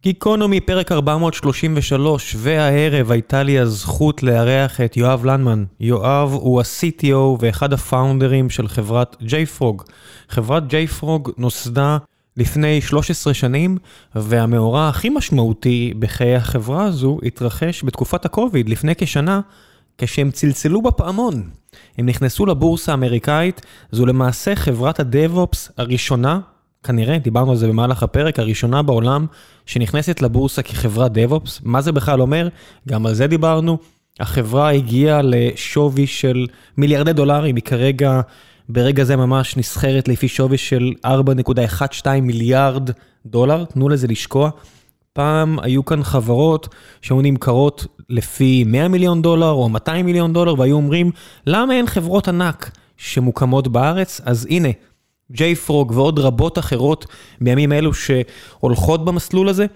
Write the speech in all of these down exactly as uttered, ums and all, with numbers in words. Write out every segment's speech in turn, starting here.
גיקונומי פרק ארבע מאות שלושים ושלוש, והערב הייתה לי הזכות לארח את יואב לנדמן. יואב הוא ה-סי טי או ואחד הפאונדרים של חברת JFrog. חברת JFrog נוסדה לפני שלוש עשרה שנים, והמאורע הכי משמעותי בחיי החברה הזו התרחש בתקופת הקוביד, לפני כשנה, כשהם צלצלו בפעמון. הם נכנסו לבורסה האמריקאית, זו למעשה חברת הדב-אופס הראשונה, כנראה, דיברנו על זה במהלך הפרק, הראשונה בעולם שנכנסת לבורסה כחברת דב-אופס. מה זה בכלל אומר? גם על זה דיברנו. החברה הגיעה לשווי של מיליארדי דולרים, היא כרגע, ברגע זה ממש נסחרת לפי שווי של ארבע נקודה אחת שתיים מיליארד דולר, תנו לזה לשקוע. פעם היו כאן חברות שהיו נמכרות לפי מאה מיליון דולר או מאתיים מיליון דולר, והיו אומרים, למה אין חברות ענק שמוקמות בארץ? אז הנה, JFrog ועוד רבות אחרות בימים אלו שהולכות במסלול הזה.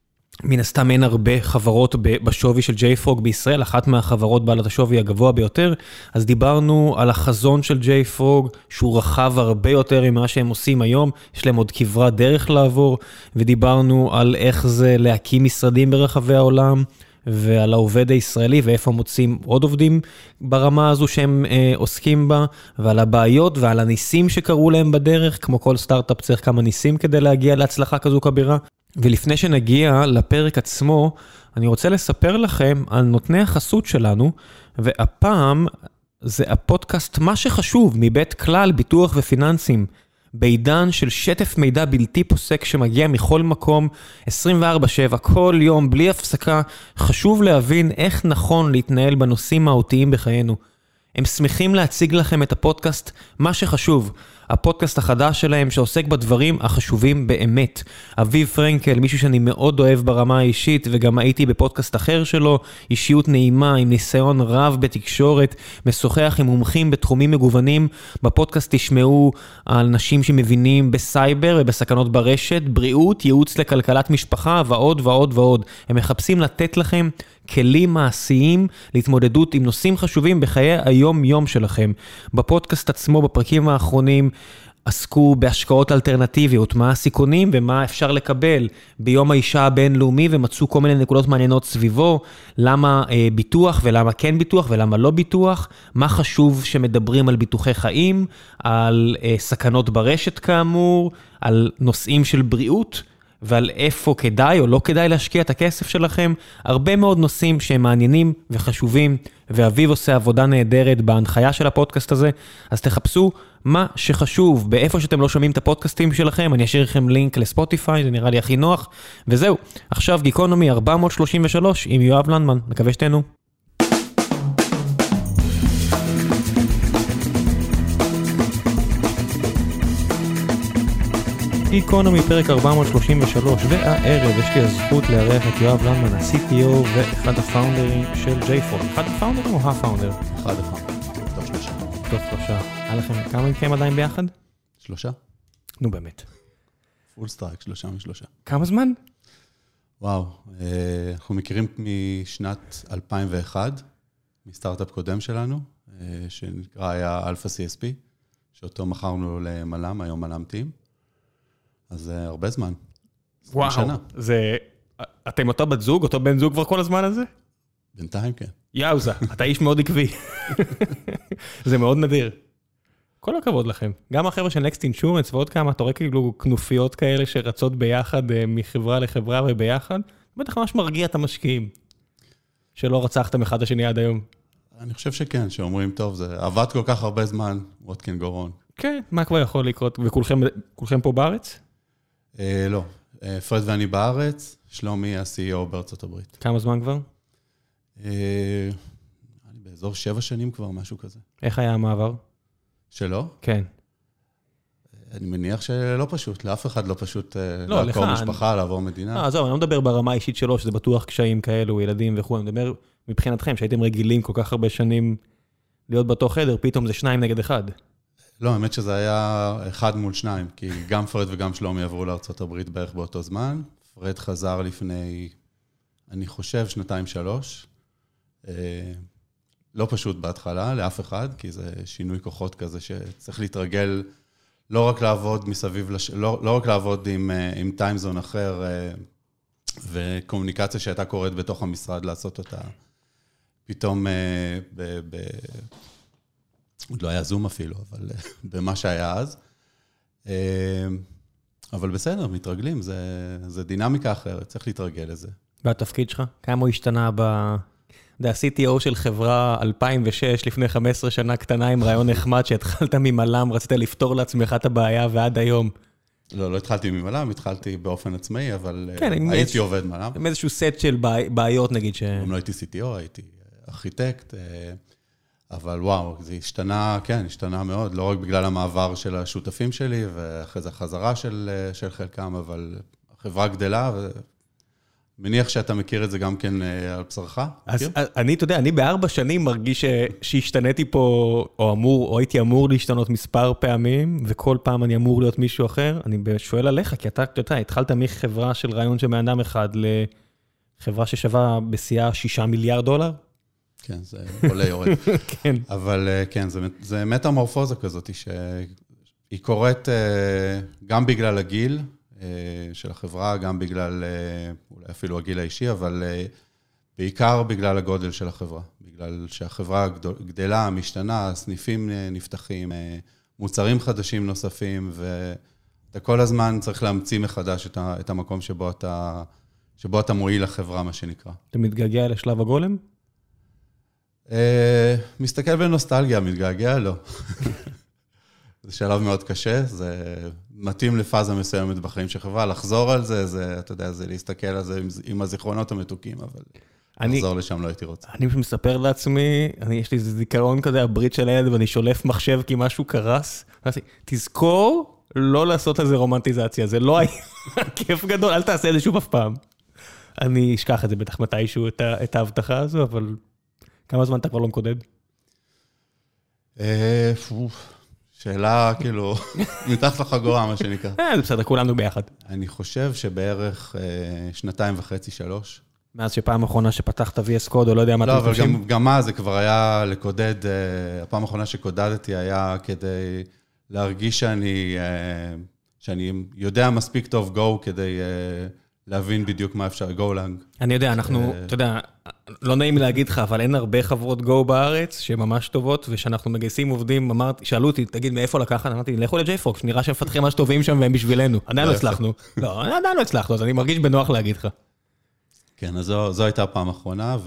מן הסתם אין הרבה חברות בשווי של JFrog בישראל, אחת מהחברות בעלת השווי הגבוה ביותר. אז דיברנו על החזון של JFrog, שהוא רחב הרבה יותר ממה שהם עושים היום, יש להם עוד כברת דרך לעבור, ודיברנו על איך זה להקים משרדים ברחבי העולם, ועל העובד הישראלי, ואיפה מוצאים עוד עובדים ברמה הזו שהם אה, עוסקים בה, ועל הבעיות ועל הניסים שקרו להם בדרך, כמו כל סטארט-אפ צריך כמה ניסים כדי להגיע להצלחה כזו כבירה. ולפני שנגיע לפרק עצמו, אני רוצה לספר לכם על נותני החסות שלנו, והפעם זה הפודקאסט מה שחשוב מבית כלל ביטוח ופיננסים, בעידן של שטף מידע בלתי פוסק שמגיע מכל מקום, עשרים וארבע שבע, כל יום, בלי הפסקה, חשוב להבין איך נכון להתנהל בנושאים מהותיים בחיינו. הם שמחים להציג לכם את הפודקאסט מה שחשוב, הפודקאסט החדש שלהם שעוסק בדברים החשובים באמת. אביב פרנקל, מישהו שאני מאוד אוהב ברמה האישית, וגם הייתי בפודקאסט אחר שלו, אישיות נעימה עם ניסיון רב בתקשורת, משוחח עם מומחים בתחומים מגוונים. בפודקאסט תשמעו על נשים שמבינים בסייבר ובסכנות ברשת, בריאות, ייעוץ לכלכלת משפחה ועוד ועוד ועוד. הם מחפשים לתת לכם כלים מעשיים להתמודדות עם נושאים חשובים בחיי היום-יום שלכם. בפודקאסט עצמו, בפרקים האחרונים, עסקו בהשקעות אלטרנטיביות, מה הסיכונים ומה אפשר לקבל ביום האישה הבינלאומי, ומצאו כל מיני נקודות מעניינות סביבו, למה אה, ביטוח ולמה כן ביטוח ולמה לא ביטוח, מה חשוב שמדברים על ביטוחי חיים, על אה, סכנות ברשת כאמור, על נושאים של בריאות, ועל איפה כדאי או לא כדאי להשקיע את הכסף שלכם. הרבה מאוד נושאים שהם מעניינים וחשובים, ואביב עושה עבודה נהדרת בהנחיה של הפודקאסט הזה, אז תחפשו מה שחשוב באיפה שאתם לא שומעים את הפודקאסטים שלכם. אני אשאיר לכם לינק לספוטיפיי, זה נראה לי הכי נוח. וזהו, עכשיו גיקונומי ארבע מאות שלושים ושלוש עם יואב לנדמן, מקווה שתהנו. גיקונומי פרק ארבע מאות שלושים ושלוש, והערב יש לי הזכות לארח את יואב לנדמן, ה-סי טי או ואחד הפאונדרים של JFrog. אחד הפאונדרים או הפאונדר? אחד הפאונדרים, טוב שלושה. טוב שלושה. היה לכם כמה מכם עדיין ביחד? שלושה. נו באמת. פול סטרייק, שלושה משלושה. כמה זמן? וואו, אנחנו מכירים משנת אלפיים ואחת, מסטארט-אפ קודם שלנו, שנקרא היה אלפא סי אס פי, שאותו מכרנו למלם, היום מלם טים. אז זה הרבה זמן. וואו, זה... אתם אותו בת זוג, אותו בן זוג כבר כל הזמן הזה? בינתיים כן. יאוזה, אתה איש מאוד עקבי. זה מאוד נדיר. כל הכבוד לכם. גם החבר'ה של Next Insurance ועוד כמה, אתה רואה כאילו כנופיות כאלה שרצות ביחד מחברה לחברה וביחד, בטח ממש מרגיע את המשקיעים, שלא רצחתם אחד השני עד היום. אני חושב שכן, שאומרים, טוב, זה עבד כל כך הרבה זמן, what can go wrong. כן, מה כבר יכול לקרות? וכולכם פה בארץ? לא, פרד ואני בארץ, שלומי ה-סי אי או בארצות הברית. כמה זמן כבר? באזור שבע שנים כבר, משהו כזה. איך היה המעבר? שלא? כן. אני מניח שלא פשוט, לאף אחד לא פשוט לעקור משפחה, לעבור מדינה. לא, זהו, אני לא מדבר ברמה האישית שלו, שזה בטוח קשיים כאלו, ילדים וכו', אני מדבר מבחינתכם, שהייתם רגילים כל כך הרבה שנים להיות באותו חדר, פתאום זה שניים נגד אחד. לא, האמת שזה היה אחד מול שניים, כי גם פרד וגם שלומי עברו לארצות הברית בערך באותו זמן. פרד חזר לפני, אני חושב, שנתיים שלוש. לא פשוט בהתחלה, לאף אחד, כי זה שינוי כוחות כזה שצריך להתרגל, לא רק לעבוד מסביב, לש... לא, לא רק לעבוד עם, עם טיימזון אחר, וקומוניקציה שהייתה קורית בתוך המשרד לעשות אותה, פתאום, ב, ב, עוד לא היה זום אפילו, אבל במה שהיה אז. אבל בסדר, מתרגלים, זה, זה דינמיקה אחרת, צריך להתרגל לזה. והתפקיד שלך? כמה הוא השתנה ב... ה-סי טי או של חברה אלפיים ושש, לפני חמש עשרה שנה קטנה עם רעיון נחמד, שהתחלת ממלם, רצית לפתור לעצמך את הבעיה, ועד היום. לא, לא התחלתי ממלם, התחלתי באופן עצמאי, אבל כן, הייתי איזשה, עובד מלם. עם איזשהו סט של בעיות, נגיד ש... גם לא הייתי סי טי או, הייתי ארכיטקט, אבל וואו, זה השתנה, כן, השתנה מאוד, לא רק בגלל המעבר של השותפים שלי, ואחרי זה החזרה של, של חלקם, אבל החברה גדלה, ומניח שאתה מכיר את זה גם כן על בשרך. אז אני, אתה יודע, אני בארבע שנים מרגיש שהשתניתי פה, או אמור, או הייתי אמור להשתנות מספר פעמים, וכל פעם אני אמור להיות מישהו אחר. אני שואל עליך, כי אתה, אתה יודע, התחלת מחברה של רעיון של מאדם אחד, לחברה ששווה בשיאה שישה מיליארד דולר. כן, זה עולה יורד. כן. אבל כן, זה, זה מטמורפוזה כזאת, שהיא קורית גם בגלל הגיל של החברה, גם בגלל, אולי אפילו הגיל האישי, אבל בעיקר בגלל הגודל של החברה. בגלל שהחברה גדלה, משתנה, סניפים נפתחים, מוצרים חדשים נוספים, ואתה כל הזמן צריך להמציא מחדש את המקום שבו אתה, שבו אתה מועיל לחברה, מה שנקרא. אתה מתגעגע לשלב הגולם? מסתכל בנוסטלגיה, מתגעגע, לא. זה שלב מאוד קשה, זה מתאים לפאזה מסוימת בחיים של חברה, לחזור על זה, זה, אתה יודע, זה להסתכל על זה עם הזיכרונות המתוקים, אבל לחזור לשם לא הייתי רוצה. אני מספר לעצמי, יש לי זיכרון כזה, הברית של הילד, ואני שולף מחשב כי משהו קרס, תזכור לא לעשות לזה רומנטיזציה, זה לא היה כיף גדול, אל תעשה את זה שוב אף פעם. אני אשכח את זה בטח מתישהו, את ההבטחה הזו, אבל כמה זמן אתה כבר לא מקודד? שאלה, כאילו, מתחת לחגורה, מה שנקרא. אה, זה בסדר, כולנו ביחד. אני חושב שבערך שנתיים וחצי, שלוש. מאז שפעם האחרונה שפתחת וי אס קוד, או לא יודע מה אתם חושבים? לא, אבל גם מה, זה כבר היה לקודד, הפעם האחרונה שקודדתי היה כדי להרגיש שאני, שאני יודע מספיק טוב Go כדי להבין בדיוק מה אפשר, גולנג. אני יודע, אנחנו, אתה יודע, לא נעים להגיד לך, אבל אין הרבה חברות Go בארץ שממש טובות, ושאנחנו מגייסים עובדים, אמרתי, שאלו אותי, תגיד, מאיפה לקחת? אמרתי, לכו ל-JFrog, שנראה שהם מפתחים ממש טובים שם והם בשבילנו. עדיין לא הצלחנו. לא, עדיין לא הצלחנו, אז אני מרגיש בנוח להגיד לך. כן, אז זו, זו הייתה הפעם האחרונה,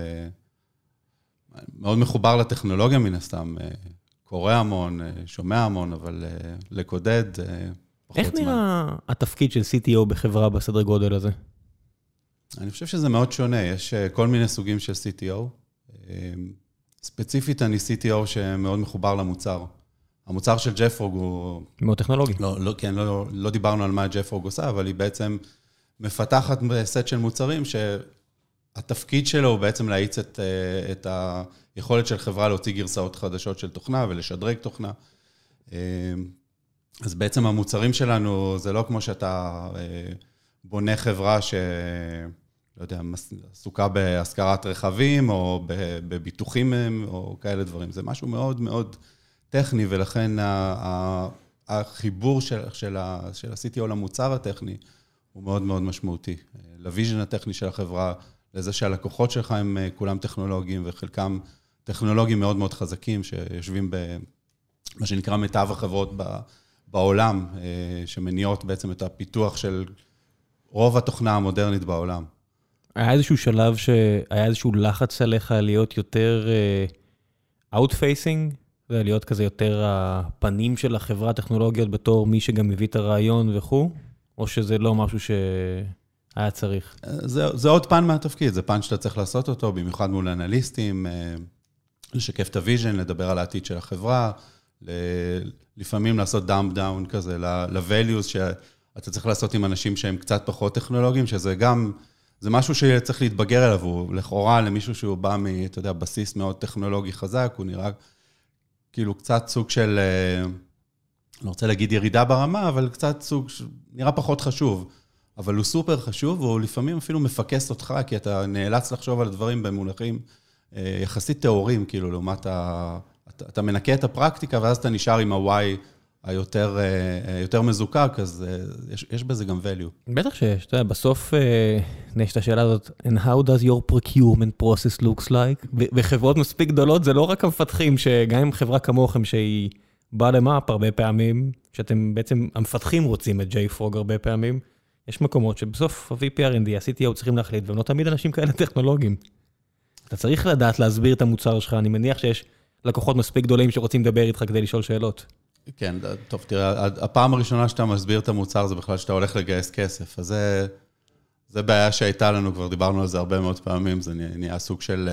ומאוד מחובר לטכנולוגיה מן הסתם, קורא המון, שומע המון, אבל לקודד איך נראה התפקיד של סי טי או בחברה בסדר גודל הזה? אני חושב שזה מאוד שונה, יש כל מיני סוגים של סי טי או. ספציפית אני סי טי או שמאוד מחובר למוצר. המוצר של JFrog הוא... מאוד טכנולוגי. לא, לא, כן, לא, לא דיברנו על מה JFrog עושה, אבל היא בעצם מפתחת סט של מוצרים שהתפקיד שלו הוא בעצם להאיץ את, את היכולת של חברה להוציא גרסאות חדשות של תוכנה ולשדרג תוכנה. אז בעצם המוצרים שלנו, זה לא כמו שאתה בונה חברה ש... לא יודע, עסוקה בהשכרת רכבים, או בביטוחים, או כאלה דברים. זה משהו מאוד מאוד טכני, ולכן החיבור של, של, של ה-סי טי או למוצר הטכני, הוא מאוד מאוד משמעותי. לוויז'ן הטכני של החברה, לזה שהלקוחות שלך הם כולם טכנולוגיים, וחלקם טכנולוגיים מאוד מאוד חזקים, שיושבים במה שנקרא מיטב החברות בעולם, שמניעות בעצם את הפיתוח של רוב התוכנה המודרנית בעולם. היה איזשהו שלב שהיה איזשהו לחץ עליך להיות יותר out-facing, ולהיות כזה יותר הפנים של החברה הטכנולוגיות בתור מי שגם מביא את הרעיון וכו', או שזה לא משהו שהיה צריך? זה, זה עוד פן מהתפקיד, זה פן שאתה צריך לעשות אותו, במיוחד מול אנליסטים, לשקף את הוויז'ן, לדבר על העתיד של החברה, לפעמים לעשות דאמפ דאון כזה, ל-values שאתה צריך לעשות עם אנשים שהם קצת פחות טכנולוגיים, שזה גם, זה משהו שצריך להתבגר אליו, הוא לכאורה למישהו שהוא בא מ, אתה יודע, בסיס מאוד טכנולוגי חזק, הוא נראה כאילו קצת סוג של, לא רוצה להגיד ירידה ברמה, אבל קצת סוג, נראה פחות חשוב, אבל הוא סופר חשוב, והוא לפעמים אפילו מפקס אותך, כי אתה נאלץ לחשוב על דברים במונחים יחסית תיאוריים, כאילו, לעומת ה... אתה, אתה מנקה את הפרקטיקה, ואז אתה נשאר עם ה-Y היותר, יותר מזוקק, אז יש, יש בזה גם value. בטח שיש, אתה יודע, בסוף יש את השאלה הזאת, and how does your procurement process looks like? וחברות מספיק גדולות, זה לא רק המפתחים, שגם אם חברה כמוכם שהיא באה למאפ הרבה פעמים, שאתם בעצם, המפתחים רוצים את JFrog הרבה פעמים, יש מקומות שבסוף ה-וי פי אר אנד די, ה-סי טי או צריכים להחליט, והם לא תמיד אנשים כאלה טכנולוגיים. אתה צריך לדעת להסביר את המוצר שלך, אני מניח שיש לקוחות מספיק גדולים שרוצים לדבר איתך כדי לשאול שאלות. כן, טוב, תראה, הפעם הראשונה שאתה מסביר את המוצר זה בכלל שאתה הולך לגייס כסף, אז זה, זה בעיה שהייתה לנו, כבר דיברנו על זה הרבה מאוד פעמים, זה נהיה סוג של,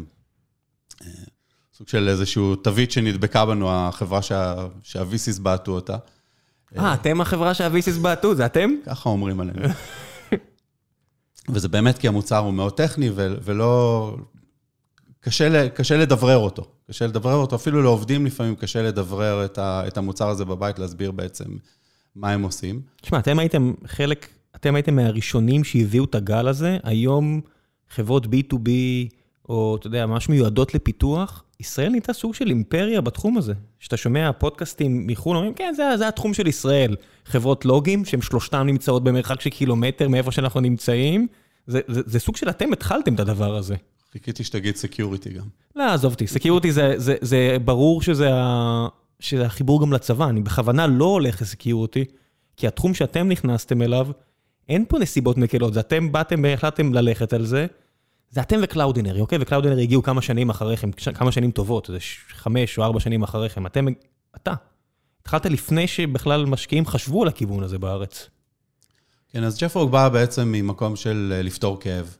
סוג של איזשהו תווית שנדבקה בנו, החברה שה, שה-וי סי'ס בעטו אותה. אה, אתם החברה שה-וי סי'ס בעטו, זה אתם? ככה אומרים עלינו. וזה באמת כי המוצר הוא מאוד טכני, ולא... קשה, קשה לדברר אותו. קשה לדברר אותו, אפילו לעובדים לפעמים קשה לדברר את, ה, את המוצר הזה בבית, להסביר בעצם מה הם עושים. תשמע, אתם הייתם חלק, אתם הייתם מהראשונים שהביאו את הגל הזה, היום חברות בי טו בי, או אתה יודע, ממש מיועדות לפיתוח, ישראל נהייתה סוג של אימפריה בתחום הזה. שאתה שומע פודקאסטים מחו"ל, אומרים, כן, זה, זה התחום של ישראל. חברות לוגים, שהן שלושתם נמצאות במרחק של קילומטר מאיפה שאנחנו נמצאים, זה, זה, זה סוג של אתם התחלתם את הדבר הזה. חיכיתי שתגיד סקיוריטי גם. לא, עזוב אותי. סקיוריטי זה, זה, זה ברור שזה, ה, שזה החיבור גם לצבא. אני בכוונה לא הולך לסקיוריטי, כי התחום שאתם נכנסתם אליו, אין פה נסיבות מקלות. זה אתם באתם והחלטתם ללכת על זה, זה אתם וקלאודינרי, אוקיי? וקלאודינרי הגיעו כמה שנים אחריכם, כמה שנים טובות, זה חמש או ארבע שנים אחריכם. אתם, אתה, התחלת לפני שבכלל משקיעים חשבו על הכיוון הזה בארץ. כן, אז JFrog בא בעצם ממקום של לפתור כאב.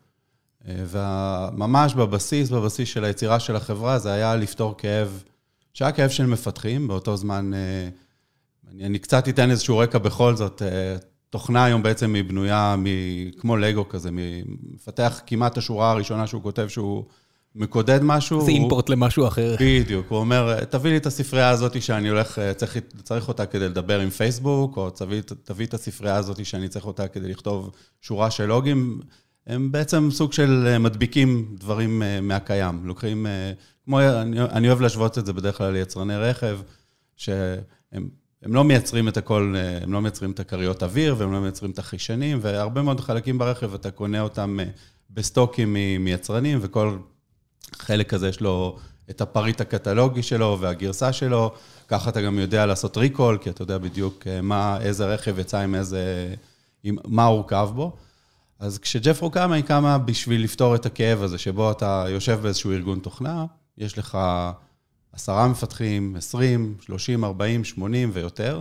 וממש בבסיס, בבסיס של היצירה של החברה, זה היה לפתור כאב, שהיה כאב של מפתחים, באותו זמן, אני, אני קצת אתן איזשהו רקע בכל זאת, תוכנה היום בעצם היא בנויה כמו לגו כזה, מפתח כמעט השורה הראשונה שהוא כותב שהוא מקודד משהו. זה אימפורט למשהו אחר. בדיוק, הוא אומר, תביא לי את הספרייה הזאת שאני הולך, צריך, צריך אותה כדי לדבר עם פייסבוק, או תביא, תביא את הספרייה הזאת שאני צריך אותה כדי לכתוב שורה של לוגים, הם בעצם סוג של מדביקים דברים מהקיים. לוקחים, כמו, אני, אני אוהב להשוות את זה בדרך כלל ליצרני רכב, שהם הם לא מייצרים את הכל, הם לא מייצרים את הקריות אוויר, והם לא מייצרים את החישנים, והרבה מאוד חלקים ברכב, אתה קונה אותם בסטוקים מיצרנים, וכל חלק כזה יש לו את הפריט הקטלוגי שלו והגרסה שלו, ככה אתה גם יודע לעשות ריקול, כי אתה יודע בדיוק מה, איזה רכב יצא עם איזה, עם, מה הורכב בו. אז כשג'פרו קמה, היא קמה בשביל לפתור את הכאב הזה, שבו אתה יושב באיזשהו ארגון תוכנה, יש לך עשרה מפתחים, עשרים, שלושים, ארבעים, שמונים ויותר,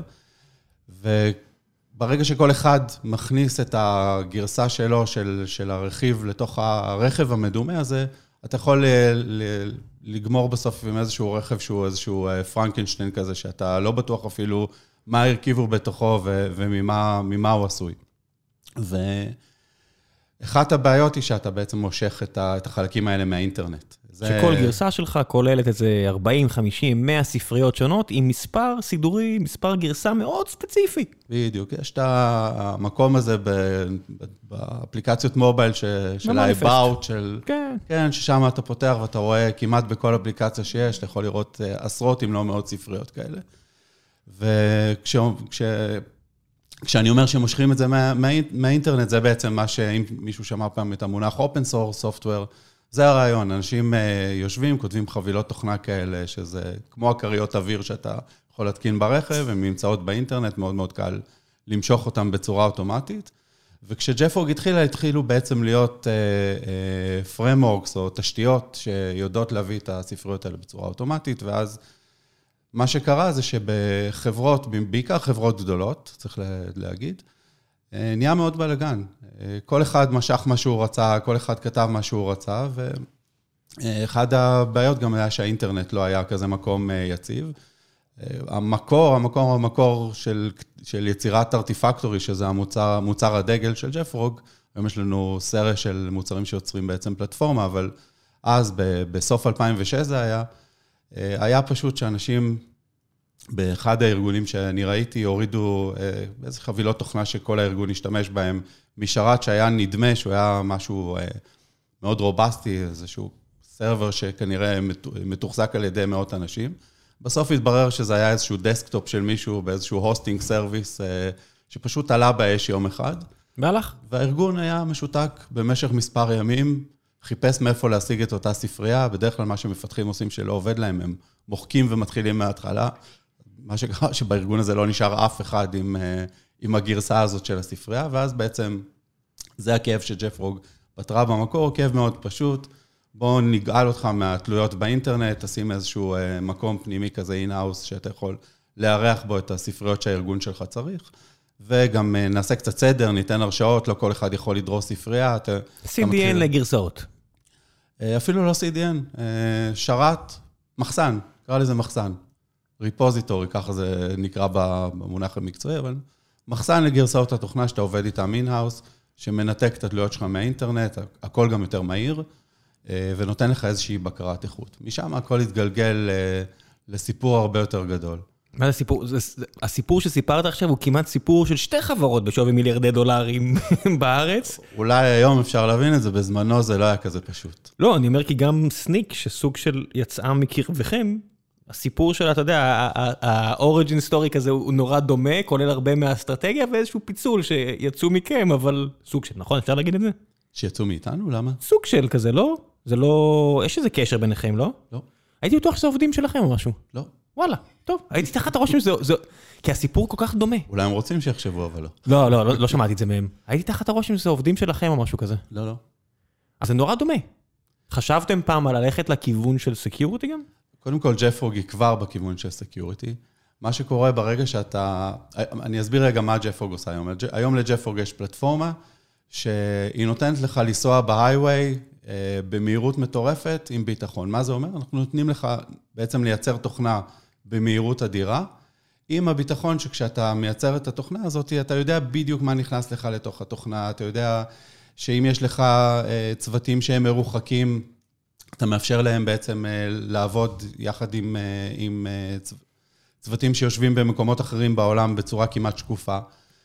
וברגע שכל אחד מכניס את הגרסה שלו, של, של הרכיב לתוך הרכב המדומה הזה, אתה יכול ל, ל, לגמור בסוף עם איזשהו רכב שהוא איזשהו פרנקנשטיין כזה, שאתה לא בטוח אפילו מה הרכיבו בתוכו ו, וממה ממה הוא עשוי. ו... אחת הבעיות היא שאתה בעצם מושך את החלקים האלה מהאינטרנט. שכל גרסה שלך כוללת איזה ארבעים, חמישים, מאה ספריות שונות, עם מספר סידורי, מספר גרסה מאוד ספציפי. בדיוק, יש את המקום הזה באפליקציות מובייל של ה-About, כן, ששם אתה פותח ואתה רואה כמעט בכל אפליקציה שיש, אתה יכול לראות עשרות אם לא מאות ספריות כאלה. וכש... כשאני אומר שמושכים את זה מה, מה, מהאינטרנט, זה בעצם מה שאם מישהו שמע פעם את המונח open source software, זה הרעיון. אנשים יושבים, כותבים חבילות תוכנה כאלה, שזה כמו הקריות אוויר שאתה יכול להתקין ברכב, הן נמצאות באינטרנט, מאוד מאוד קל למשוך אותם בצורה אוטומטית. וכשג'פרוג התחילה, התחילו בעצם להיות uh, uh, frameworks או תשתיות שיודעות להביא את הספריות האלה בצורה אוטומטית, ואז מה שקרה זה שבחברות, בעיקר חברות גדולות, צריך להגיד, נהיה מאוד בלגן. כל אחד משך מה שהוא רצה, כל אחד כתב מה שהוא רצה, ואחד הבעיות גם היה שהאינטרנט לא היה כזה מקום יציב. המקור, המקור, המקור של, של יצירת ארטיפקטורי, שזה המוצר, מוצר הדגל של ג'פרוג, היום יש לנו סריה של מוצרים שיוצרים בעצם פלטפורמה, אבל אז בסוף אלפיים ושש זה היה, היה פשוט שאנשים באחד הארגונים שאני ראיתי הורידו איזה חבילות תוכנה שכל הארגון השתמש בהם משרת שהיה נדמה שהוא היה משהו מאוד רובסטי, איזשהו סרבר שכנראה מתוחזק על ידי מאות אנשים. בסוף התברר שזה היה איזשהו דסקטופ של מישהו באיזשהו הוסטינג סרוויס שפשוט עלה באש יום אחד. והלך? והארגון היה משותק במשך מספר ימים, חיפש מאיפה להשיג את אותה ספרייה, בדרך כלל מה שמפתחים עושים שלא עובד להם, הם מוחקים ומתחילים מההתחלה, מה שקרה שבארגון הזה לא נשאר אף אחד עם, עם הגרסה הזאת של הספרייה, ואז בעצם זה הכאב שג'ף פרוג פתרה במקור, כאב מאוד פשוט, בואו נגאל אותך מהתלויות באינטרנט, תשים איזשהו מקום פנימי כזה אין-האוס, שאתה יכול לארח בו את הספריות שהארגון שלך צריך, וגם נעשה קצת סדר, ניתן הרשאות, לא כל אחד יכול לדרוס ספרייה. סי די אן לגרסאות. אפילו לא סי די אן, שרת, מחסן, קרא לזה מחסן. ריפוזיטורי, ככה זה נקרא במונח המקצועי, אבל מחסן לגרסאות התוכנה שאתה עובד איתם אין-האוס, שמנתק את התלויות שלך מהאינטרנט, הכל גם יותר מהיר, ונותן לך איזושהי בקרת איכות. משם הכל יתגלגל לסיפור הרבה יותר גדול. מה זה סיפור? הסיפור שסיפרת עכשיו הוא כמעט סיפור של שתי חברות בשווי מיליארדי דולרים בארץ. אולי היום אפשר להבין את זה, בזמנו זה לא היה כזה פשוט. לא, אני אומר כי גם סניק, שסוג של יצאה מקרבכם, הסיפור שלה, אתה יודע, האוריג'ין סטורי כזה הוא נורא דומה, כולל הרבה מהאסטרטגיה ואיזשהו פיצול שיצאו מכם, אבל סוג של, נכון? אפשר להגיד את זה? שיצאו מאיתנו? למה? סוג של כזה, לא? זה לא... יש איזה קשר ביניכם, לא? לא. הייתי בטוח שזה עובדים שלכם או משהו. לא. וואלה, טוב. הייתי תחת הרושם שזה... כי הסיפור כל כך דומה. אולי הם רוצים שיחשבו, אבל לא. לא, לא, לא, לא שמעתי את זה מהם. הייתי תחת הרושם שזה עובדים שלכם או משהו כזה. לא, לא. אז זה נורא דומה. חשבתם פעם על ללכת לכיוון של סקיוריטי גם? קודם כל, ג'ף פרוג היא כבר בכיוון של סקיוריטי. מה שקורה ברגע שאתה... אני אסביר רגע מה ג'ף פרוג עושה היום. היום לג'ף פרוג יש פלטפורמה שהיא נותנת לך לנסוע בהייווי במהירות מטורפת עם ביטחון. מה זה אומר? אנחנו נותנים לך בעצם לייצר תוכנה במהירות אדירה, עם הביטחון שכשאתה מייצר את התוכנה הזאת, אתה יודע בדיוק מה נכנס לך לתוך התוכנה, אתה יודע שאם יש לך צוותים שהם מרוחקים, אתה מאפשר להם בעצם לעבוד יחד עם, עם צוותים שיושבים במקומות אחרים בעולם בצורה כמעט שקופה.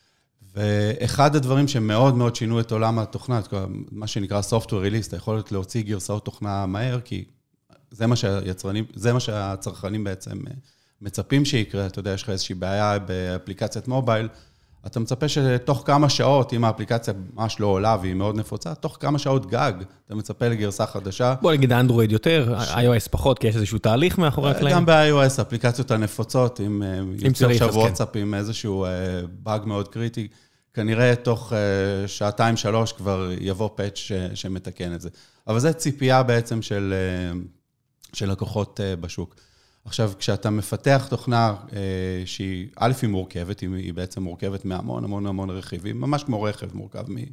ואחד הדברים שמאוד מאוד שינו את עולם התוכנה, מה שנקרא software release, אתה יכול להוציא גרסאות תוכנה מהר, כי זה מה שהיצרנים, זה מה שהצרכנים בעצם מצפים שיקרה. אתה יודע, יש לך איזושהי בעיה באפליקציית מובייל, אתה מצפה שתוך כמה שעות, אם האפליקציה ממש לא עולה והיא מאוד נפוצה, תוך כמה שעות גג, אתה מצפה לגרסה חדשה. בוא נגיד אנדרואיד יותר, iOS פחות, כי יש איזשהו תהליך מאחורי הקלעים. גם ב-iOS, האפליקציות הנפוצות, אם יוצא עכשיו וואטסאפ עם איזשהו באג מאוד קריטי, כנראה תוך שעתיים, שלוש כבר יבוא פאץ' שמתקן את זה. אבל זה ציפייה בעצם של, של לקוחות בשוק. עכשיו, כשאתה מפתח תוכנה שהיא, א' היא מורכבת, היא בעצם מורכבת מהמון המון המון רכיבים, ממש כמו רכב מורכב מ...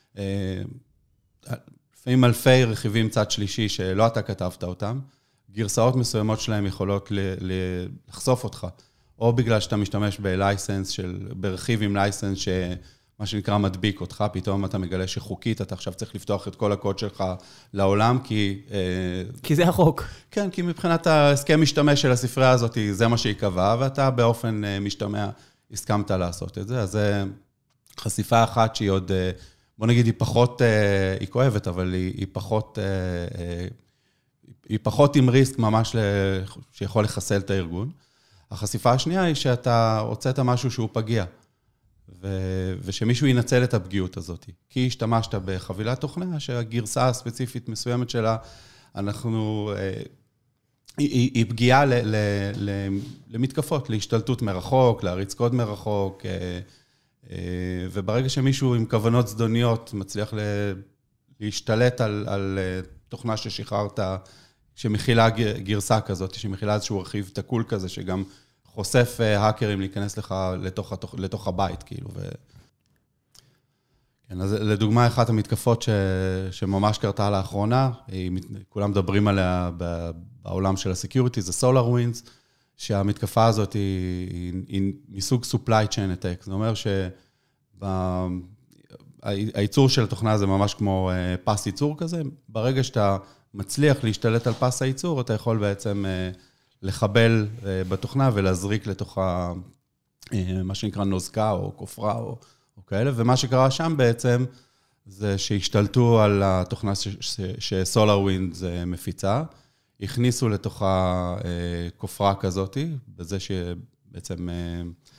לפעמים אלפי רכיבים צד שלישי שלא אתה כתבת אותם, גרסאות מסוימות שלהם יכולות לחשוף אותך, או בגלל שאתה משתמש בלייסנס של, ברכיב עם לייסנס ש... מה שנקרא מדביק אותך, פתאום אתה מגלה שחוקית, אתה עכשיו צריך לפתוח את כל הקוד שלך לעולם, כי... כי זה החוק. כן, כי מבחינת ההסכם משתמש של הספרייה הזאת, זה מה שהיא קבעה, ואתה באופן משתמע הסכמת לעשות את זה. אז זה חשיפה אחת שהיא עוד, בוא נגיד, היא פחות, היא כואבת, אבל היא, היא פחות, היא פחות עם ריסק ממש שיכול לחסל את הארגון. החשיפה השנייה היא שאתה הוצאת משהו שהוא פגיע. ו- ושמישהו ינצל את הפגיעות הזאת. כי השתמשת בחבילת תוכנה, שהגרסה הספציפית מסוימת שלה, אנחנו, היא, היא פגיעה ל- ל- ל- למתקפות, להשתלטות מרחוק, להריץ קוד מרחוק, וברגע שמישהו עם כוונות זדוניות מצליח להשתלט על, על תוכנה ששחררת, שמכילה גרסה כזאת, שמכילה איזשהו רכיב תקול כזה, שגם חושף האקרים להיכנס לך לתוך, לתוך הבית, כאילו. ו... כן, אז לדוגמה, אחת המתקפות ש... שממש קרתה לאחרונה, היא... כולם מדברים עליה בעולם של הסקיוריטי, זה SolarWinds, שהמתקפה הזאת היא, היא... היא מסוג supply chain attack. זה אומר שהייצור של התוכנה זה ממש כמו פס ייצור כזה. ברגע שאתה מצליח להשתלט על פס הייצור, אתה יכול בעצם לחבל בתוכנה ולהזריק לתוך מה שנקרא נוזקה או כופרה או, או כאלה, ומה שקרה שם בעצם זה שהשתלטו על התוכנה ש-SolarWinds מפיצה, הכניסו לתוכה כופרה כזאת, בזה שבעצם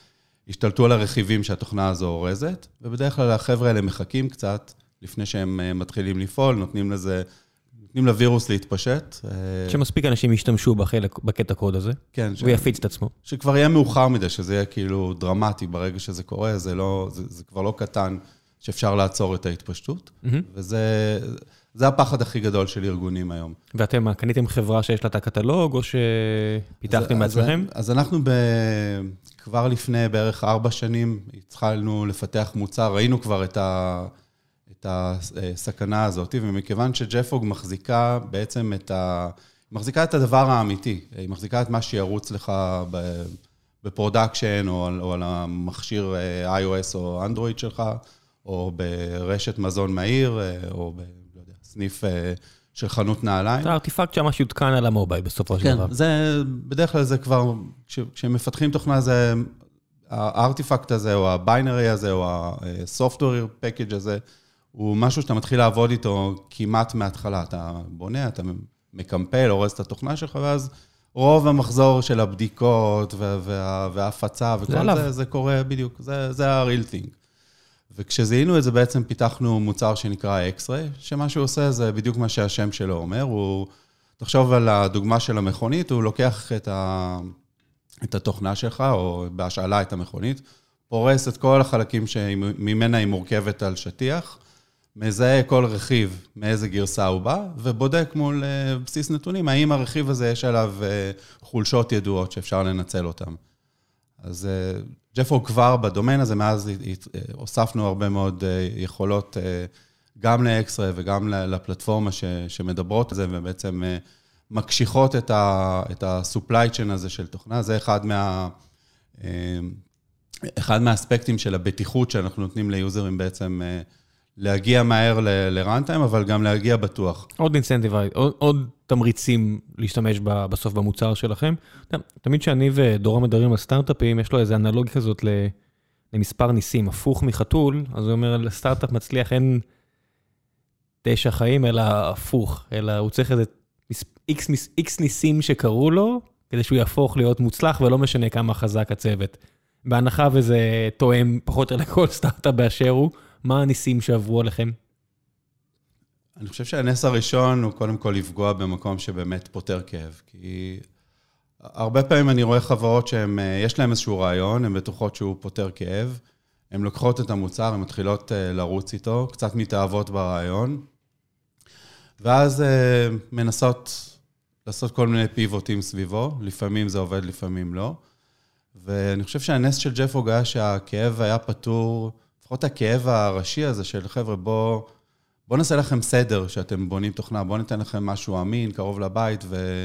השתלטו על הרכיבים שהתוכנה הזו אורזת, ובדרך כלל החבר'ה האלה מחכים קצת, לפני שהם מתחילים לפעול, נותנים לזה, נותנים לווירוס להתפשט. שמספיק אנשים ישתמשו בחלק, בקטע קוד הזה, כן, ויפיץ ש... את עצמו. שכבר יהיה מאוחר מדי, שזה יהיה כאילו דרמטי ברגע שזה קורה, זה, לא, זה, זה כבר לא קטן שאפשר לעצור את ההתפשטות, mm-hmm. וזה זה הפחד הכי גדול של ארגונים היום. ואתם מה, קניתם חברה שיש לה את הקטלוג, או שפיתחתם אז, בעצמכם? אז, אז אנחנו ב... כבר לפני בערך ארבע שנים, התחלנו לפתח מוצר, ראינו כבר את ה... את הסכנה הזאת, ומכיוון שג'פרוג מחזיקה בעצם את ה... מחזיקה את הדבר האמיתי, היא מחזיקה את מה שירוץ לך בפרודקשן, או על, או על המכשיר iOS או אנדרואיד שלך, או ברשת מזון מהיר, או ב... לא יודע, סניף של חנות נעליים. זה הארטיפקט שממש יותקן על המובייל בסופו של כן, דבר. זה, בדרך כלל זה כבר, כש, כשמפתחים תוכנה זה, הארטיפקט הזה, או הביינרי הזה, או ה-software package הזה, הוא משהו שאתה מתחיל לעבוד איתו כמעט מההתחלה. אתה בונה, אתה מקמפל, הורס את התוכנה שלך, ואז רוב המחזור של הבדיקות וה, וההפצה וכל זה, זה, זה קורה בדיוק, זה, זה ה-real thing. וכשזיהינו את זה, בעצם פיתחנו מוצר שנקרא X-Ray, שמה שהוא עושה זה בדיוק מה שהשם שלו אומר, הוא, תחשוב על הדוגמה של המכונית, הוא לוקח את, ה, את התוכנה שלך, או בהשאלה את המכונית, פורס את כל החלקים שממנה היא מורכבת על שטיח, מזהה כל רכיב מאיזה גרסה הוא בא, ובודק מול בסיס נתונים, האם הרכיב הזה יש עליו חולשות ידועות שאפשר לנצל אותם. אז ג'פרוג כבר בדומיין הזה, מאז הוספנו הרבה מאוד יכולות, גם ל-X-Ray וגם לפלטפורמה שמדברות על זה, ובעצם מקשיחות את ה-supply chain הזה של תוכנה. זה אחד מה... אחד מהאספקטים של הבטיחות שאנחנו נותנים ליוזרים בעצם להגיע מהר ל-runtime, אבל גם להגיע בטוח. עוד אינסנטיבי, עוד, עוד תמריצים להשתמש בסוף במוצר שלכם. תמיד שאני ודורון מדברים על סטארט-אפים, יש לו איזו אנלוגיה כזאת למספר ניסים, הפוך מחתול, אז הוא אומר, לסטארט-אפ מצליח אין תשע חיים, אלא הפוך, אלא הוא צריך איזה איקס ניסים שקראו לו, כדי שהוא יהפוך להיות מוצלח, ולא משנה כמה חזק הצוות. בהנחה וזה תואם פחות או יותר לכל סטארט-אפ באשר הוא, מה הניסים שעברו עליכם? אני חושב שהנס הראשון הוא קודם כל לפגוע במקום שבאמת פותר כאב, כי הרבה פעמים אני רואה חברות שיש להם איזשהו רעיון, הן בטוחות שהוא פותר כאב, הן לוקחות את המוצר, הן מתחילות לרוץ איתו, קצת מתאהבות ברעיון, ואז מנסות לעשות כל מיני פיבוטים סביבו, לפעמים זה עובד, לפעמים לא, ואני חושב שהנס של ג'פרוג היה שהכאב היה פתור, לפחות הכאב הראשי הזה של חבר'ה, בוא, בוא נעשה לכם סדר שאתם בונים תוכנה, בוא ניתן לכם משהו אמין, קרוב לבית, ו,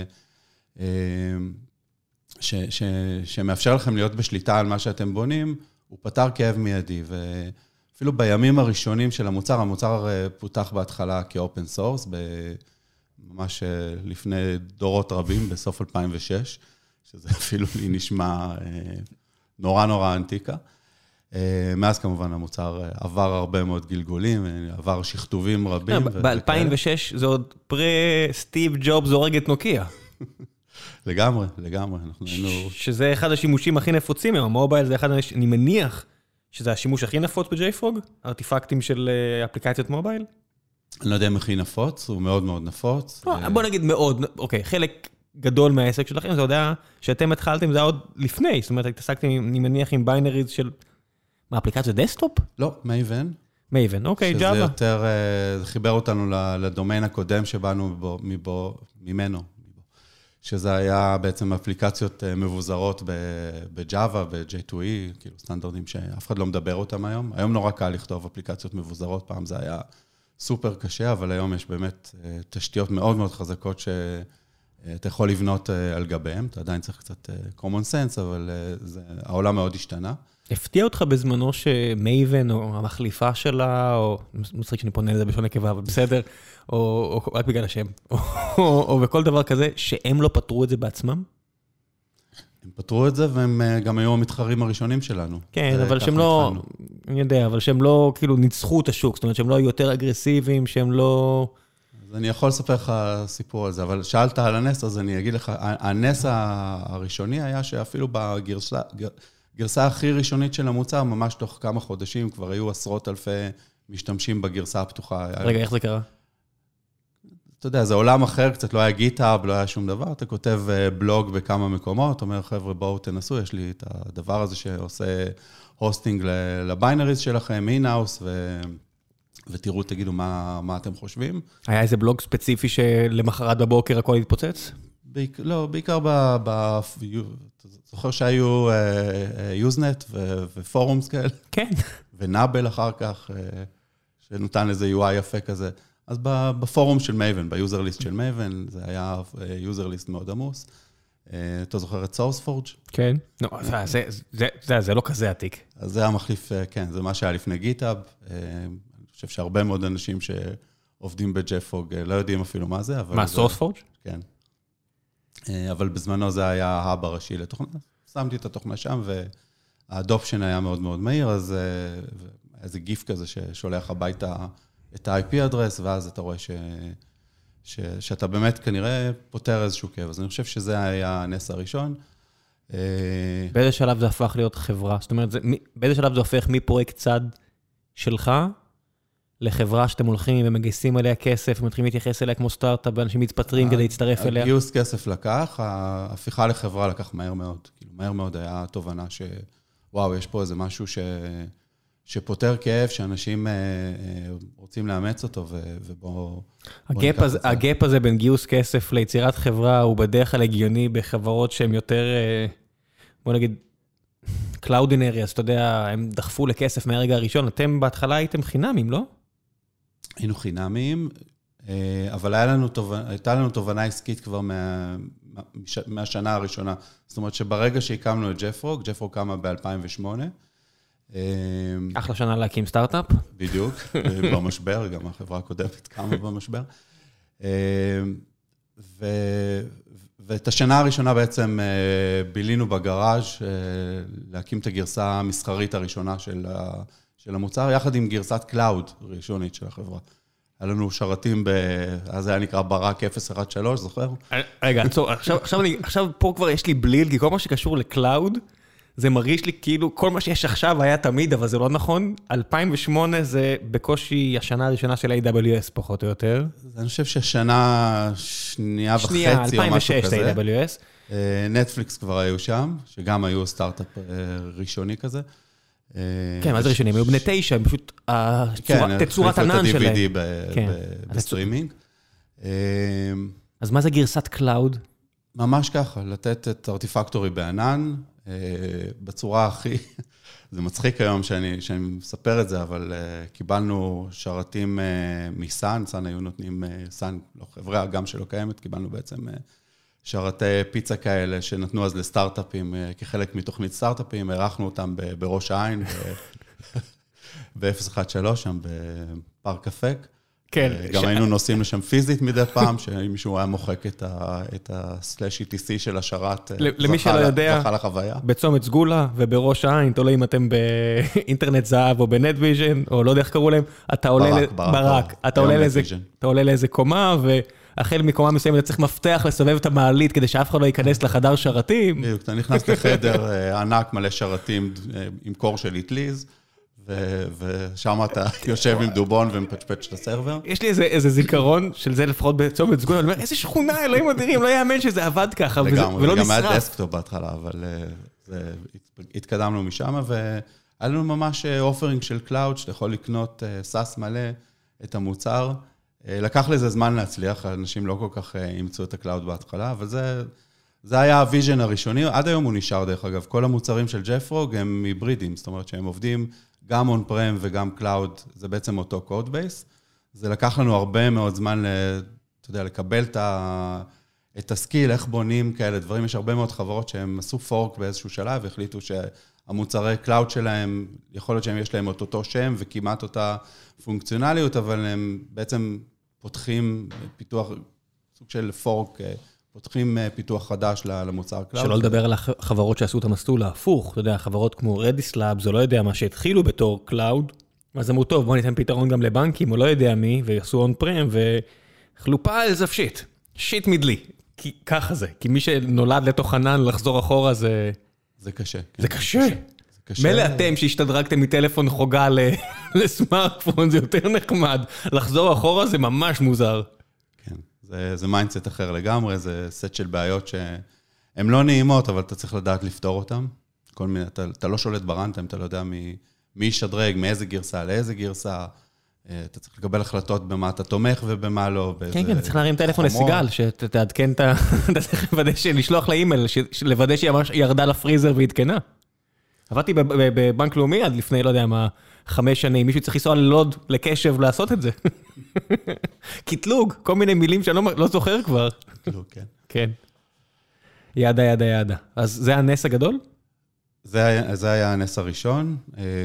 ש, ש, שמאפשר לכם להיות בשליטה על מה שאתם בונים, הוא פתר כאב מיידי, ואפילו בימים הראשונים של המוצר, המוצר פותח בהתחלה כאופן סורס, ממש לפני דורות רבים, בסוף אלפיים ושש, שזה אפילו לי נשמע נורא נורא אנטיקה. מאז כמובן המוצר עבר הרבה מאוד גלגולים, עבר שכתובים רבים. ב-אלפיים ושש זה עוד פרה-סטיב ג'ובס הורג את נוקיה. לגמרי, לגמרי. שזה אחד השימושים הכי נפוצים, המובייל זה אחד, אני מניח שזה השימוש הכי נפוץ ב-ג'ייפרוג, ארטיפקטים של אפליקציות מובייל. אני לא יודע אם הכי נפוץ, הוא מאוד מאוד נפוץ. בוא נגיד מאוד, אוקיי, חלק גדול מהעסק שלכם, זה יודע שאתם התחלתם, זה עוד לפני, זאת אומרת, התעסקתם, אני מניח, עם ביינריז של... מה, אפליקציה דסקטופ? לא, מייבן. מייבן, אוקיי, ג'אווה. שזה יותר, זה חיבר אותנו לדומיין הקודם שבאנו מבו, ממנו. שזה היה בעצם אפליקציות מבוזרות בג'אווה, ב-ג'יי טו אי, כאילו סטנדרטים שאף אחד לא מדבר אותם היום. היום נורא קל לכתוב אפליקציות מבוזרות, פעם זה היה סופר קשה, אבל היום יש באמת תשתיות מאוד מאוד חזקות שאתה יכול לבנות על גביהם. אתה עדיין צריך קצת common sense, אבל זה, העולם מאוד השתנה. הפתיע אותך בזמנו שמייבן, או המחליפה שלה, או מצחיק שאני פונה לזה בשונה קבע, אבל בסדר, או, או רק בגלל השם, או, או, או בכל דבר כזה, שהם לא פתרו את זה בעצמם? הם פתרו את זה, והם גם היו המתחרים הראשונים שלנו. כן, אבל שהם לא, אני יודע, אבל שהם לא כאילו ניצחו את השוק, זאת אומרת שהם לא היו יותר אגרסיביים, שהם לא... אז אני יכול לספר לך סיפור על זה, אבל שאלת על הנס, אז אני אגיד לך, הנס הראשוני היה שאפילו בגרסה... הגרסה הכי ראשונית של המוצר, ממש תוך כמה חודשים, כבר היו עשרות אלפי משתמשים בגרסה הפתוחה. רגע, איך זה קרה? אתה יודע, זה עולם אחר, קצת לא היה גיטהאב, לא היה שום דבר, אתה כותב בלוג בכמה מקומות, אומר, חבר'ה, בואו תנסו, יש לי את הדבר הזה שעושה הוסטינג לביינריז שלכם, אין-האוס, ו... ותראו, תגידו מה, מה אתם חושבים. היה איזה בלוג ספציפי שלמחרת בבוקר הכל התפוצץ? בעיק, לא, בעיקר ב... ב זוכר שהיו יוזנט ופורומס כאלה. כן. ונאבל אחר כך, שנותן איזה יו איי יפה כזה. אז בפורום של מייבן, ביוזר ליסט של מייבן, זה היה יוזר ליסט מאוד עמוס. אתה זוכר את SourceForge? כן. לא, זה, זה, זה, זה לא כזה עתיק. אז זה המחליף, כן, זה מה שהיה לפני גיטהאב. אני חושב שהרבה מאוד אנשים שעובדים בג'פרוג לא יודעים אפילו מה זה. מה, SourceForge? כן. אבל בזמנו זה היה ההאב הראשי לתוכנה. שמתי את התוכנה שם, והאדופשן היה מאוד מאוד מהיר, אז איזה גיף כזה ששולח הביתה את ה-איי פי אדרס, ואז אתה רואה ש... ש... שאתה באמת כנראה פותר איזשהו כאב. אז אני חושב שזה היה הנס הראשון. באיזה שלב זה הפך להיות חברה? זאת אומרת, זה... באיזה שלב זה הופך מפרויקט צד שלך, לחברה שאתם הולכים ומגייסים עליה כסף, ומתחילים להתייחס אליה כמו סטארט-אפ, ואנשים מתפטרים כדי להצטרף אליה? הגיוס כסף לקח, ההפיכה לחברה לקח מהר מאוד. כאילו, מהר מאוד היה תובנה ש... וואו, יש פה איזה משהו ש... שפותר כאב, שאנשים רוצים לאמץ אותו, ובוא... הגאפ הזה בין גיוס כסף ליצירת חברה, הוא בדרך כלל הגיוני בחברות שהן יותר, בוא נגיד, Cloud in areas, אתה יודע, הם דחפו לכסף מהרגע הראשון, אתם בהתחלה הייתם חינמים, לא? היינו חינמים, אבל היה לנו תובנה, הייתה לנו תובנה עסקית כבר מה, מהשנה הראשונה. זאת אומרת שברגע שהקמנו את ג'פרוג, ג'פרוג קמה ב-אלפיים ושמונה, אחלה שנה להקים סטארט-אפ. בדיוק, במשבר, גם החברה הקודמת קמה במשבר. ו... ואת השנה הראשונה בעצם בילינו בגראז' להקים את הגרסה המסחרית הראשונה של, ה... של המוצר, יחד עם גרסת קלאוד ראשונית של החברה. היה לנו שרתים, ב... אז היה נקרא ברק אפס אחת שלוש, זוכר? רגע, עצור, עכשיו, עכשיו, אני, עכשיו פה כבר יש לי בליל, כי כל מה שקשור לקלאוד, זה מרגיש לי כאילו כל מה שיש עכשיו היה תמיד, אבל זה לא נכון. אלפיים ושמונה זה בקושי השנה הראשונה של איי דאבליו אס פחות או יותר. אני חושב שהשנה שנייה וחצי שנייה, או משהו כזה. אלפיים ושש זה איי דאבליו אס. נטפליקס כבר היו שם, שגם היו סטארט-אפ ראשוני כזה. כן, מה זה ראשוני? הם היו בני תשע, הם פשוט תצורת ענן שלהם. כן, החליפו את ה-די וי די בסטרימינג. אז מה זה גרסת קלאוד? ממש ככה, לתת את ארטיפקטורי בענן, בצורה הכי, זה מצחיק היום שאני, שאני מספר את זה, אבל קיבלנו שרתים מסן, סן היו נותנים, סן, לא חברה, גם שלא קיימת, קיבלנו בעצם שרתי פיצה כאלה, שנתנו אז לסטארט-אפים, כחלק מתוכנית סטארט-אפים, ערכנו אותם בראש העין, ב-אפס אחת שלוש, שם בפארק אפק. כן. גם היינו נוסעים לשם פיזית מדי פעם, שאם מישהו היה מוחק את ה-סלאש אי טי סי של השרת, למי שלא יודע, זכה לחוויה. בצומת סגולה ובראש העין, תולה אם אתם באינטרנט זהב או בנטוויז'ן, או לא יודע איך קראו להם, אתה עולה, ברק, אתה עולה לאיזה קומה, והחל מקומה מסוימת אתה צריך מפתח לסובב את המעלית, כדי שאף אחד לא ייכנס לחדר שרתים. בדיוק, אתה נכנס לחדר ענק מלא שרתים עם קור של איטליז, ושם אתה יושב עם דובון ומפצ'פץ' את הסרבר. יש לי איזה זיכרון של זה לפחות בצומת סגולה, אני אומר, איזה שכונה, אלוהים אדירים, לא יאמן שזה עבד ככה, ולא נשרף. גם היה דסקטופ בהתחלה, אבל התקדמנו משם, והיה לנו ממש אופרינג של קלאוד, שאתה יכול לקנות סאס מלא את המוצר. לקח לזה זמן להצליח, אנשים לא כל כך ימצאו את הקלאוד בהתחלה, אבל זה... זה היה הוויז'ן הראשוני, עד היום הוא נשאר דרך אגב, כל המוצרים של ג'פרוג הם היברידים, זאת אומרת שהם עובדים גם און פרם וגם קלאוד, זה בעצם אותו קוד בייס. זה לקח לנו הרבה מאוד זמן, אתה יודע, לקבל את, ה, את הסקיל, איך בונים כאלה דברים, יש הרבה מאוד חברות שהם עשו פורק באיזשהו שלב, והחליטו שהמוצרי קלאוד שלהם, יכול להיות שהם יש להם את אותו שם וכמעט אותה פונקציונליות, אבל הם בעצם פותחים פיתוח, סוג של פורק, פותחים פיתוח חדש למוצר קלאוד. שלא לדבר על החברות שעשו את המסלול ההפוך, אתה יודע, חברות כמו Redis Labs, זה לא יודע מה שהתחילו בתור קלאוד, אז אמרו, טוב, בוא ניתן פתרון גם לבנקים, או לא יודע מי, ויעשו און פרם, וחלופה על זה שיט, שיט מדלי, כי ככה זה, כי מי שנולד לתוך ענן לחזור אחורה זה... זה קשה. זה קשה. מילא אתם שהשתדרגתם מטלפון חוגה לסמארטפון, זה יותר נחמד. לחזור אחורה זה ממש מוזר. כן, זה מיינדסט אחר לגמרי, זה סט של בעיות שהן לא נעימות, אבל אתה צריך לדעת לפתור אותן. אתה לא שולט ברנטיים, אתה לא יודע מי ישדרג, מאיזה גרסה לאיזה גרסה. אתה צריך לקבל החלטות במה אתה תומך ובמה לא. כן, כן, אתה צריך להרים טלפון לסיגל, שתעדכן את ה... אתה צריך לשלוח לאימייל, לוודא שהיא ירדה לפריזר והתקנה. עבדתי בבנק לאומי עד לפני, לא יודע מה, חמש שנים, מישהו צריך לנסוע ללוד לקשב לעשות את זה. קטלוג, כל מיני מילים שאני לא זוכר כבר. קטלוג, כן. כן. ידה, ידה, ידה. אז זה הנס הגדול? זה היה הנס הראשון.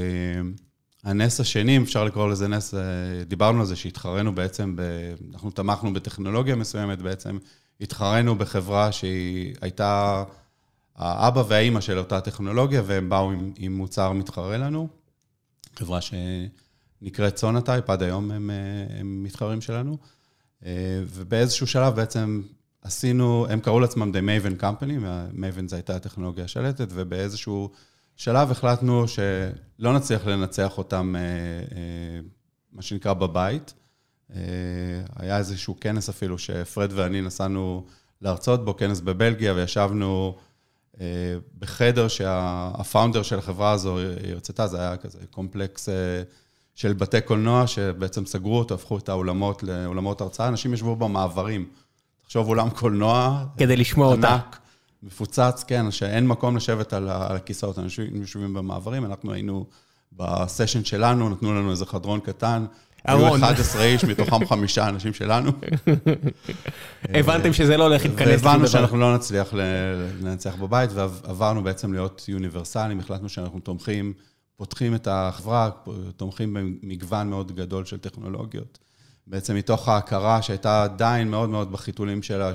הנס השני, אפשר לקרוא לזה נס, דיברנו על זה שהתחרנו בעצם, אנחנו תמכנו בטכנולוגיה מסוימת בעצם, התחרנו בחברה שהיא הייתה האבא והאימא של אותה טכנולוגיה, והם באו עם, עם מוצר מתחרה לנו, חברה שנקראת סונטייפ, עד היום הם, הם מתחרים שלנו, ובאיזשהו שלב בעצם עשינו, הם קראו לעצמם The Maven Company, Maven זה הייתה הטכנולוגיה השלטת, ובאיזשהו שלב החלטנו שלא נצליח לנצח אותם, מה שנקרא בבית. היה איזשהו כנס אפילו שפרד ואני נסענו להרצות בו, כנס בבלגיה, וישבנו בחדר שהפאונדר של החברה הזו הרצתה, זה היה כזה קומפלקס של בתי קולנוע, שבעצם סגרו אותו, הפכו את האולמות לאולמות הרצאה, אנשים ישבו במעברים. תחשוב אולם קולנוע, כדי לשמוע אותה. מפוצץ, כן, שאין מקום לשבת על הכיסאות, אנשים יושבים במעברים, אנחנו היינו בסשן שלנו, נתנו לנו איזה חדרון קטן, היו אחד עשר איש, מתוכם חמישה אנשים שלנו. הבנתם שזה לא הולך להתכנס. והבנו שאנחנו לא נצליח לנצח בבית, ועברנו בעצם להיות יוניברסליים, החלטנו שאנחנו תומכים, פותחים את החברה, תומכים במגוון מאוד גדול של טכנולוגיות. בעצם מתוך ההכרה שהייתה עדיין מאוד מאוד בחיתולים שלה,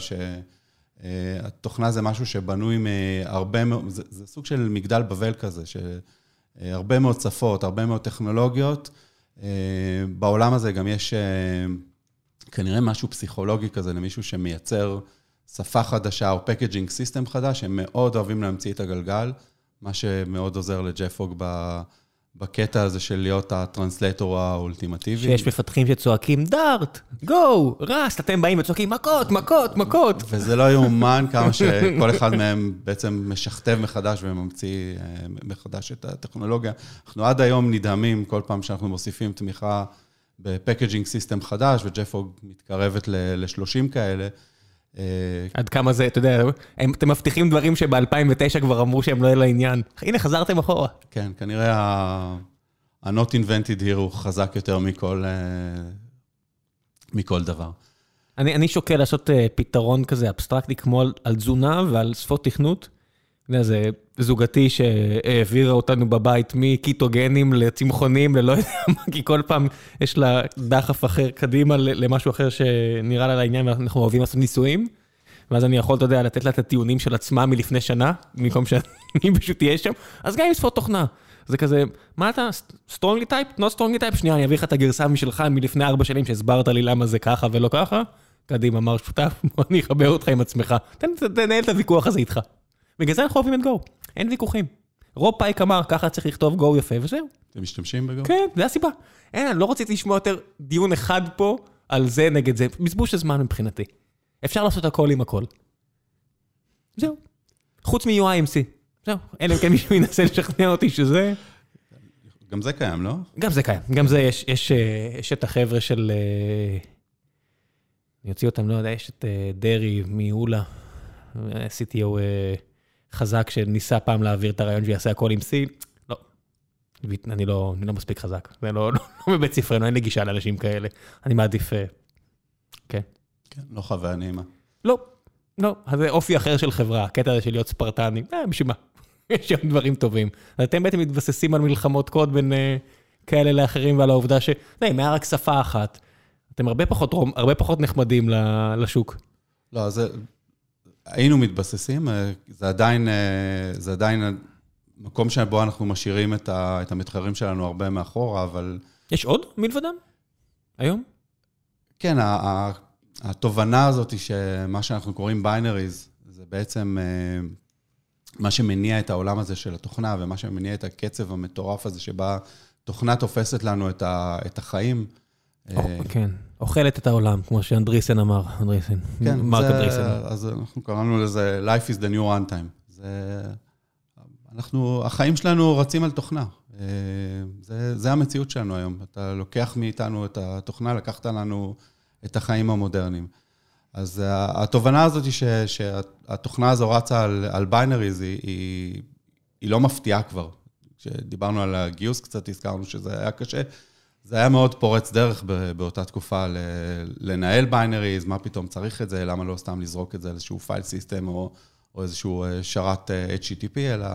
שהתוכנה זה משהו שבנוי מהרבה מאוד, זה, זה סוג של מגדל בבל כזה, שהרבה מאוד שפות, הרבה מאוד טכנולוגיות, בעולם הזה גם יש כנראה משהו פסיכולוגי כזה, למישהו שמייצר שפה חדשה או פקג'ינג סיסטם חדש, הם מאוד אוהבים להמציא את הגלגל, מה שמאוד עוזר לג'פוג בקטע הזה של להיות הטרנסלטור האולטימטיבי. שיש מפתחים שצועקים, דארט, גו, רסט, אתם באים וצועקים, מכות, מכות, מכות. וזה לא יאומן כמה שכל אחד מהם בעצם משכתב מחדש וממציא מחדש את הטכנולוגיה. אנחנו עד היום נדהמים כל פעם שאנחנו מוסיפים תמיכה בפקג'ינג סיסטם חדש, וג'פוג מתקרבת ל-שלושים כאלה. עד כמה זה, אתה יודע, אתם מבטיחים דברים שב-אלפיים ותשע כבר אמרו שהם לא יהיה לעניין. הנה, חזרתם אחורה. כן, כנראה ה-not invented here הוא חזק יותר מכל, מכל דבר. אני, אני שוקל לעשות פתרון כזה אבסטרקטי כמו על, על תזונה ועל שפות תכנות. זה זוגתי שהעבירה אותנו בבית מקיטוגנים לצמחונים, ללא יודע מה, כי כל פעם יש לה דחף אחר קדימה למשהו אחר שנראה לה לעניין, ואנחנו אוהבים לעשות ניסויים, ואז אני יכול, אתה יודע, לתת לה את הטיעונים של עצמה מלפני שנה, במקום שאני פשוט תהיה שם, אז גם עם שפות תוכנה. זה כזה, מה אתה? strongly type? not strongly type? שנייה, אני אביא לך את הגרסה משלך מלפני ארבע שנים, שהסברת לי למה זה ככה ולא ככה. קדימה, מר שותף, בוא אני אחבר אותך עם עצמך. תנהל את הוויכוח הזה איתך. בגלל זה אנחנו אוהבים את גו, אין ויכוחים. רוב פייק אמר, ככה צריך לכתוב גו יפה, וזהו. אתם משתמשים בגו? כן, זה הסיבה. אין, אני לא רציתי לשמוע יותר דיון אחד פה, על זה נגד זה. מזבוש הזמן מבחינתי. אפשר לעשות הכל עם הכל. זהו. חוץ מ-יו איי אם סי. זהו. אלא אם כן מישהו ינסה לשכנע אותי שזה... גם זה קיים, לא? גם זה קיים. גם זה יש, יש, יש את החבר'ה של... אני אוציא אותם, לא יודע, יש את דרי מיולה, סי טי או חזק שניסה פעם להעביר את הרעיון ויעשה הכל עם סי. לא. אני לא, אני לא מספיק חזק. זה לא, לא, לא בבית ספרנו, אין לי גישה לאנשים כאלה. אני מעדיף... כן. כן, לא חוויה נעימה. לא, לא. אז זה אופי אחר של חברה. הקטע הזה של להיות ספרטני. אה, בשביל מה? יש שם דברים טובים. אתם בעצם מתבססים על מלחמות קוד בין כאלה לאחרים ועל העובדה ש... לא, אם היה רק שפה אחת, אתם הרבה פחות, הרבה פחות נחמדים לשוק. לא, זה... היינו מתבססים, זה עדיין, זה עדיין מקום שבו אנחנו משאירים את, ה, את המתחרים שלנו הרבה מאחורה, אבל... יש עוד מלבדם? היום? כן, התובנה הזאת היא שמה שאנחנו קוראים ביינריז, זה בעצם מה שמניע את העולם הזה של התוכנה, ומה שמניע את הקצב המטורף הזה, שבה תוכנה תופסת לנו את, ה, את החיים. כן, אוכלת את העולם, כמו שאנדריסן אמר, אנדריסן, כן, מרק אנדריסן. אז אנחנו קראנו לזה Life is the new runtime. זה, אנחנו, החיים שלנו רצים על תוכנה. זה, זה המציאות שלנו היום. אתה לוקח מאיתנו את התוכנה, לקחת לנו את החיים המודרניים. אז התובנה הזאת היא ש, שהתוכנה הזו רצה על, על ביינריז, היא, היא, היא לא מפתיעה כבר. כשדיברנו על הגיוס קצת, הזכרנו שזה היה קשה. זה היה מאוד פורץ דרך באותה תקופה לנהל ביינריז, מה פתאום צריך את זה, למה לא סתם לזרוק את זה לאיזשהו פייל סיסטם או, או איזשהו שרת אייץ' טי טי פי, אלא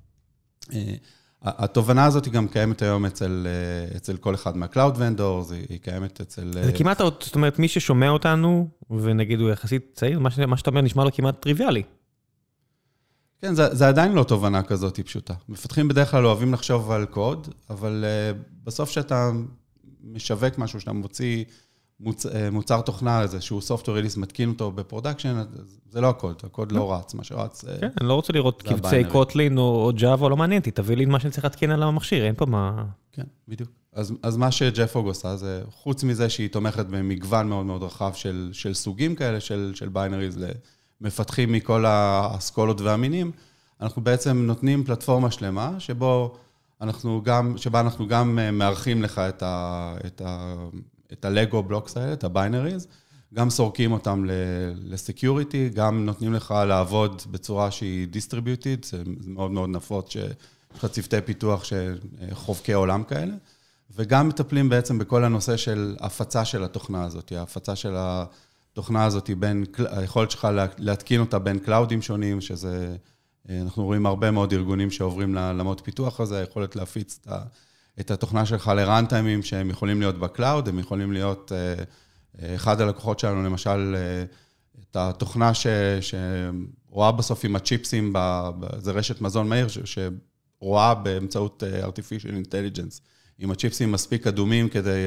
התובנה הזאת היא גם קיימת היום אצל, אצל כל אחד מהקלאוד ונדורס, היא קיימת אצל... זה כמעט, זאת אומרת, מי ששומע אותנו, ונגיד הוא יחסית צעיר, מה, מה שאתה אומר נשמע לו כמעט טריוויאלי. כן, זה, זה עדיין לא תובנה כזאת, היא פשוטה. מפתחים בדרך כלל אוהבים לחשוב על קוד, אבל uh, בסוף שאתה משווק משהו, שאתה מוציא מוצ, uh, מוצר תוכנה הזה, שהוא software release, מתקין אותו בפרודקשן, זה לא הקוד, הקוד לא רץ, מה שרץ... כן, אני לא רוצה לראות קבצי קוטלין או ג'אווה, לא מעניין אותי, תביא לי מה שאני צריך להתקין על המכשיר, אין פה מה... כן, בדיוק. אז, אז מה שג'פרוג עושה, זה חוץ מזה שהיא תומכת במגוון מאוד מאוד רחב של, של סוגים כאלה, של, של ביינריז למפתחים מכל האסכולות והמינים, אנחנו בעצם נותנים פלטפורמה שלמה, שבו אנחנו גם, שבה אנחנו גם מארחים לך את ה, את ה, את הלגו בלוקס האלה, את הביינריז, גם סורקים אותם לסקיוריטי, גם נותנים לך לעבוד בצורה שהיא דיסטריביוטית, זה מאוד מאוד נפוץ שיש לך צוותי פיתוח שחובקי עולם כאלה, וגם מטפלים בעצם בכל הנושא של הפצה של התוכנה הזאת, ההפצה של התוכנה הזאת בין, היכולת שלך להתקין אותה בין קלאודים שונים, שזה, אנחנו רואים הרבה מאוד ארגונים שעוברים לעולמות פיתוח הזה, היכולת להפיץ את, את התוכנה שלך לרנטיימים שהם יכולים להיות בקלאוד, הם יכולים להיות, אחד הלקוחות שלנו למשל, את התוכנה ש, שרואה בסוף עם הצ'יפסים, זה רשת מזון מהיר, ש, שרואה באמצעות artificial intelligence, עם הצ'יפסים מספיק אדומים כדי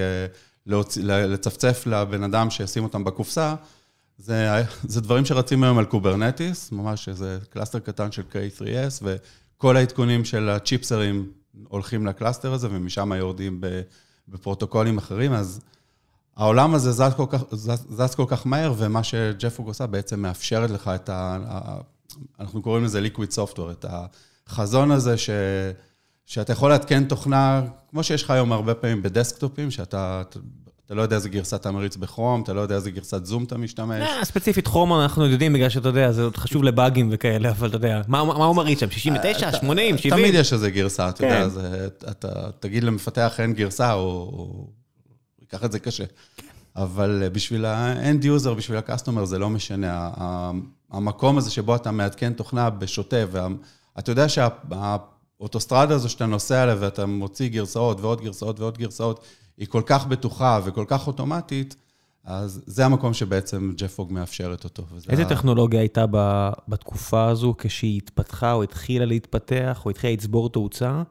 לצפצף לבן אדם שישים אותם בקופסה, זה, זה דברים שרצים היום על קוברנטיס, ממש איזה קלאסטר קטן של קיי תרי אס, וכל העדכונים של הצ'יפסרים הולכים לקלאסטר הזה, ומשם יורדים בפרוטוקולים אחרים, אז העולם הזה זז כל כך, זז, זז כל כך מהר, ומה שג'פרוג עושה בעצם מאפשרת לך את ה... אנחנו קוראים לזה liquid software, את החזון הזה ש... שאתה יכול להתקן תוכנה, כמו שיש לך היום הרבה פעמים בדסקטופים, שאתה אתה לא יודע איזה גרסה אתה מריץ בכרום, אתה לא יודע איזה גרסת זום אתה משתמש. ספציפית כרום אנחנו יודעים, בגלל שאתה יודע, זה חשוב לבאגים וכאלה, אבל אתה יודע, מה הוא מריץ שם? שישים ותשע, שמונים, שבעים? תמיד יש איזה גרסה, אתה יודע, אתה תגיד למפתח אין גרסה, או ייקח את זה קשה. אבל בשביל ה-end user, בשביל ה-customer, זה לא משנה. המקום הזה שבו אתה מעדכן תוכנה בשוטף, ואתה יודע שה... האוטוסטרדה הזו שאתה נוסע עליה ואתה מוציא גרסאות ועוד גרסאות ועוד גרסאות, היא כל כך בטוחה וכל כך אוטומטית, אז זה המקום שבעצם ג'פרוג מאפשרת אותו. איזה טכנולוגיה הייתה בתקופה הזו כשהיא התפתחה או התחילה להתפתח או התחילה לצבור תאוצה?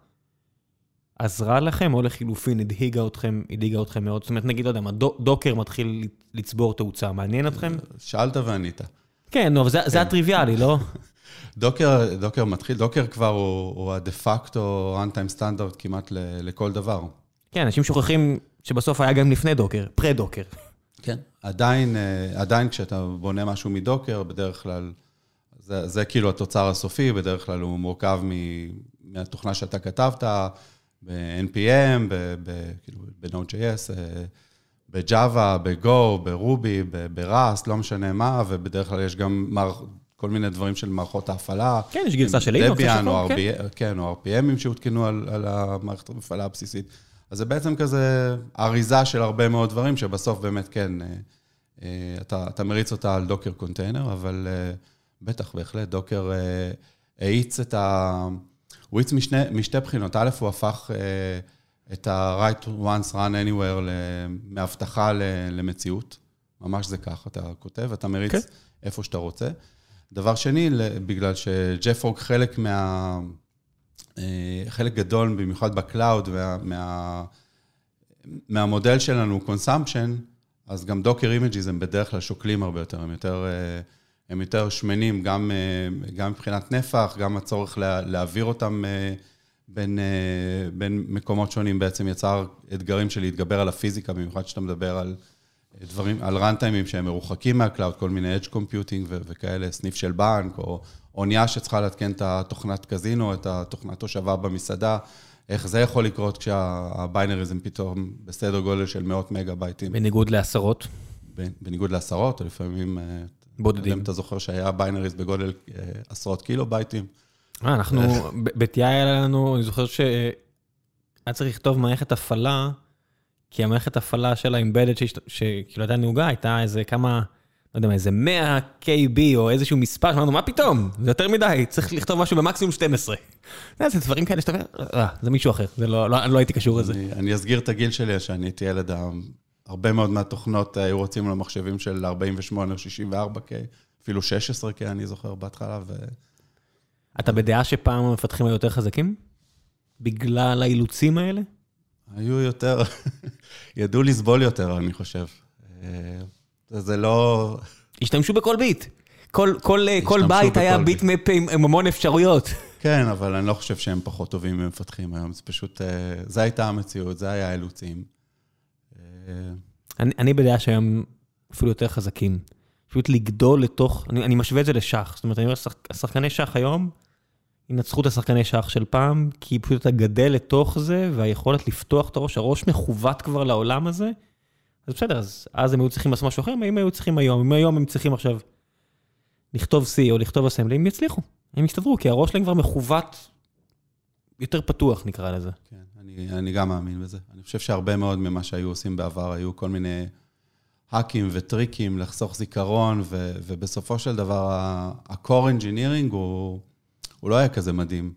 עזרה לכם או לחילופין הדהיגה אתכם, הדהיגה אתכם מאוד? זאת אומרת, נגיד, לא יודע מה, דוקר מתחיל לצבור תאוצה, מעניין אתכם? שאלת וענית. כן, אבל זה הטריוויאלי, לא? דוקר, דוקר מתחיל, דוקר כבר הוא, הוא ה-de-facto runtime standard כמעט ל, לכל דבר. כן, אנשים שוכחים שבסוף היה גם לפני דוקר, פרה-דוקר. כן, עדיין, עדיין כשאתה בונה משהו מדוקר, בדרך כלל, זה, זה כאילו התוצר הסופי, בדרך כלל הוא מורכב מהתוכנה שאתה כתבת, ב-אן פי אם, ב-Node.js, ב-Java, ב-Go, ב-Ruby, ב-Rust, לא משנה מה, ובדרך כלל יש גם כל מיני דברים של מערכות ההפעלה. כן, יש גרסה של לינוקס. דביאן, או כן, או אר פי אמים שהותקנו על, על המערכת ההפעלה הבסיסית. אז זה בעצם כזה אריזה של הרבה מאוד דברים, שבסוף באמת כן, אתה, אתה מריץ אותה על דוקר קונטיינר, אבל בטח, בהחלט, דוקר האיץ את ה... הוא האיץ משני, משתי בחינות. א', הוא הפך את ה-Write Once Run Anywhere מהבטחה למציאות. ממש זה כך, אתה כותב, אתה מריץ okay. איפה שאתה רוצה. דבר שני, בגלל שג'פרוג חלק מה... חלק גדול, במיוחד בקלאוד, ומה... מהמודל שלנו, consumption, אז גם דוקר אימג'יז הם בדרך כלל שוקלים הרבה יותר, הם יותר, הם יותר שמנים, גם, גם מבחינת נפח, גם הצורך לה, להעביר אותם בין, בין מקומות שונים, בעצם יצר אתגרים של להתגבר על הפיזיקה, במיוחד שאתה מדבר על דברים, על רנטיימים שהם מרוחקים מהקלאוד, כל מיני edge computing ו- וכאלה, סניף של בנק, או אונייה שצריכה להתקן את התוכנת קזינו, את התוכנת הושבה במסעדה, איך זה יכול לקרות כשהביינריזם פתאום בסדר גודל של מאות מגה בייטים. בניגוד לעשרות. בניגוד לעשרות, או לפעמים... בודדים. אתה זוכר שהיה ביינריז בגודל עשרות קילו בייטים. אנחנו, ב-טי איי היה לנו, אני זוכר שהיה צריך לכתוב מערכת הפעלה, כי המערכת הפעלה של האמבדד, שכאילו הייתה נהוגה, הייתה איזה כמה, לא יודע מה, איזה מאה קיי בי, או איזשהו מספר, שאמרנו, מה פתאום? זה יותר מדי, צריך לכתוב משהו במקסימום שתים עשרה. זה דברים כאלה שאתה אומר, אה, זה מישהו אחר, זה לא, לא הייתי קשור לזה. אני אסגיר את הגיל שלי, שאני הייתי ילד, הרבה מאוד מהתוכנות היו רוצים למחשבים של ארבעים ושמונה או שישים וארבע קיי, אפילו שש עשרה קיי, אני זוכר בהתחלה. ו... אתה בדעה שפעם המפתחים היו יותר חזקים? בגלל האילוצים האלה? היו יותר, ידעו לסבול יותר, אני חושב. זה לא... השתמשו בכל ביט. כל, כל, כל בית היה ביט מפ עם המון אפשרויות. כן, אבל אני לא חושב שהם פחות טובים ממפתחים היום. זה פשוט, זה הייתה המציאות, זה היה האילוצים. אני, אני בדעה שהיום אפילו יותר חזקים. פשוט לגדול לתוך, אני, אני משווה את זה לשח. זאת אומרת, אני אומר, השחקני שח היום, ינצחו את השחקני שח של פעם, כי פשוט אתה גדל לתוך זה, והיכולת לפתוח את הראש, הראש מכוות כבר לעולם הזה, אז בסדר, אז, אז הם היו צריכים לעשות משהו אחר, אם היו צריכים היום, אם היום הם צריכים עכשיו לכתוב C או לכתוב אסמבלי, הם יצליחו, הם יסתדרו, כי הראש שלהם כבר מכוות יותר פתוח, נקרא לזה. כן, אני, אני גם מאמין בזה. אני חושב שהרבה מאוד ממה שהיו עושים בעבר, היו כל מיני האקים וטריקים לחסוך זיכרון, ו, ובסופו של דבר, ה-core engineering הוא, הוא לא היה כזה מדהים.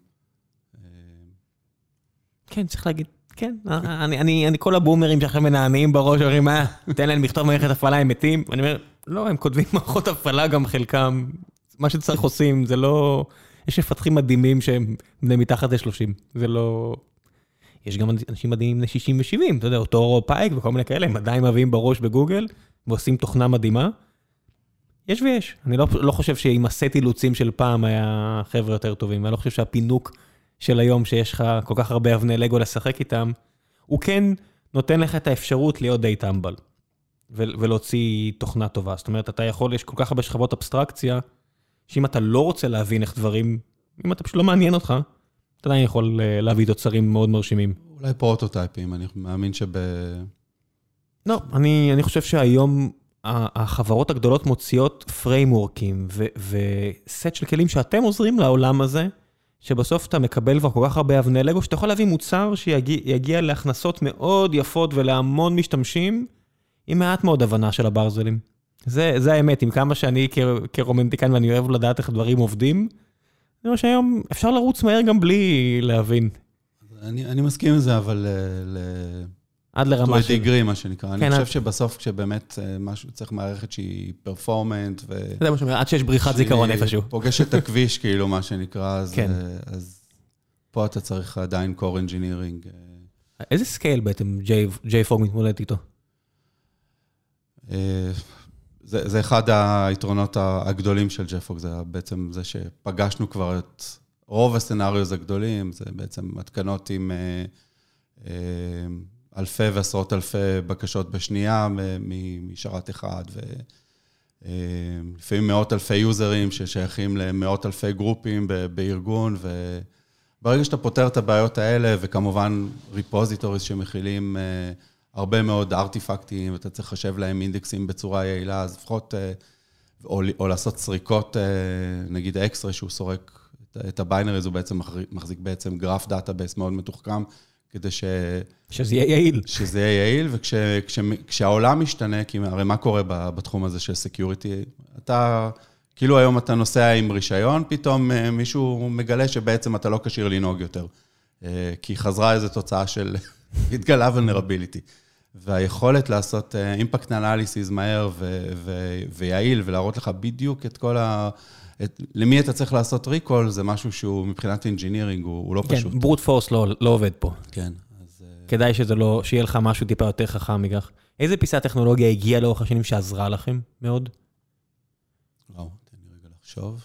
כן, צריך להגיד, כן, אני, אני, אני כל הבומרים שעכשיו מנענעים בראש, אומרים, מה, תן להם לכתוב מערכת הפעלה, הם מתים. אני אומר, לא, הם כותבים מערכות הפעלה גם חלקם, מה שצריך עושים, זה לא, יש מפתחים מדהימים שהם בני מתחת ל-שלושים, זה לא, יש גם אנשים מדהימים בני שישים ו-שבעים, אתה יודע, אותו פייק וכל מיני כאלה, הם עדיין מביאים בראש בגוגל, ועושים תוכנה מדהימה. יש ויש. אני לא, לא חושב שעם הסט אילוצים של פעם היה חבר'ה יותר טובים, ואני לא חושב שהפינוק של היום שיש לך כל כך הרבה אבני לגו לשחק איתם, הוא כן נותן לך את האפשרות להיות די טמבל, ולהוציא תוכנה טובה. זאת אומרת, אתה יכול, יש כל כך הרבה שכבות אבסטרקציה, שאם אתה לא רוצה להבין איך דברים, אם אתה פשוט לא מעניין אותך, אתה עדיין יכול להביא תוצרים מאוד מרשימים. אולי פרוטוטייפים, אני מאמין שב... לא, אני, אני חושב שהיום החברות הגדולות מוציאות פריימורקים וסט של כלים שאתם עוזרים לעולם הזה, שבסוף אתה מקבל כבר כל כך הרבה אבני לגו, שאתה יכול להביא מוצר שיגיע להכנסות מאוד יפות ולהמון משתמשים, עם מעט מאוד הבנה של הברזלים. זה, זה האמת, עם כמה שאני כרומנטיקן ואני אוהב לדעת איך דברים עובדים, אני חושב שהיום אפשר לרוץ מהר גם בלי להבין. אני, אני מסכים עם זה, אבל ל... עד לרמה של... דיגרי, מה שנקרא. אני חושב שבסוף כשבאמת משהו צריך מערכת שהיא פרפורמנט ו... זה מה שאומר, עד שיש בריחת זיכרון איפשהו. פוגש את הכביש, כאילו, מה שנקרא, אז, אז פה אתה צריך עדיין core engineering. איזה סקייל בעצם ג'יי-פרוג מתמודד איתו? זה, זה אחד היתרונות הגדולים של ג'יי-פרוג, זה בעצם זה שפגשנו כבר את רוב הסצנריוז הגדולים, זה בעצם התקנות עם... אלפי ועשרות אלפי בקשות בשנייה משרת אחד, ולפעמים מאות אלפי יוזרים ששייכים למאות אלפי גרופים בארגון, וברגע שאתה פותר את הבעיות האלה, וכמובן ריפוזיטוריס שמכילים הרבה מאוד ארטיפקטים, ואתה צריך לחשב להם אינדקסים בצורה יעילה, אז לפחות, או, או לעשות סריקות, נגיד אקסטרה שהוא סורק את הביינריז, הוא בעצם מחזיק בעצם גרף דאטאבייס מאוד מתוחכם, כדי ש... שזה יהיה יעיל. שזה יהיה יעיל, וכשהעולם משתנה, כי הרי מה קורה בתחום הזה של סקיוריטי, אתה, כאילו היום אתה נוסע עם רישיון, פתאום מישהו מגלה שבעצם אתה לא כשיר לנהוג יותר, כי חזרה איזו תוצאה של התגלה vulnerability, והיכולת לעשות אימפקט אנליסיס מהר ויעיל, ולהראות לך בדיוק את כל ה... את, למי אתה צריך לעשות ריקול, זה משהו שהוא מבחינת אינג'ינירינג, הוא, הוא לא כן, פשוט. ברוט פורס לא, לא עובד פה. כן. אז, כדאי שזה לא, שיהיה לך משהו טיפה יותר חכם מכך. איזה פיסת טכנולוגיה הגיעה לאורך השנים שעזרה לכם מאוד? וואו, תן לי לחשוב.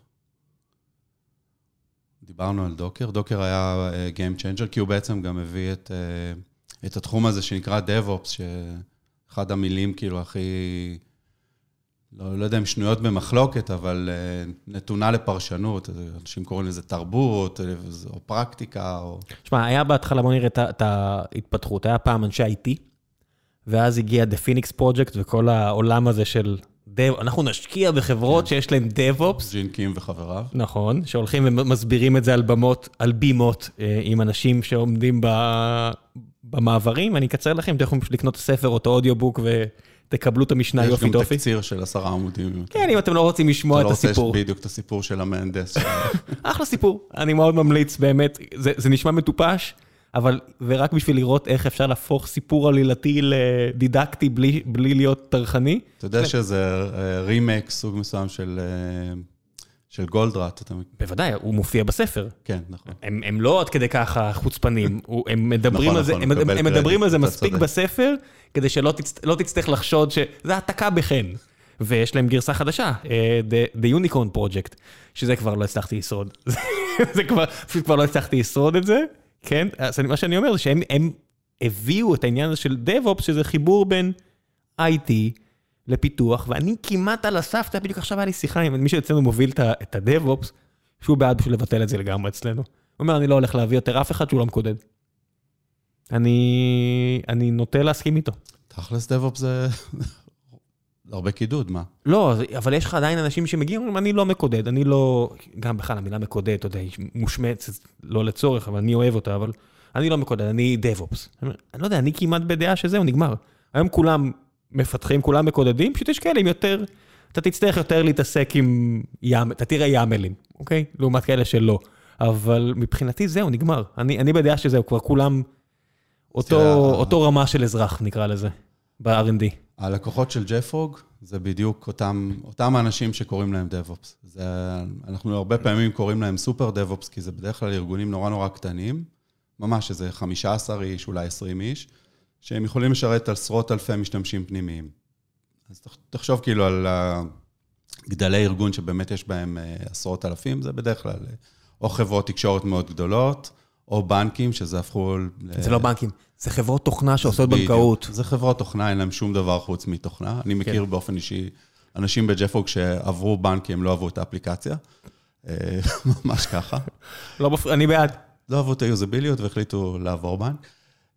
דיברנו על דוקר. דוקר היה Game Changer, כי הוא בעצם גם הביא את, את התחום הזה שנקרא DevOps, שאחד המילים כאילו הכי, לא, לא יודע אם שנויות במחלוקת, אבל נתונה לפרשנות. אנשים קוראים לזה תרבות, או פרקטיקה. או... תשמע, היה בהתחלה, בוא נראה את ההתפתחות. היה פעם אנשי איי טי, ואז הגיע The Phoenix Project, וכל העולם הזה של... אנחנו נשקיע בחברות שיש להן DevOps. ג'ין קים וחבריו. נכון, שהולכים ומסבירים את זה על במות, על בימות, עם אנשים שעומדים במעברים. אני אקצר לכם, אתם יכולים לקנות את הספר או את האודיובוק ותקבלו את המשנה יופי טופי. יש גם תקציר של עשרה עמודים. כן, אם אתם לא רוצים לשמוע את הסיפור. אתה לא רוצה בדיוק את הסיפור של המהנדס. אחלה סיפור, אני מאוד ממליץ, באמת, זה נשמע מטופש, אבל, ורק בשביל לראות איך אפשר להפוך סיפור עלילתי לדידקטי בלי, בלי להיות טרחני. אתה יודע שזה רימייק סוג מסוים של, של גולדראט. בוודאי, הוא מופיע בספר. כן, נכון. הם, הם לא עד כדי ככה חוצפנים, הם מדברים נכון, על זה, נכון, הם, הם מדברים על זה מספיק צודק. בספר, כדי שלא תצ, לא תצטרך לחשוד שזה העתקה בחן. ויש להם גרסה חדשה, The, The Unicorn Project, שזה כבר לא הצלחתי לשרוד. זה כבר, פשוט כבר לא הצלחתי לשרוד את זה. כן, אז מה שאני אומר זה שהם הם הביאו את העניין הזה של DevOps, שזה חיבור בין איי טי לפיתוח, ואני כמעט על הסף, בדיוק עכשיו היה לי שיחה עם מי שאצלנו מוביל את ה-DevOps, שהוא בעד בשביל לבטל את זה לגמרי אצלנו. הוא אומר, אני לא הולך להביא יותר אף אחד שהוא לא מקודד. אני, אני נוטה להסכים איתו. תכלס DevOps זה הרבה קידוד, מה? לא, אבל יש לך עדיין אנשים שמגיעים, אני לא מקודד, אני לא, גם בכלל המילה מקודד, אתה יודע, היא מושמץ, לא לצורך, אבל אני אוהב אותה, אבל אני לא מקודד, אני DevOps. אני לא יודע, אני כמעט בדעה שזהו, נגמר. היום כולם מפתחים, כולם מקודדים, פשוט יש כאלה עם יותר, אתה תצטרך יותר להתעסק עם ים, אתה תראה ימלים, אוקיי? לעומת כאלה שלא. אבל מבחינתי זהו, נגמר. אני, אני בדעה שזהו, כבר כולם אותו, אותו רמה של אזרח, נקרא לזה, ב-אר אנד די. הלקוחות של JFrog זה בדיוק אותם, אותם האנשים שקוראים להם DevOps. זה, אנחנו הרבה פעמים קוראים להם סופר DevOps, כי זה בדרך כלל ארגונים נורא נורא קטנים, ממש איזה חמישה עשר איש, אולי עשרים איש, שהם יכולים לשרת על עשרות אלפי משתמשים פנימיים. אז תחשוב כאילו על גדלי ארגון שבאמת יש בהם עשרות אלפים, זה בדרך כלל או חברות תקשורת מאוד גדולות, או בנקים שזה הפכו... זה לא בנקים, זה חברות תוכנה שעושות בנקאות. זה חברות תוכנה, אין להם שום דבר חוץ מתוכנה. אני מכיר באופן אישי אנשים ב-JFrog שעברו בנק, הם לא אהבו את האפליקציה. ממש ככה. אני בעד. לא אהבו את היוזביליות והחליטו לעבור בנק.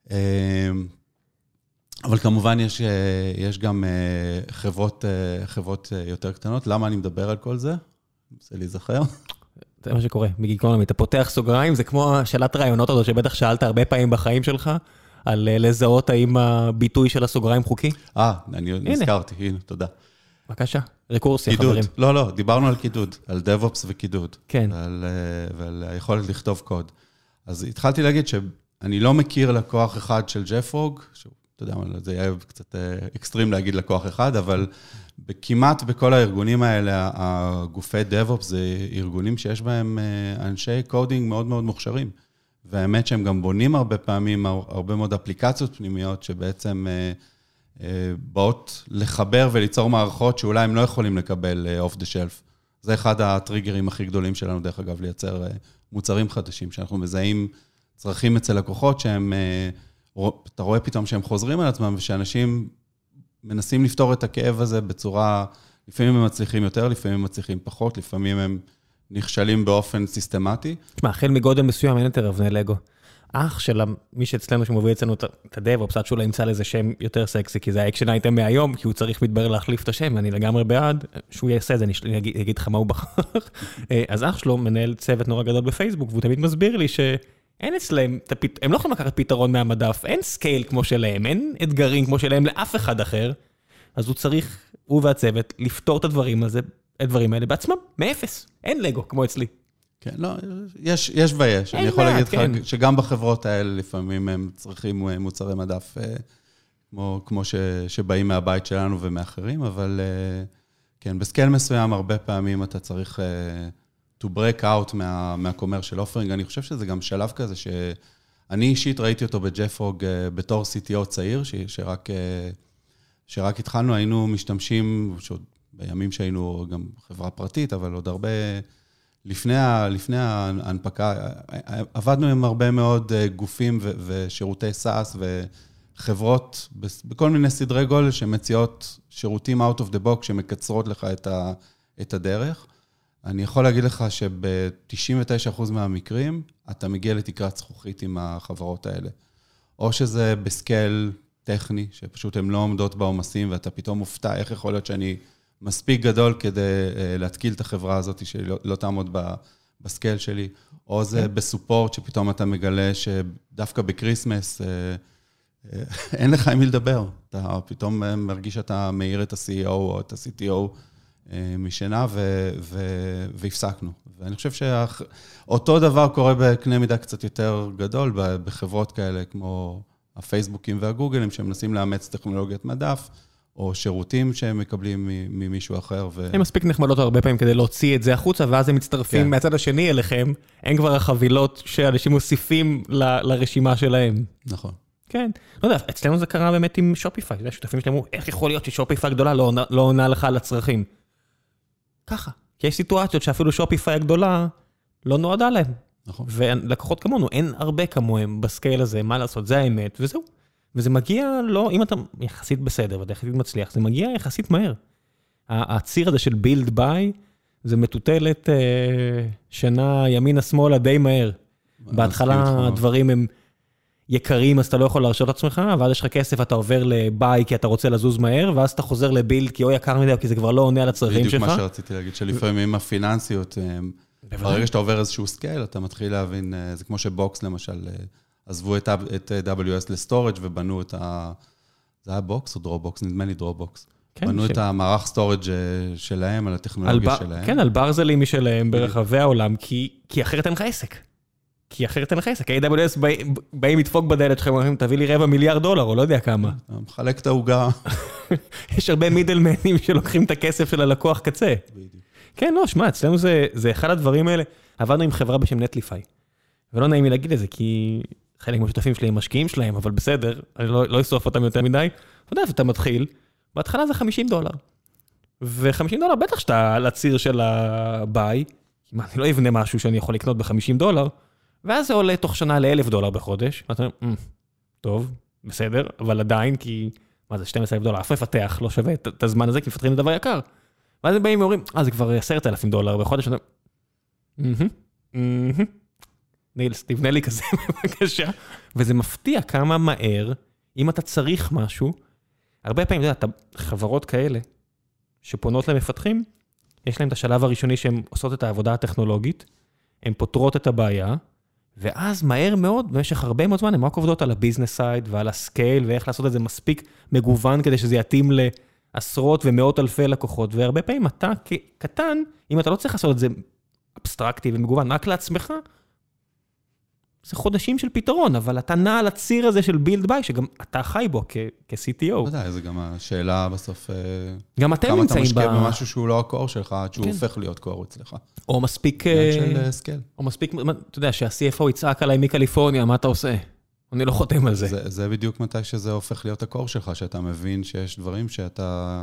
אבל כמובן יש, יש גם חברות, חברות יותר קטנות. למה אני מדבר על כל זה? זה להיזכר. זה מה שקורה, מגיקונומי, אתה פותח סוגריים, זה כמו שאלת רעיונות הזאת, שבטח שאלת הרבה פעמים בחיים שלך, על לזהות האם הביטוי של הסוגריים חוקי. אה, אני נזכרתי, הנה, תודה. בבקשה, רקורסיה, חברים. לא, לא, דיברנו על קידוד, על DevOps וקידוד. כן. ועל, ועל היכולת לכתוב קוד. אז התחלתי להגיד שאני לא מכיר לקוח אחד של JFrog, אתה יודע, זה יהיה קצת אקסטרים להגיד לקוח אחד, אבל כמעט בכל הארגונים האלה, הגופי DevOps זה ארגונים שיש בהם אנשי קודינג מאוד מאוד מוכשרים. והאמת שהם גם בונים הרבה פעמים, הרבה מאוד אפליקציות פנימיות, שבעצם באות לחבר וליצור מערכות שאולי הם לא יכולים לקבל off the shelf. זה אחד הטריגרים הכי גדולים שלנו, דרך אגב, לייצר מוצרים חדשים, שאנחנו מזהים צרכים אצל לקוחות שהם... אתה רואה פתאום שהם חוזרים על עצמם, ושאנשים מנסים לפתור את הכאב הזה בצורה, לפעמים הם מצליחים יותר, לפעמים הם מצליחים פחות, לפעמים הם נכשלים באופן סיסטמטי. תשמע, החל מגודל מסוים אין יותר אבני לגו. אח של מי שאצלנו שמוביל אצלנו את הדאב, עד שהוא לא ימצא לזה שם יותר סקסי, כי זה האקשן אייטם מהיום, כי הוא צריך מתברר להחליף את השם, ואני לגמרי בעד, שהוא יעשה את זה, אני אגיד לך מה הוא בחר. אז אח שלו מנהל צוות נורא גדול בפייסבוק, והוא תמיד מסביר לי ש... אין אצלהם, הם לא יכולים לקחת פתרון מהמדף, אין סקייל כמו שלהם, אין אתגרים כמו שלהם לאף אחד אחר, אז הוא צריך, הוא והצוות, לפתור את הדברים הזה, הדברים האלה בעצמם, מאפס, אין לגו כמו אצלי. כן, לא, יש, יש ויש, אני יכול להגיד לך שגם בחברות האלה לפעמים הם צריכים מוצרי מדף, כמו, כמו ש, שבאים מהבית שלנו ומאחרים, אבל כן, בסקייל מסוים הרבה פעמים אתה צריך... to break out מה, מה-commercial offering. אני חושב שזה גם שלב כזה שאני אישית ראיתי אותו ב-JFrog בתור סי טי או צעיר, ש, שרק, שרק התחלנו, היינו משתמשים, שעוד בימים שהיינו גם חברה פרטית, אבל עוד הרבה, לפני, לפני ההנפקה, עבדנו עם הרבה מאוד גופים ו, ושירותי סאס וחברות בכל מיני סדרי גודל שמציעות שירותים out of the box שמקצרות לך את, ה, את הדרך. אני יכול להגיד לך שב-תשעים ותשעה אחוז מהמקרים, אתה מגיע לתקרת זכוכית עם החברות האלה. או שזה בסקייל טכני, שפשוט הן לא עומדות בעומסים, ואתה פתאום מופתע איך יכול להיות שאני מספיק גדול כדי להתקיל את החברה הזאת, שלא לא תעמוד בסקייל שלי. או זה בסופורט, שפתאום אתה מגלה שדווקא בקריסמס, אין לך עם מי לדבר. אתה פתאום מרגיש שאתה מאיר את ה-סי אי או או את ה-סי טי או, משנה, ו- ו- והפסקנו. ואני חושב שאותו דבר קורה בקנה מידה קצת יותר גדול, בחברות כאלה כמו הפייסבוקים והגוגלים, שהם מנסים לאמץ טכנולוגיית מדף, או שירותים שהם מקבלים ממישהו אחר. ו... הם מספיק נחמדות הרבה פעמים כדי להוציא את זה החוצה, ואז הם מצטרפים כן. מהצד השני אליכם, אין כבר החבילות שאנשים מוסיפים ל- לרשימה שלהם. נכון. כן, לא יודע, אצלנו זה קרה באמת עם שופיפיי, זה השותפים שלהם, איך יכול להיות ששופיפיי גדולה לא, לא עונה לך על הצרכים? ככה. כי יש סיטואציות שאפילו שופיפיי הגדולה לא נועדה להם. נכון. ולקוחות כמונו, אין הרבה כמוהם בסקייל הזה, מה לעשות, זה האמת, וזהו. וזה מגיע, לא, אם אתה יחסית בסדר, ואתה יחסית מצליח, זה מגיע יחסית מהר. הציר הזה של build buy, זה מטוטלת אה, שנה ימינה שמאלה די מהר. בהתחלה הדברים הם יקרים, אז אתה לא יכול להרשות לעצמך, ואז יש לך כסף, אתה עובר לביי כי אתה רוצה לזוז מהר, ואז אתה חוזר לבילד כי או יקר מדי, או כי זה כבר לא עונה על הצרכים שלך. בדיוק מה שרציתי להגיד, שלפעמים הפיננסיות, ברגע שאתה עובר איזשהו סקייל, אתה מתחיל להבין, זה כמו שבוקס למשל, עזבו את דאבליו אס לסטורג' ובנו את ה... זה היה בוקס או דרופבוקס? נדמה לי דרופבוקס. בנו את המערך סטורג' שלהם, על הטכנולוגיה שלהם. כן, על ברזלים משלהם ברחבי העולם, כי אחרת אין לך עסק. כי אחרת אין לך עסק, איי דאבליו אס באים לדפוק בדלת שלכם, אומרים, תביא לי רבע מיליארד דולר, או לא יודע כמה. מחלק את העוגה. יש הרבה מידלמנים שלוקחים את הכסף של הלקוח קצה. כן, לא, שמע, אצלנו זה אחד הדברים האלה. עבדנו עם חברה בשם נטליפיי, ולא נעים לי להגיד את זה, כי חלק מהשותפים שלי הם משקיעים שלהם, אבל בסדר, אני לא אסוף אותם יותר מדי. אתה יודע, אתה מתחיל, בהתחלה זה חמישים דולר. ו-חמישים דולר בטח שאתה לציר של הביי, אני לא אבנה משהו שאני יכול לקנות ב-חמישים דולר, ואז זה עולה תוך שנה ל-אלף דולר בחודש, ואתה אומר, טוב, בסדר, אבל עדיין, כי, מה זה, שנים עשר אלף דולר, אף מפתח, לא שווה את הזמן הזה, כי מפתחים לדבר יקר. ואז הם באים ואומרים, אה, זה כבר עשרת אלפים דולר בחודש, ואתה אומר, נילס, תבנה לי כזה, בבקשה. וזה מפתיע כמה מהר, אם אתה צריך משהו, הרבה פעמים, אתה יודע, חברות כאלה, שפונות למפתחים, יש להם את השלב הראשוני שהן עושות את העבודה הטכנולוגית, הן פותרות את הבעיה, ואז מהר מאוד, במשך הרבה מאוד זמן, הן רק עובדות על הביזנס סייד ועל הסקייל, ואיך לעשות את זה מספיק מגוון, כדי שזה יתאים לעשרות ומאות אלפי לקוחות, והרבה פעמים אתה כקטן, אם אתה לא צריך לעשות את זה אבסטרקטי ומגוון, רק לעצמך, זה חודשים של פתרון, אבל אתה נע על הציר הזה של בילד ביי, שגם אתה חי בו כ-סי טי או. לא יודע, זה גם השאלה בסוף, גם אתם כמה נמצאים אתה משקיע במשהו שהוא לא הקור שלך, עד שהוא הופך להיות קור אצלך. או מספיק, של סקייל. או מספיק, אתה יודע, שה-סי אף או יצעק עליי מקליפורניה, מה אתה עושה? אני לא חותם על זה. זה בדיוק מתי שזה הופך להיות הקור שלך, שאתה מבין שיש דברים שאתה,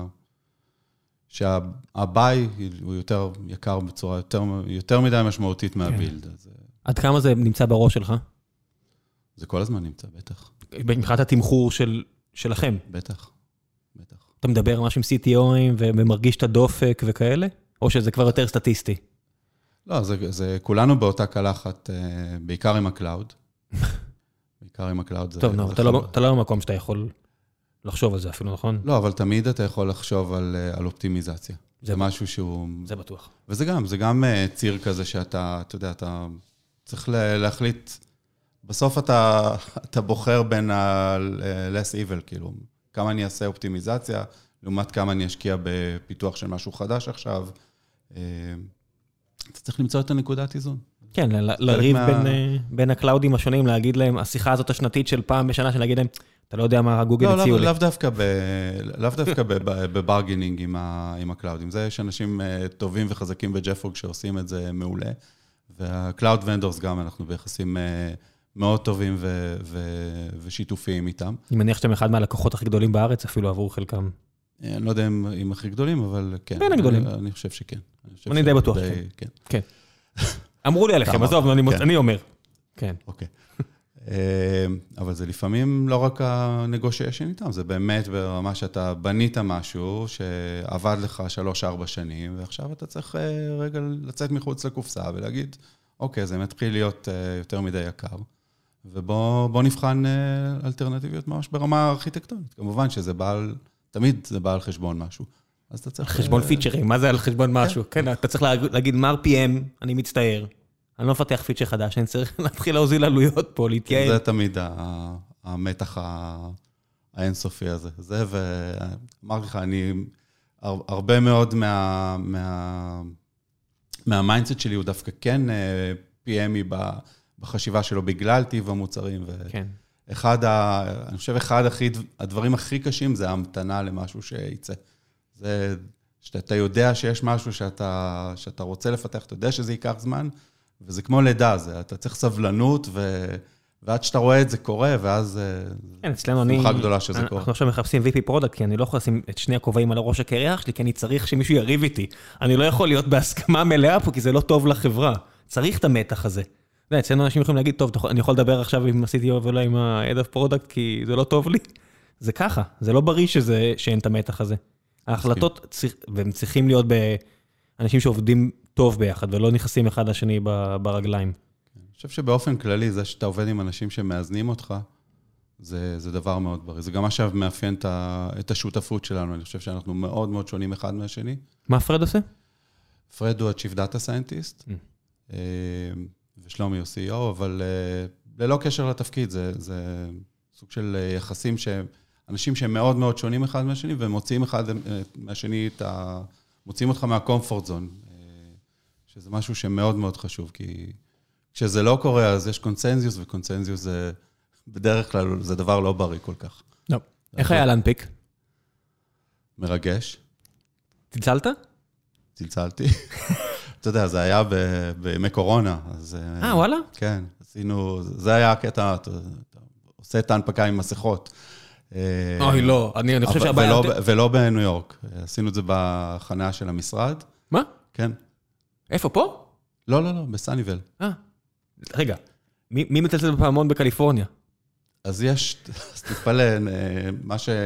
שהביי הוא יותר יקר בצורה יותר מדי משמעותית מהבילד. עד כמה זה נמצא בראש שלך? זה כל הזמן נמצא, בטח. מבחינת התמחור שלכם? בטח, בטח. אתה מדבר ממש עם סי טי או-ים ומרגיש את הדופק וכאלה? או שזה כבר יותר סטטיסטי? לא, זה כולנו באותה קלחת, בעיקר עם הקלאוד. בעיקר עם הקלאוד זה... טוב, נו, אתה לא במקום שאתה יכול לחשוב על זה אפילו, נכון? לא, אבל תמיד אתה יכול לחשוב על אופטימיזציה. זה משהו שהוא... זה בטוח. וזה גם, זה גם ציר כזה שאתה, אתה יודע, אתה צריך להחליט, בסוף אתה, אתה בוחר בין ה-less evil, כאילו, כמה אני אעשה אופטימיזציה, לעומת כמה אני אשקיע בפיתוח של משהו חדש עכשיו. אתה צריך למצוא את הנקודת איזון. כן, לריב בין הקלאודים השונים, להגיד להם, השיחה הזאת השנתית של פעם בשנה, שנגיד להם, אתה לא יודע מה הגוגל הציעו לי. לא, לאו דווקא בברגינינג עם הקלאודים. זה יש אנשים טובים וחזקים בג'פרוג שעושים את זה מעולה, והקלאוד ונדורס גם אנחנו ביחסים מאוד טובים ושיתופיים איתם. אני מניח שאתם אחד מהלקוחות הכי גדולים בארץ, אפילו עבור חלקם. אני לא יודע אם הכי גדולים, אבל כן. בין הגדולים. אני חושב שכן. אני די בטוח. כן. כן. אמרו לי עליכם, עזוב, אני אומר. כן. אוקיי. אבל זה לפעמים לא רק הנגושיישן איתם, זה באמת ברמה שאתה בנית משהו שעבד לך שלוש, ארבע שנים, ועכשיו אתה צריך רגע לצאת מחוץ לקופסה ולהגיד, אוקיי, זה מתחיל להיות יותר מדי יקר, ובוא נבחן אלטרנטיביות ממש ברמה ארכיטקטונית. כמובן שזה בעל, תמיד זה בעל חשבון משהו. אז אתה צריך... חשבון פיצ'רים, מה זה על חשבון משהו? כן, אתה צריך להגיד, מר פי אם, אני מצטער. אני לא מפתח פיצ'ר חדש, אני צריך להתחיל להוזיל עלויות פה, להתייעל. זה תמיד המתח האינסופי הזה. זה, ואמרתי לך, אני, הרבה מאוד מהמיינדסט שלי הוא דווקא כן פי אמי בחשיבה שלו, בגלל טיב המוצרים. כן. אחד, אני חושב, אחד הדברים הכי קשים זה ההמתנה למשהו שיצא. זה שאתה יודע שיש משהו שאתה, שאתה רוצה לפתח, אתה יודע שזה ייקח זמן, וזה כמו לידה, זה, אתה צריך סבלנות, ו... ועד שאתה רואה את זה קורה, ואז כן, אצלנו אני... שמחה גדולה שזה אנחנו קורה. אנחנו עכשיו מחפשים וי פי פרודקט, כי אני לא יכול לשים את שני הכובעים על הראש הקרייח שלי, כי אני צריך שמישהו יריב איתי. אני לא יכול להיות בהסכמה מלאה פה, כי זה לא טוב לחברה. צריך את המתח הזה. אצלנו אנשים יכולים להגיד, טוב, אני יכול לדבר עכשיו עם ה-סי טי או ולא עם ה-Head of Product, כי זה לא טוב לי. זה ככה, זה לא בריא שזה, שאין את המתח הזה. ההחלטות, והם צריכים להיות באנשים שעובדים טוב ביחד, ולא נכנסים אחד לשני ברגליים. אני חושב שבאופן כללי, זה שאתה עובד עם אנשים שמאזנים אותך, זה, זה דבר מאוד בריא. זה גם מה שמאפיין את השותפות שלנו. אני חושב שאנחנו מאוד מאוד שונים אחד מהשני. מה פרד עושה? פרד הוא ה-Chief Data Scientist, mm. ושלומי הוא סי אי או, אבל ללא קשר לתפקיד, זה, זה סוג של יחסים שאנשים שהם מאוד מאוד שונים אחד מהשני, ומוציאים אחד מהשני את ה... מוציאים אותך מהקומפורט זון, שזה משהו שמאוד מאוד חשוב, כי כשזה לא קורה, אז יש קונצנזיוס, וקונצנזיוס זה, בדרך כלל, זה דבר לא בריא כל כך. לא. איך היה להנפיק? מרגש. צלצלת? צלצלתי. אתה יודע, זה היה בימי קורונה, אז... אה, וואלה? כן, עשינו, זה היה הקטע, אתה עושה את ההנפקה עם מסכות. אוי, לא, אני חושב שהבעיה... ולא בניו יורק, עשינו את זה בחניה של המשרד. מה? כן. איפה, פה? לא, לא, לא, בסניבל. אה, רגע, מי מצלצל בפעמון בקליפורניה? אז יש, אז תתפלא, מה ש...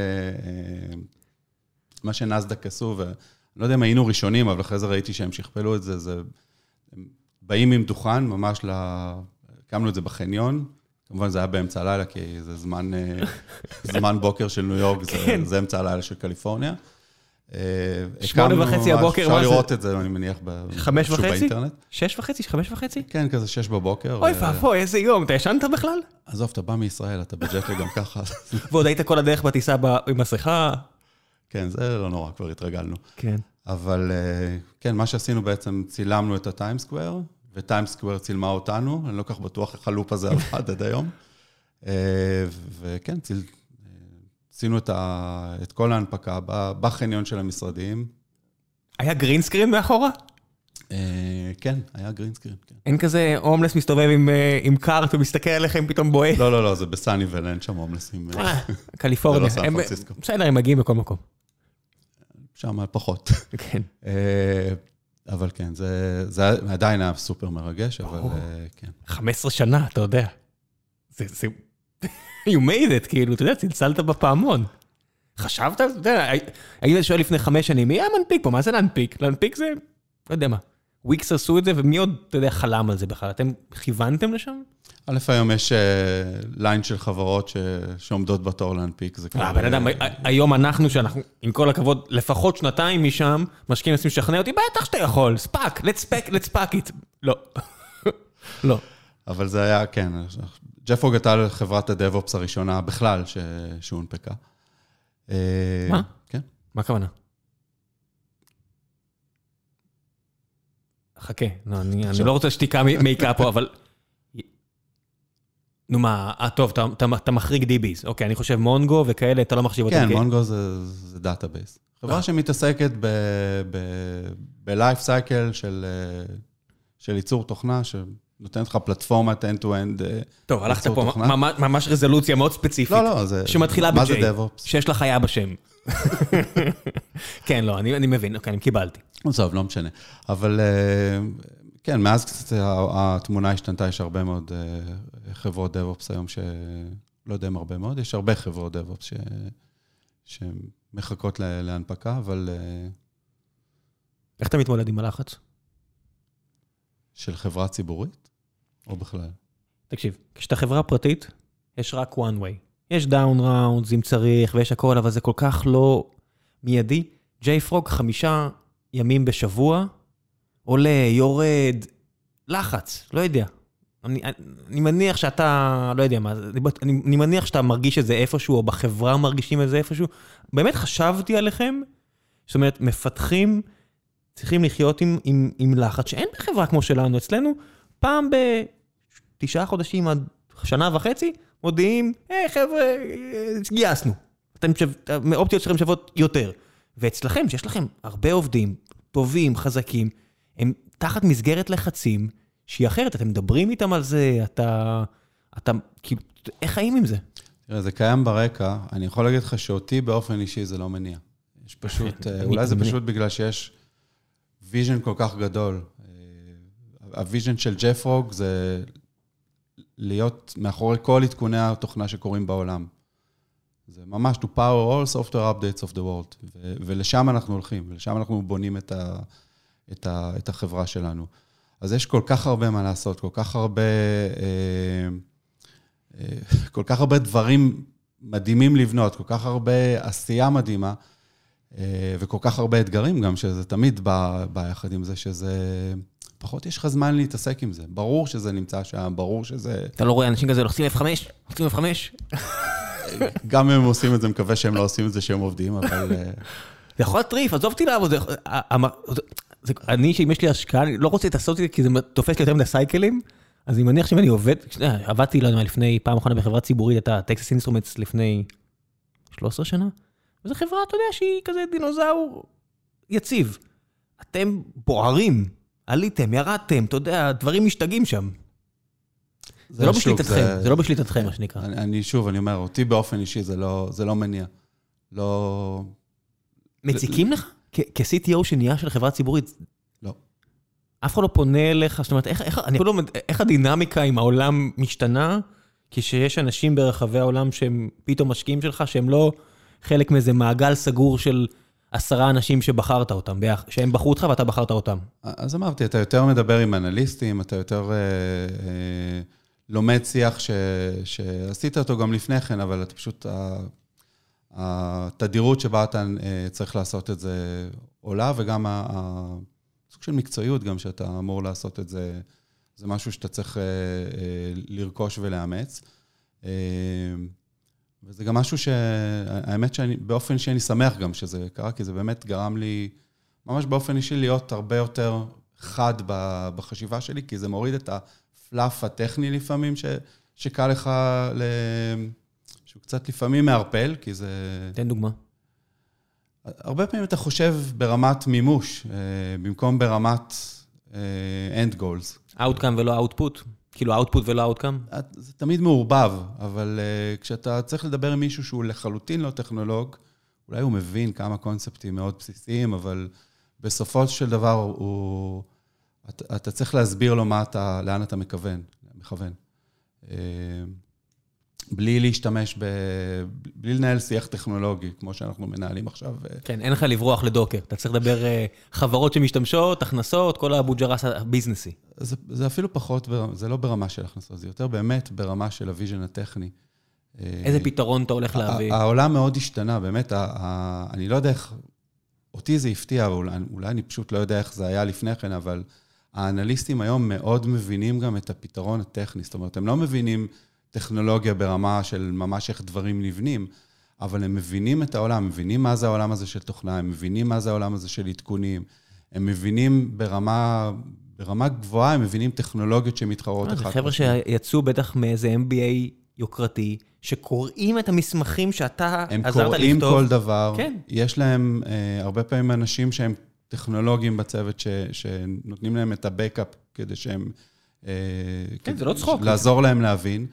מה שנסדק עשו, ואני לא יודע אם היינו ראשונים, אבל אחרי זה ראיתי שהם שכפלו את זה, זה... באים עם דוכן, ממש ל... קמנו את זה בחניון, כמובן זה היה באמצע הלילה, כי זה זמן, זמן בוקר של ניו יורק, זה, זה אמצע הלילה של קליפורניה. שמונה וחצי הבוקר, אפשר לראות את זה, אני מניח, חמש וחצי? שש וחצי? חמש וחצי? כן, כזה שש בבוקר. אוי ואבוי, איזה יום, אתה ישנת בכלל? עזוב, אתה בא מישראל, אתה בג'טלי גם ככה. ועוד היית כל הדרך בטיסה עם מסכה? כן, זה לא נורא, כבר התרגלנו. כן. אבל כן, מה שעשינו בעצם, צילמנו את הטיים סקוואר, וטיים סקוואר צילמה אותנו, אני לא כך בטוח איך הלופ הזה עבד עד היום. וכן, עשינו את כל ההנפקה בחניון של המשרדים. היה גרין סקרין מאחורה? כן, היה גרין סקרין, כן. אין כזה הומלס מסתובב עם קארט ומסתכל עליכם פתאום בוהה? לא, לא, לא, זה בסניבל, אין שם הומלסים. קליפורניה. בסדר, הם מגיעים בכל מקום. שם פחות. כן. אבל כן, זה עדיין היה סופר מרגש, אבל כן. חמש עשרה שנה, אתה יודע. זה... you made it, כאילו, אתה יודע, צלצלת בפעמון. חשבת? אתה יודע, היית שואל לפני חמש שנים, מי היה מנפיק פה? מה זה להנפיק? להנפיק זה, לא יודע מה. וויקס עשו את זה, ומי עוד, אתה יודע, חלם על זה בכלל? אתם כיוונתם לשם? א', היום יש ליין של חברות שעומדות בתור להנפיק. בן אדם, היום אנחנו, שאנחנו, עם כל הכבוד, לפחות שנתיים משם, משקיעים לשים לשכנע אותי, בטח שאתה יכול, ספק, let's pack it. לא. לא. אבל זה היה, כן, ג'פרוג הייתה חברת הדאב-אופס הראשונה בכלל שהוא הנפקה. מה? כן. מה הכוונה? חכה, אני לא רוצה שתיקה מייקה פה, אבל... נו מה, טוב, אתה מחריג די ביז. אוקיי, אני חושב מונגו וכאלה, אתה לא מחשיב אותם. כן, מונגו זה דאטאבייס. חברה שמתעסקת בלייף סייקל של ייצור תוכנה, שנותנת לך פלטפורמת end-to-end. טוב, הלכת פה ממש רזולוציה מאוד ספציפית. לא, לא, זה... שמתחילה ב-J. שיש לך חיה בשם. כן, לא, אני מבין, אוקיי, אני קיבלתי. טוב, לא משנה. אבל כן, מאז קצת התמונה השתנתה, יש הרבה מאוד חברות דב-אופס היום, שלא יודע אם הרבה מאוד, יש הרבה חברות דב-אופס שמחכות להנפקה, אבל... איך אתה מתמודד עם הלחץ? של חברה ציבורית? או בכלל? תקשיב, כשאתה חברה פרטית, יש רק one way. יש דאון ראונדס אם צריך, ויש הכל, אבל זה כל כך לא מיידי. ג'יי-פרוג חמישה ימים בשבוע, עולה, יורד, לחץ, לא יודע. אני, אני מניח שאתה, לא יודע מה, אני, אני מניח שאתה מרגיש את זה איפשהו, או בחברה מרגישים את זה איפשהו. באמת חשבתי עליכם, זאת אומרת, מפתחים, צריכים לחיות עם, עם, עם לחץ, שאין בחברה כמו שלנו. אצלנו, פעם בתשעה חודשים עד שנה וחצי, מודיעים, היי חבר'ה, גייסנו. אתם אופציות שלכם שוות יותר. ואצלכם, שיש לכם הרבה עובדים, טובים, חזקים, הם תחת מסגרת לחצים, שהיא אחרת, אתם מדברים איתם על זה, אתה, אתה, כאילו, איך חיים עם זה? תראה, זה קיים ברקע, אני יכול להגיד לך שאותי באופן אישי זה לא מניע. יש פשוט, אולי זה פשוט בגלל שיש ויז'ן כל כך גדול. הוויז'ן של ג'יי-פרוג זה להיות מאחורי כל עדכוני התוכנה שקורים בעולם. זה ממש to power all software updates of the world. ו- ולשם אנחנו הולכים, ולשם אנחנו בונים את, ה- את, ה- את החברה שלנו. אז יש כל כך הרבה מה לעשות, כל כך הרבה, אה, אה, כל כך הרבה דברים מדהימים לבנות, כל כך הרבה עשייה מדהימה, אה, וכל כך הרבה אתגרים גם, שזה תמיד בא, בא יחד עם זה, שזה... פחות יש לך זמן להתעסק עם זה. ברור שזה נמצא שם, ברור שזה... אתה לא רואה אנשים כזה, לוחצים אף חמש, לוחצים אף חמש. גם אם הם עושים את זה, מקווה שהם לא עושים את זה שהם עובדים, אבל... זה יכול לטריף, עזוב אותי לעבוד. אני, שאם יש לי השקעה, אני לא רוצה לעשות את זה, כי זה תופס לי יותר מדי סייקלים, אז אני מניח שאם אני עובד, עבדתי לפני פעם אחרונה בחברה ציבורית, את הטקסס אינסטרומנטס לפני שלוש עשרה שנה, וזו חברה, אתה יודע, שהיא כזה דינוזאור יציב. אתם בוערים, עליתם, ירדתם, אתה יודע, דברים משתגעים שם. זה לא בשליטתכם, זה לא בשליטתכם, מה שנקרא. אני שוב, אני אומר, אותי באופן אישי זה לא מניע. לא... מציקים לך? כ-סי טי או שנהיה של חברה ציבורית? לא. אף אחד לא פונה אליך, זאת אומרת, איך הדינמיקה עם העולם משתנה, כשיש אנשים ברחבי העולם שהם פתאום משקיעים שלך, שהם לא חלק מאיזה מעגל סגור של עשרה אנשים שבחרת אותם, שהם בחרו אותך ואתה בחרת אותם. אז אמרתי, אתה יותר מדבר עם אנליסטים, אתה יותר לומד שיח שעשית אותו גם לפני כן, אבל אתה פשוט... התדירות שבה אתה צריך לעשות את זה עולה, וגם הסוג של מקצועיות, גם שאתה אמור לעשות את זה, זה משהו שאתה צריך לרכוש ולאמץ. וזה גם משהו שהאמת שאני, באופן שאני שמח גם שזה קרה, כי זה באמת גרם לי, ממש באופן אישי להיות הרבה יותר חד בחשיבה שלי, כי זה מוריד את הפלאף הטכני לפעמים, שקל לך ל... שהוא קצת לפעמים מערפל, כי זה... תן דוגמה. הרבה פעמים אתה חושב ברמת מימוש, במקום ברמת end goals. Outcome ולא output? כאילו output ולא outcome? זה תמיד מעורבב, אבל כשאתה צריך לדבר עם מישהו שהוא לחלוטין לא טכנולוג, אולי הוא מבין כמה קונספטים מאוד בסיסיים, אבל בסופו של דבר הוא... אתה, אתה צריך להסביר לו מה אתה, לאן אתה מכוון, מכוון. בלי להשתמש, ב... בלי לנהל שיח טכנולוגי, כמו שאנחנו מנהלים עכשיו. כן, אין לך לברוח לדוקר. אתה צריך לדבר חברות שמשתמשות, הכנסות, כל הבוג'רס הביזנסי. זה, זה אפילו פחות, זה לא ברמה של הכנסות, זה יותר באמת ברמה של הוויז'ן הטכני. איזה פתרון אתה הולך להביא? העולם מאוד השתנה, באמת, אני לא יודע איך, אותי זה הפתיע, אולי, אולי אני פשוט לא יודע איך זה היה לפני כן, אבל האנליסטים היום מאוד מבינים גם את הפתרון הטכני, זאת אומרת, הם לא מבינים טכנולוגיה ברמה של ממש איך דברים נבנים, אבל הם מבינים את העולם, מבינים מה זה העולם הזה של תוכנה, הם מבינים מה זה העולם הזה של עדכונים, הם מבינים ברמה, ברמה גבוהה, הם מבינים טכנולוגיות שמתחרות אחת. זה חבר'ה שיצאו בטח מאיזה אם בי איי יוקרתי, שקוראים את המסמכים שאתה עזרת לכתוב. הם קוראים כל דבר. כן. יש להם אה, הרבה פעמים אנשים שהם טכנולוגיים בצוות, ש, שנותנים להם את הבקאפ כדי שהם... כן, זה לא צחוק. לעזור להם להבין.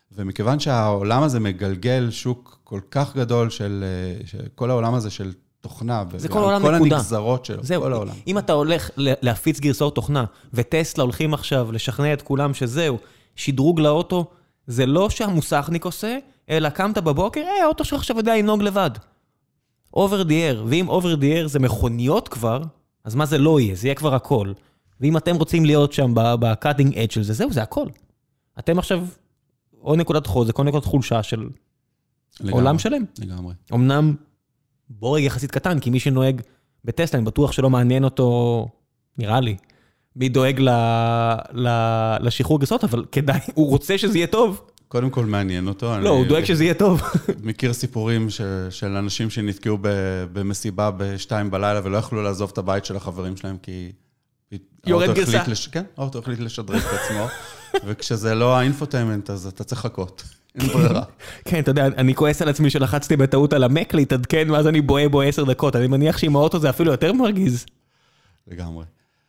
ומכיוון שהעולם הזה מגלגל שוק כל כך גדול של, כל העולם הזה של תוכנה, זה כל העולם נקודה. כל הנגזרות שלו, זהו, כל העולם. אם אתה הולך להפיץ גרסאות תוכנה, וטסלה הולכים עכשיו לשכנע את כולם שזהו, שדרוג לאוטו, זה לא שהמוסכניק עושה, אלא קמת בבוקר, אה, האוטו שלך עכשיו יודע לנהוג לבד. over the air, ואם over the air זה מכוניות כבר, אז מה זה לא יהיה? זה יהיה כבר הכל. ואם אתם רוצים להיות שם ב-cutting edge של זה, זהו, זה הכל. אתם עכשיו, או נקודת חוזק, או נקודת חולשה של לגמרי, עולם שלם. לגמרי. אמנם בורג יחסית קטן, כי מי שנוהג בטסלה, אני בטוח שלא מעניין אותו, נראה לי, מי דואג ל, ל, לשחרור גרסאות, אבל כדאי, הוא רוצה שזה יהיה טוב. קודם כל מעניין אותו. לא, הוא דואג שזה יהיה טוב. מכיר סיפורים ש, של אנשים שנתקעו במסיבה בשתיים בלילה, ולא יכלו לעזוב את הבית של החברים שלהם, כי... יורד גרסה. לש... כן, האוטו החליט לשדרג את עצמו, וכשזה לא האינפוטיימנט, אז אתה צריך לחכות. אין ברירה. כן, אתה יודע, אני כועס על עצמי שלחצתי בטעות על המק להתעדכן, ואז אני בואה בו עשר דקות. אני מניח שעם האוטו זה אפילו יותר מרגיז. לגמרי.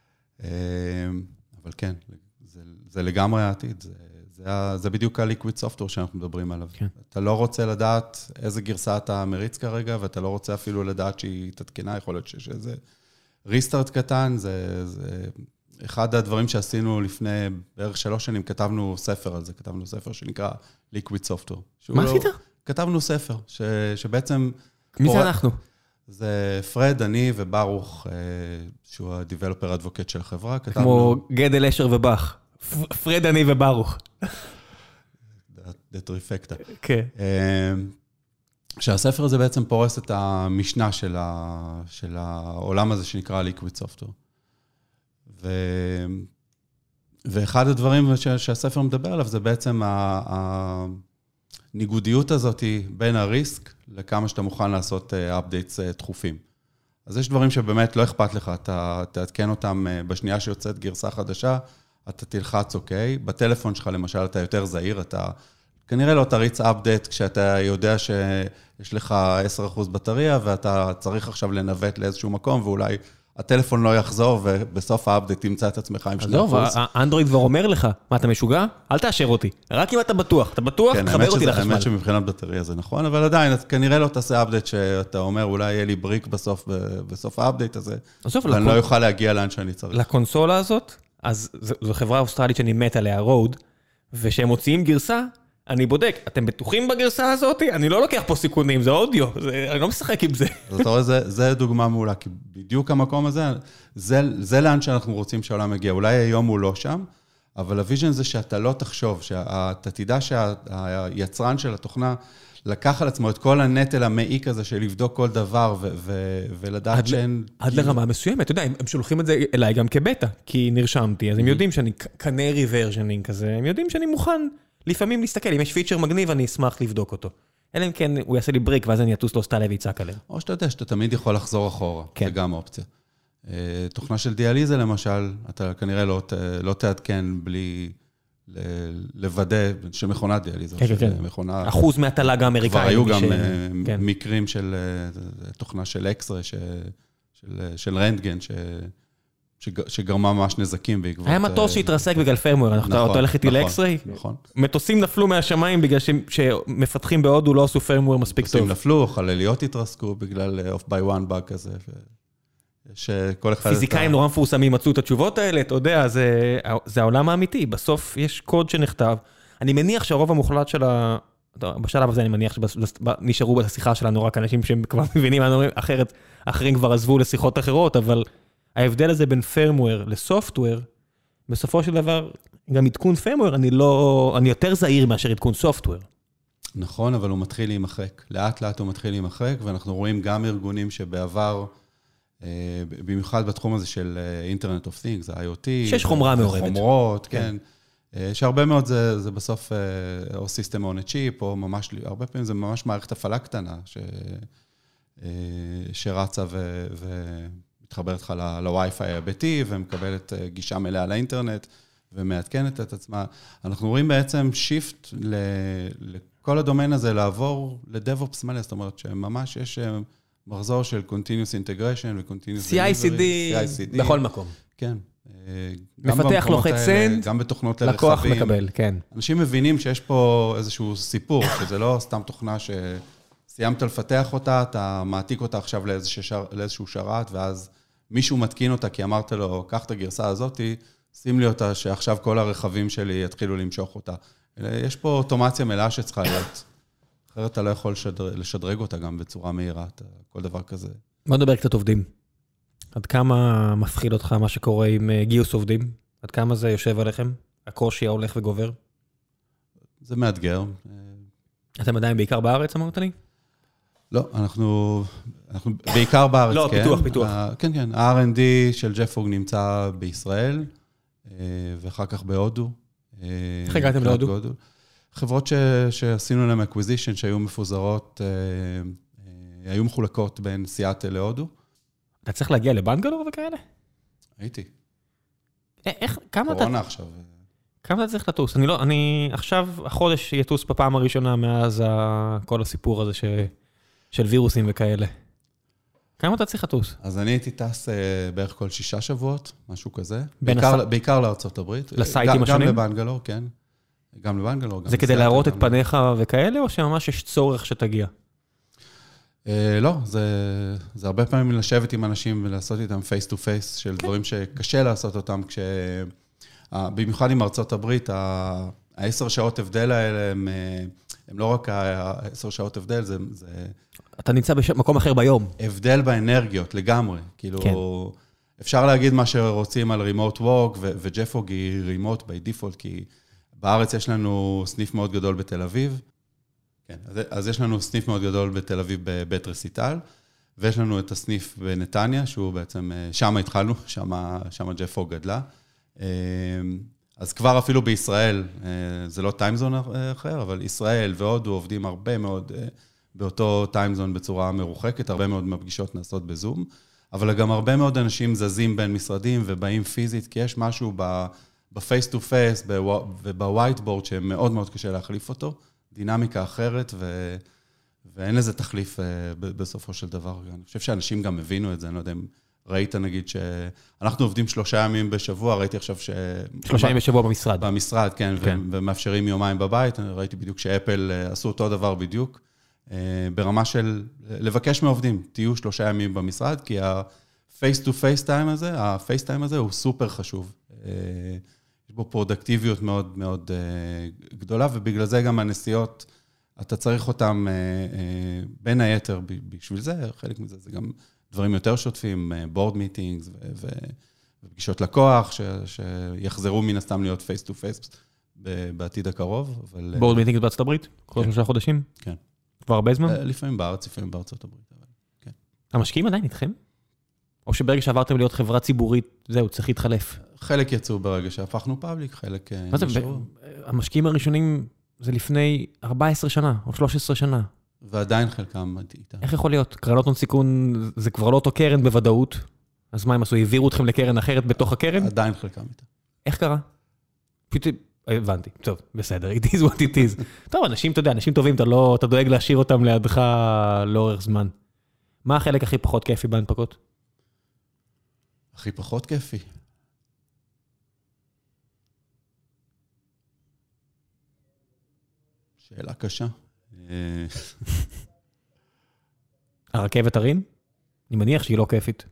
אבל כן, זה, זה לגמרי העתיד. זה, זה, זה בדיוק הליקוויד סופטוור שאנחנו מדברים עליו. כן. אתה לא רוצה לדעת איזה גרסה אתה מריץ כרגע, ואתה לא רוצה אפילו לדעת שהיא תתקנה, יכול להיות שיש איזה ריסטארט קטן. זה, זה אחד הדברים שעשינו לפני בערך שלוש שנים, כתבנו ספר על זה, כתבנו ספר שנקרא ליקוויד סופטוור. מה עשית? כתבנו ספר, ש, שבעצם... מי זה אנחנו? זה פרד, אני וברוך, שהוא הדיבלופר אדבוקט של החברה. כמו גדל אשר ובח. פרד, אני וברוך. זה טריפקטה. כן. שהספר הזה בעצם פורס את המשנה של, ה, של העולם הזה שנקרא ליקוויד סופטוור. ו, ואחד הדברים ש, שהספר מדבר עליו זה בעצם הניגודיות הזאת בין הריסק לכמה שאתה מוכן לעשות אפדייטס תכופים. אז יש דברים שבאמת לא אכפת לך, אתה תעדכן אותם בשנייה שיוצאת גרסה חדשה, אתה תלחץ אוקיי, בטלפון שלך למשל אתה יותר זהיר, אתה כנראה לא תריץ אפדייט כשאתה יודע שיש לך עשרה אחוז בטריה, ואתה צריך עכשיו לנווט לאיזשהו מקום, ואולי הטלפון לא יחזור, ובסוף האפדייט תמצא את עצמך עם שני אחוז. לא, האנדרואיד כבר אומר לך, מה, אתה משוגע? אל תאשר אותי. רק אם אתה בטוח, אתה בטוח, תחבר אותי לחשמל. האמת שמבחינת בטריה זה נכון, אבל עדיין, כנראה לא תעשה אפדייט שאתה אומר, אולי יהיה לי בריק בסוף האפדייט הזה, ואני לא יוכל להגיע לאן שאני צריך. לקונסולה הזאת, אז זו חברה אוסטרלית שאני מת עליה, רוד, ושהם מוציאים גרסה, אני בודק, אתם בטוחים בגרסה הזאת? אני לא לוקח פה סיכונים, זה אודיו, אני לא משחק עם זה. אז אתה רואה, זה דוגמה מעולה, כי בדיוק המקום הזה, זה לאן שאנחנו רוצים שהעולם יגיע. אולי היום הוא לא שם, אבל הוויז'ן זה שאתה לא תחשוב, שאתה תדע שהיצרן של התוכנה לקח על עצמו את כל הנטל המעיק הזה של לבדוק כל דבר ולדעת שאין... עד לרמה מסוימת, אתה יודע, הם שולחים את זה אליי גם כבטה, כי נרשמתי, אז הם יודעים שאני קנרי ורז'נינג כזה, הם יודעים שאני מוכן לפעמים להסתכל, אם יש פיצ'ר מגניב, אני אשמח לבדוק אותו. אלא אם כן, הוא יעשה לי בריק, ואז אני אטוס לו סטליה ויצעק עליהם. או שאתה יודע, שאתה תמיד יכול לחזור אחורה, זה גם אופציה. תוכנה של דיאליזה, למשל, אתה כנראה לא תעדכן בלי לוודא שמכונת דיאליזה. אחוז מהתל"ג האמריקאי. כבר היו גם מקרים של תוכנה של אקס-ריי, של רנטגן, שגרמה ממש נזקים בעקבות... היה מטוס שהתרסק בגלל פרמוור, אתה הולך איתי לאקס-ריי? נכון. מטוסים נפלו מהשמיים בגלל שמפתחים בהודו לא עשו פרמוור מספיק טוב. מטוסים נפלו, חלליות התרסקו בגלל off by one bug כזה. פיזיקאים נורא מפורסמים מצאו את התשובות האלה, אתה יודע, זה העולם האמיתי. בסוף יש קוד שנכתב. אני מניח שהרוב המוחלט של ה... בשלב הזה אני מניח שנשארו בשיחה שלנו רק אנשים שהם כבר מבינים אחרת, אחרים כבר עזבו לשיחות אחרות, אבל ההבדל הזה בין firmware לסופטוור, בסופו של דבר, גם עדכון firmware, אני לא, אני יותר זהיר מאשר עדכון סופטוור. נכון, אבל הוא מתחיל להימחק. לאט לאט הוא מתחיל להימחק, ואנחנו רואים גם ארגונים שבעבר, במיוחד בתחום הזה של Internet of Things, ה-IoT, שיש חומרה מעורבת. חומרות, כן. שהרבה מאוד זה, זה בסוף, או System on a Chip, או ממש, הרבה פעמים זה ממש מערכת הפעלה קטנה, ש, שרצה ו, ומתחברת לך לווי-פיי הביתי, ומקבלת גישה מלאה לאינטרנט, ומעדכנת את עצמה. אנחנו רואים בעצם שיפט לכל הדומיין הזה, לעבור ל-DevOps מלא, זאת אומרת שממש יש מחזור של Continuous Integration ו-Continuous C I C D בכל מקום. כן. מפתח לוחץ סנד, גם בתוכנות לרכבים. לקוח מקבל, כן. אנשים מבינים שיש פה איזשהו סיפור, שזה לא סתם תוכנה שסיימת לפתח אותה, אתה מעתיק אותה עכשיו לאיזשהו שרת, ואז מישהו מתקין אותה, כי אמרת לו, קח את הגרסה הזאת, שים לי אותה שעכשיו כל הרכבים שלי יתחילו למשוך אותה. יש פה אוטומציה מלאה שצריכה להיות. אחרת אתה לא יכול לשדרג אותה גם בצורה מהירה, כל דבר כזה. בוא נדבר קצת עובדים. עד כמה מפחיד אותך מה שקורה עם גיוס עובדים? עד כמה זה יושב עליכם? הקושי ההולך וגובר? זה מאתגר. אתם עדיין בעיקר בארץ, אמרת לי? לא, אנחנו, אנחנו בעיקר בארץ, לא, כן. לא, פיתוח, פיתוח. כן, כן. ה-אר אנד די של ג'פרוג נמצא בישראל, ואחר כך בהודו. איך הגעתם להודו? חברות ש, שעשינו להם acquisition, שהיו מפוזרות, היו מחולקות בין סיאטל להודו. אתה צריך להגיע לבנגלור וכאלה? הייתי. איך, כמה אתה... קורונה עכשיו. כמה אתה צריך לטוס? אני לא, אני עכשיו, החודש יטוס בפעם הראשונה מאז כל הסיפור הזה ש... של וירוסים וכאלה. כמה אתה צריך לטוס? אז אני הייתי טס בערך כל שישה שבועות, משהו כזה. בעיקר, הס... בעיקר לארצות הברית. לסייטים השונים? גם לבנגלור, כן. גם לבנגלור. זה כדי להראות את פניך וכאלה, או שממש יש צורך שתגיע? לא, זה, זה הרבה פעמים לשבת עם אנשים ולעשות איתם פייס טו פייס של דברים שקשה לעשות אותם, כש... במיוחד עם ארצות הברית, העשר שעות הבדל האלה, הם, הם לא רק העשר שעות הבדל, זה... זה... אתה נמצא במקום אחר ביום. הבדל באנרגיות, לגמרי. כאילו, כן. אפשר להגיד מה שרוצים על רימוט וורק, וג'פרוג היא רימוט by default, כי בארץ יש לנו סניף מאוד גדול בתל אביב, כן, אז, אז יש לנו סניף מאוד גדול בתל אביב בבית רסיטל, ויש לנו את הסניף בנתניה, שהוא בעצם, שם התחלנו, שם, שם ג'פרוג גדלה. אז כבר אפילו בישראל, זה לא טיימזון אחר, אבל ישראל והודו עובדים הרבה מאוד באותו טיימזון בצורה מרוחקת, הרבה מאוד מהפגישות נעשות בזום, אבל גם הרבה מאוד אנשים זזים בין משרדים ובאים פיזית, כי יש משהו בפייס טו פייס ובווייטבורד שמאוד מאוד קשה להחליף אותו, דינמיקה אחרת, ו... ואין לזה תחליף בסופו של דבר. אני חושב שאנשים גם הבינו את זה, אני לא יודע אם ראית נגיד שאנחנו עובדים שלושה ימים בשבוע, ראיתי עכשיו ש... שלושה ימים בשבוע במשרד. במשרד, כן, כן. ו... ומאפשרים יומיים בבית, ראיתי בדיוק שאפל עשו אותו דבר בדיוק, ברמה של לבקש מעובדים, תהיו שלושה ימים במשרד, כי ה-face to face time הזה, ה-face time הזה הוא סופר חשוב. יש בו פרודקטיביות מאוד מאוד גדולה, ובגלל זה גם הנסיעות, אתה צריך אותם בין היתר בשביל זה, חלק מזה זה גם דברים יותר שוטפים, board meetings ופגישות לקוח, שיחזרו מן הסתם להיות face to face בעתיד הקרוב. board meetings בארצות הברית? כל שלושה חודשים? כן. כבר הרבה זמן? לפעמים בארץ, לפעמים בארצות הברית. כן. המשקיעים עדיין איתכם? או שברגע שעברתם להיות חברה ציבורית, זהו, צריך להתחלף? חלק יצאו ברגע שהפכנו פאבליק, חלק... מה זה? המשקיעים הראשונים זה לפני ארבע עשרה שנה, או שלוש עשרה שנה. ועדיין חלקם איתה. איך יכול להיות? קרנות הון סיכון זה כבר לא אותו קרן בוודאות, אז מה הם עשו? העבירו אתכם לקרן אחרת בתוך הקרן? עדיין חלקם איתה. איך קרה? פשוט... הבנתי, טוב, בסדר, it is what it is. טוב, אנשים, אתה יודע, אנשים טובים, אתה לא, אתה דואג להשאיר אותם לידך לאורך זמן. מה החלק הכי פחות כיפי בהנפקות? הכי פחות כיפי? שאלה קשה. הרכבת הרים? אני מניח שהיא לא כיפית.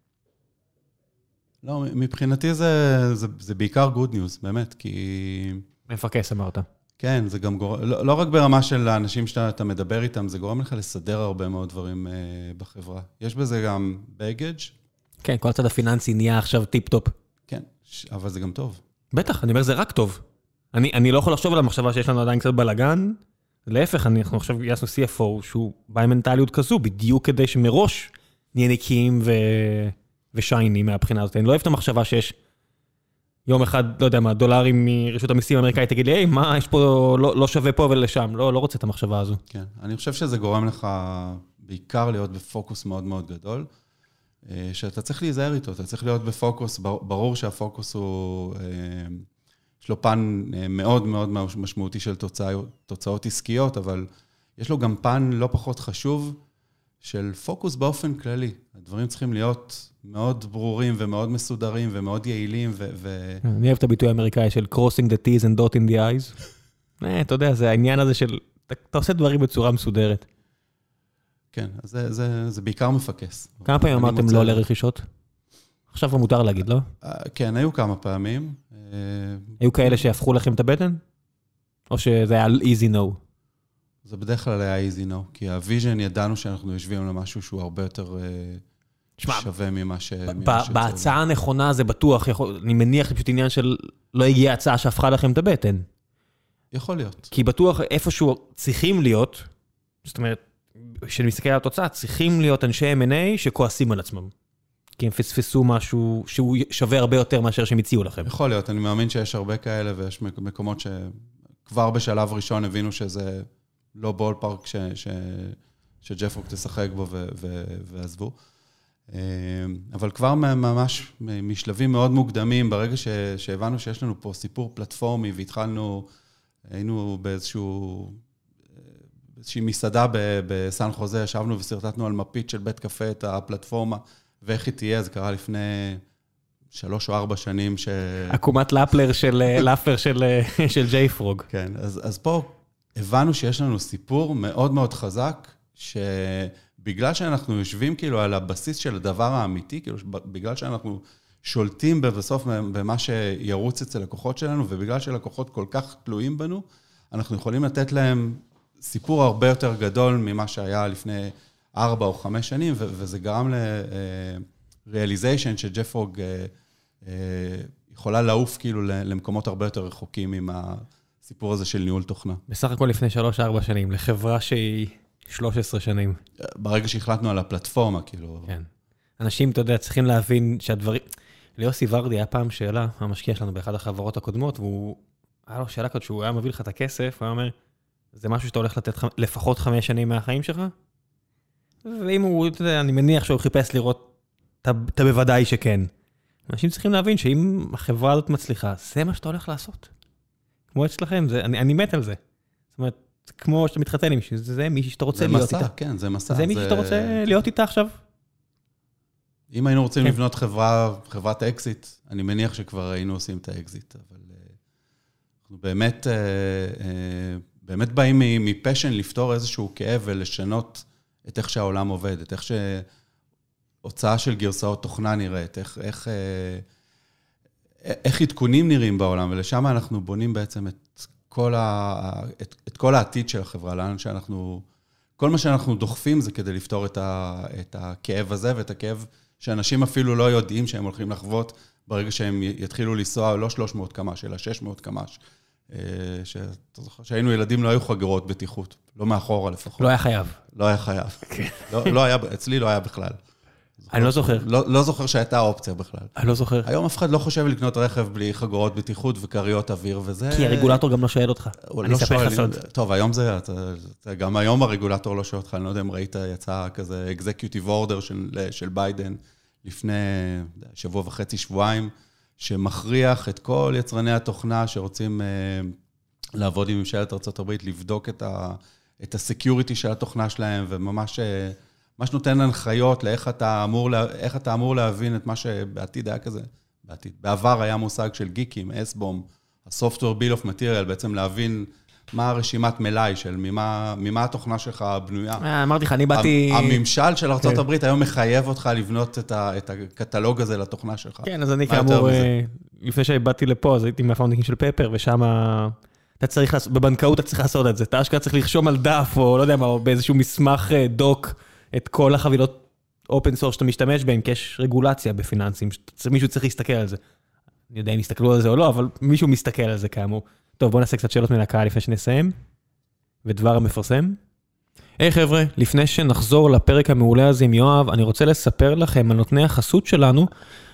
לא, מבחינתי זה, זה, זה בעיקר good news, באמת, כי... מפקס, אמרת. כן, זה גם גורם, לא, לא רק ברמה של האנשים שאתה מדבר איתם, זה גורם לך לסדר הרבה מאוד דברים אה, בחברה. יש בזה גם baggage. כן, כל הצד הפיננסי נהיה עכשיו טיפ-טופ. כן, אבל זה גם טוב. בטח, אני אומר, זה רק טוב. אני, אני לא יכול לחשוב על המחשבה שיש לנו עדיין קצת בלגן. להפך, אנחנו עכשיו יעשנו סי אף או, שהוא בא עם מנטליות כזו, בדיוק כדי שמראש נהיה נקיים ו... ושייני מהבחינה הזאת. אני לא אוהב את המחשבה שיש יום אחד, לא יודע מה, דולרים מרשות המיסים האמריקאית, תגיד לי, היי, מה, יש פה, לא, לא שווה פה ולשם. לא, לא רוצה את המחשבה הזו. כן, אני חושב שזה גורם לך בעיקר להיות בפוקוס מאוד מאוד גדול, שאתה צריך להיזהר איתו, אתה צריך להיות בפוקוס, ברור שהפוקוס הוא, יש לו פן מאוד מאוד משמעותי של תוצאות, תוצאות עסקיות, אבל יש לו גם פן לא פחות חשוב, של פוקוס באופן כללי. הדברים צריכים להיות מאוד ברורים ומאוד מסודרים ומאוד יעילים. ו... אני אוהב את הביטוי האמריקאי של crossing the T's and dotting the I's. אתה יודע, זה העניין הזה של, אתה עושה דברים בצורה מסודרת. כן, זה, זה, זה בעיקר מפקס. כמה פעמים אמרתם לא לרכישות? עכשיו כבר מותר להגיד, לא? כן, היו כמה פעמים. היו כאלה שהפכו לכם את הבטן? או שזה היה easy no? זה בדרך כלל היה easy no, כי הוויז'ן ידענו שאנחנו יושבים למשהו שהוא הרבה יותר שווה ממה ש... בהצעה הנכונה זה בטוח, אני מניח פשוט עניין של לא הגיעה הצעה שהפכה לכם את הבטן. יכול להיות. כי בטוח איפשהו צריכים להיות, זאת אומרת, כשאני מסתכל על התוצאה, צריכים להיות אנשי אם אנד איי שכועסים על עצמם. כי הם פספסו משהו שהוא שווה הרבה יותר מאשר שהם הציעו לכם. יכול להיות, אני מאמין שיש הרבה כאלה, ויש מקומות שכבר בשלב ראשון הבינו שזה לא בול פארק ש, ש, שג'פרוק תשחק בו ו, ו, ועזבו. אבל כבר ממש משלבים מאוד מוקדמים, ברגע ש, שהבנו שיש לנו פה סיפור פלטפורמי, והתחלנו, היינו באיזשהו... איזושהי מסעדה בסן חוזה, ישבנו וסרטטנו על מפית של בית קפה את הפלטפורמה, ואיך היא תהיה, זה קרה לפני שלוש או ארבע שנים ש... עקומת לאפלר של, לאפלר של, של ג'יי פרוג. כן, אז, אז פה הבנו שיש לנו סיפור מאוד מאוד חזק, שבגלל שאנחנו יושבים כאילו על הבסיס של הדבר האמיתי, כאילו בגלל שאנחנו שולטים בסוף במה שירוץ אצל לקוחות שלנו, ובגלל שלקוחות כל כך תלויים בנו, אנחנו יכולים לתת להם סיפור הרבה יותר גדול ממה שהיה לפני ארבע או חמש שנים, וזה גרם ל-realization שג'פרוג יכולה לעוף כאילו למקומות הרבה יותר רחוקים עם הסיפור הזה של ניהול תוכנה. בסך הכל לפני שלוש ארבע שנים, לחברה שהיא שלוש עשרה שנים. ברגע שהחלטנו על הפלטפורמה, כאילו... כן. אנשים, אתה יודע, צריכים להבין שהדברים... ליוסי ורדי היה פעם שאלה, המשקיע שלנו באחד החברות הקודמות, והוא... היה לו שאלה כזאת שהוא היה מביא לך את הכסף, הוא היה אומר... זה משהו שאתה הולך לתת לפחות חמש שנים מהחיים שלך? ואם הוא, אתה יודע, אני מניח שהוא חיפש לראות, אתה בוודאי שכן. אנשים צריכים להבין שאם החברה הזאת מצליחה, זה מה שאתה הולך לעשות. כמו אצלכם, זה, אני, אני מת על זה. זאת אומרת, כמו שאתה מתחתן עם מישהו, זה מישהו שאתה רוצה להיות איתה. זה מסע, כן, זה מסע. זה מישהו שאתה רוצה להיות איתה עכשיו. אם היינו רוצים לבנות חברה, חברת אקזיט, אני מניח שכבר היינו עושים את האקזיט, אבל אנחנו באמת... באמת באים מפשן לפתור איזשהו כאב ולשנות את איך שהעולם עובד, את איך שהוצאה של גרסאות תוכנה נראית, איך, איך, איך עדכונים נראים בעולם, ולשם אנחנו בונים בעצם את כל, ה, את, את כל העתיד של החברה, לאן שאנחנו, כל מה שאנחנו דוחפים זה כדי לפתור את, ה, את הכאב הזה, ואת הכאב שאנשים אפילו לא יודעים שהם הולכים לחוות, ברגע שהם יתחילו לנסוע לא שלוש מאות קמ"ש, אלא שש מאות קמ"ש. שהיינו ילדים לא היו חגורות בטיחות, לא מאחורה לפחות. לא היה חייב. לא היה חייב. לא היה, אצלי לא היה בכלל. אני לא זוכר. לא זוכר שהייתה אופציה בכלל. אני לא זוכר. היום אף אחד לא חושב לקנות רכב בלי חגורות בטיחות וקריות אוויר וזה... כי הרגולטור גם לא שואל אותך. אני אספר לך סוד. טוב, היום זה, גם היום הרגולטור לא שואל אותך, אני לא יודע אם ראית, יצא כזה executive order של ביידן לפני שבוע וחצי, שבועיים, שמכריח את כל יצרני התוכנה שרוצים uh, לעבוד עם ממשלת ארצות הברית, לבדוק את ה, את הסקיוריטי של התוכנה שלהם, וממש ממש נותן הנחיות לאיך אתה אמור, איך אתה אמור להבין את מה שבעתיד היה כזה, בעתיד. בעבר היה מושג של גיקים, אס-בום, ה-Software Bill of Material, בעצם להבין מה הרשימת מלאי של ממה, ממה התוכנה שלך בנויה. אמרתי לך, אני באתי... הממשל של ארצות הברית היום מחייב אותך לבנות את, ה, את הקטלוג הזה לתוכנה שלך. כן, אז אני כאמור, לפני שבאתי לפה, אז הייתי מהפאונדינג של פפר, ושם אתה צריך, בבנקאות אתה צריך לעשות את זה. אתה אשכרה צריך לרשום על דף, או לא יודע מה, או באיזשהו מסמך דוק, את כל החבילות אופן סורס שאתה משתמש בהן, כי יש רגולציה בפיננסים, מישהו צריך להסתכל על זה. אני יודע אם יסתכלו על זה או לא, אבל מישהו מסתכל על זה כאמור. טוב, בואו נעשה קצת שאלות מן הקהל לפני שנסיים. ודבר המפרסם. היי חבר'ה, לפני שנחזור לפרק המעולה הזה עם יואב, אני רוצה לספר לכם על נותני החסות שלנו,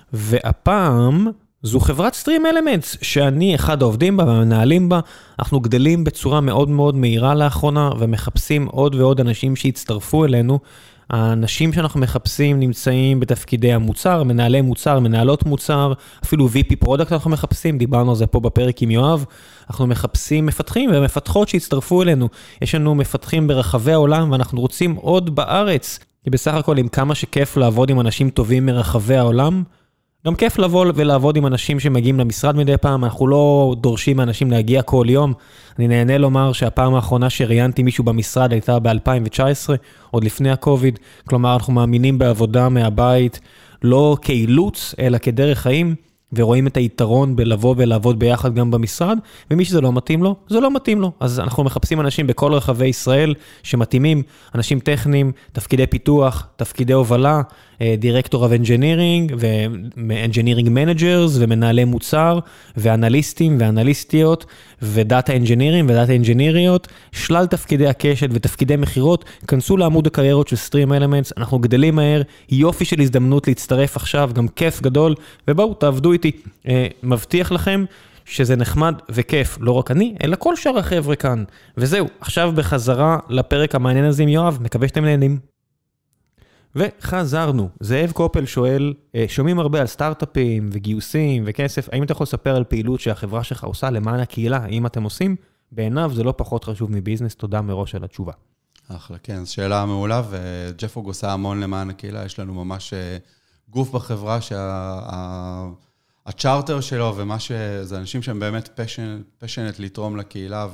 והפעם זו חברת סטרים אלמנטס, שאני אחד העובדים בה ומנהלים בה. אנחנו גדלים בצורה מאוד מאוד מהירה לאחרונה, ומחפשים עוד ועוד אנשים שיצטרפו אלינו. האנשים שאנחנו מחפשים נמצאים בתפקידי המוצר, מנהלי מוצר, מנהלות מוצר, אפילו וי פי פרודקט אנחנו מחפשים, דיברנו על זה פה בפרק עם יואב, אנחנו מחפשים מפתחים ומפתחות שיצטרפו אלינו, יש לנו מפתחים ברחבי העולם ואנחנו רוצים עוד בארץ, כי בסך הכל, עם כמה שכיף לעבוד עם אנשים טובים מרחבי העולם, גם כיף לבוא ולעבוד עם אנשים שמגיעים למשרד מדי פעם, אנחנו לא דורשים מאנשים להגיע כל יום. אני נהנה לומר שהפעם האחרונה שראיינתי מישהו במשרד הייתה ב-אלפיים תשע עשרה, עוד לפני הקוביד, כלומר אנחנו מאמינים בעבודה מהבית, לא כאילוץ, אלא כדרך חיים, ורואים את היתרון בלבוא ולעבוד ביחד גם במשרד, ומי שזה לא מתאים לו, זה לא מתאים לו. אז אנחנו מחפשים אנשים בכל רחבי ישראל שמתאימים, אנשים טכניים, תפקידי פיתוח, תפקידי הובלה, דירקטור of engineering, ו-engineering managers, ומנהלי מוצר, ואנליסטים ואנליסטיות, ודאטה engineering ודאטה engineerיות, שלל תפקידי הקשת ותפקידי מחירות, כנסו לעמוד הקריירות של Stream Elements, אנחנו גדלים מהר, יופי של הזדמנות להצטרף עכשיו, גם כיף גדול, ובואו תעבדו איתי, מבטיח לכם שזה נחמד וכיף, לא רק אני, אלא כל שאר החבר'ה כאן. וזהו, עכשיו בחזרה לפרק המעניין הזה עם יואב, מקווה שאתם נהנים. וחזרנו, זאב קופל שואל, שומעים הרבה על סטארט-אפים וגיוסים וכסף, האם אתה יכול לספר על פעילות שהחברה שלך עושה למען הקהילה, האם אתם עושים? בעיניו זה לא פחות חשוב מביזנס, תודה מראש על התשובה. אחלה, כן, זו שאלה מעולה, וג'פרוג עושה המון למען הקהילה, יש לנו ממש גוף בחברה שהצ'ארטר שלו, ומה שזה אנשים שהם באמת פשנט לתרום לקהילה,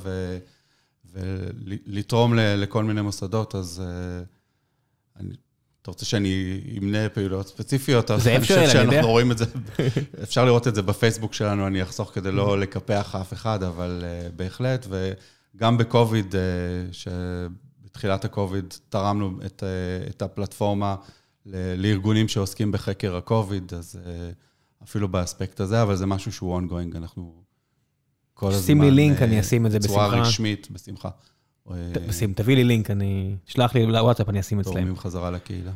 ולתרום לכל מיני מוסדות, אז אני... אתה רוצה שאני אמנה פעולות ספציפיות, זה אפשר, אני יודע. שאנחנו רואים את זה, אפשר לראות את זה בפייסבוק שלנו, אני אחסוך כדי לא לקפח אף אחד, אבל uh, בהחלט, וגם בקוביד, uh, שבתחילת הקוביד תרמנו את, uh, את הפלטפורמה ל- לארגונים שעוסקים בחקר הקוביד, אז uh, אפילו באספקט הזה, אבל זה משהו שהוא ongoing, אנחנו כל הזמן... שים לי לינק, אני אשים את זה בשמחה. צורה רשמית, בשמחה. תביא לי לינק, אני שלח לי לוואטסאפ, אני אשים אצלם. תורמים חזרה לקהילה.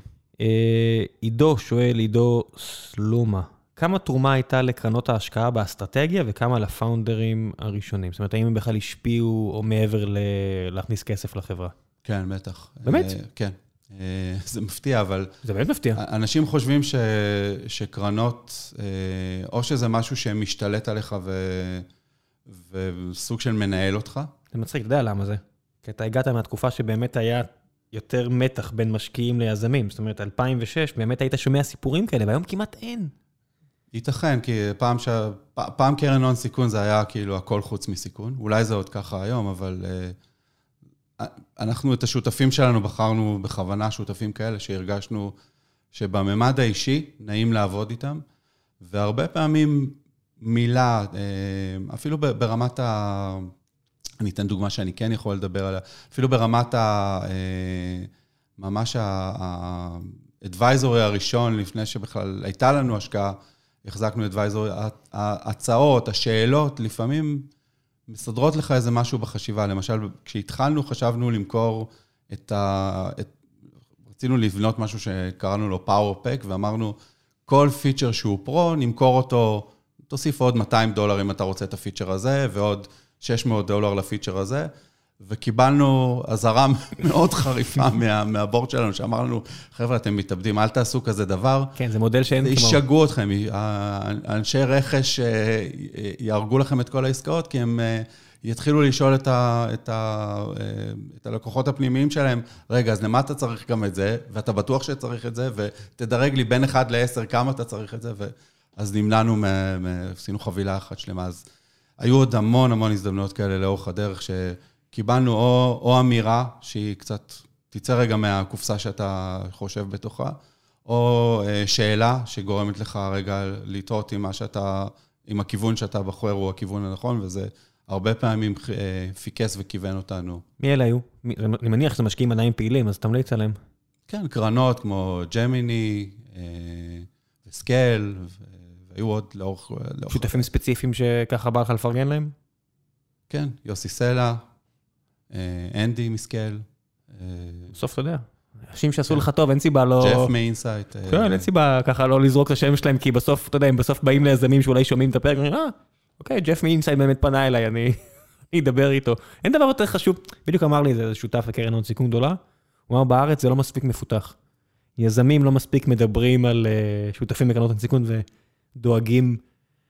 עידו שואל, עידו סלומה, כמה תרומה הייתה לקרנות ההשקעה באסטרטגיה, וכמה לפאונדרים הראשונים? זאת אומרת, האם הם בכלל השפיעו, או מעבר להכניס כסף לחברה? כן, בטח. באמת? כן. זה מפתיע, אבל... זה באמת מפתיע. אנשים חושבים ש... שקרנות, או שזה משהו שמשתלט עליך, ו... וסוג של מנהל אותך. זה מצחיק, אתה יודע למה זה? כי אתה הגעת מהתקופה שבאמת היה יותר מתח בין משקיעים ליזמים. זאת אומרת, אלפיים ושש, באמת היית שומע סיפורים כאלה, והיום כמעט אין. ייתכן, כי פעם, ש... פעם קרן הון סיכון זה היה כאילו הכל חוץ מסיכון. אולי זה עוד ככה היום, אבל uh, אנחנו את השותפים שלנו בחרנו בכוונה שותפים כאלה, שהרגשנו שבממד האישי נעים לעבוד איתם, והרבה פעמים מילה, uh, אפילו ברמת ה... אני אתן דוגמה שאני כן יכול לדבר עליה, אפילו ברמת ה... ממש האדוויזורי הראשון, לפני שבכלל הייתה לנו השקעה, החזקנו אדוויזורי, ההצעות, השאלות, לפעמים מסדרות לך איזה משהו בחשיבה. למשל, כשהתחלנו, חשבנו למכור את ה... את... רצינו לבנות משהו שקראנו לו Power Pack, ואמרנו, כל פיצ'ר שהוא פרו, נמכור אותו, תוסיף עוד מאתיים דולר אם אתה רוצה את הפיצ'ר הזה, ועוד שש מאות דולר לפיצ'ר הזה, וקיבלנו עזרה מאוד חריפה מה, מהבורד שלנו, שאמר לנו, חבר'ה, אתם מתאבדים, אל תעשו כזה דבר. כן, זה מודל שאין כמו. ישגעו אתכם, אנשי רכש יארגו לכם את כל העסקאות, כי הם יתחילו לשאול את, ה, את, ה, את הלקוחות הפנימיים שלהם, רגע, אז למה אתה צריך גם את זה, ואתה בטוח שצריך את זה, ותדרג לי בין אחד לעשר כמה אתה צריך את זה, ואז נמנענו, עשינו חבילה אחת שלמה, אז היו עוד המון המון הזדמנויות כאלה לאורך הדרך, שקיבלנו או, או אמירה, שהיא קצת תצא רגע מהקופסה שאתה חושב בתוכה, או שאלה שגורמת לך רגע לטעות עם מה שאתה, עם הכיוון שאתה בוחר הוא הכיוון הנכון, וזה הרבה פעמים פיקס וכיוון אותנו. מי אלה היו? אני מניח שזה משקיעים עדיין פעילים, אז תמליץ עליהם. כן, קרנות כמו ג'מיני, וסקייל, היו עוד לאורך... שותפים ספציפיים שככה בא לך לפרגן להם? כן, יוסי סלע, אנדי מסקייל. בסוף אתה יודע, אנשים שעשו לך טוב, אין סיבה לא... ג'ף מאינסייט. כן, אין סיבה ככה לא לזרוק את השם שלהם, כי בסוף, אתה יודע, הם בסוף באים ליזמים שאולי שומעים את הפרק, ואומרים, אה, אוקיי, ג'ף מאינסייט באמת פנה אליי, אני אדבר איתו. אין דבר יותר חשוב, בדיוק אמר לי, זה שותף לקרן הון סיכון גדולה, הוא אמר, בארץ זה לא מספיק מפותח. יזמים לא מספיק מדברים על שותפים לקרנות הון סיכון, דואגים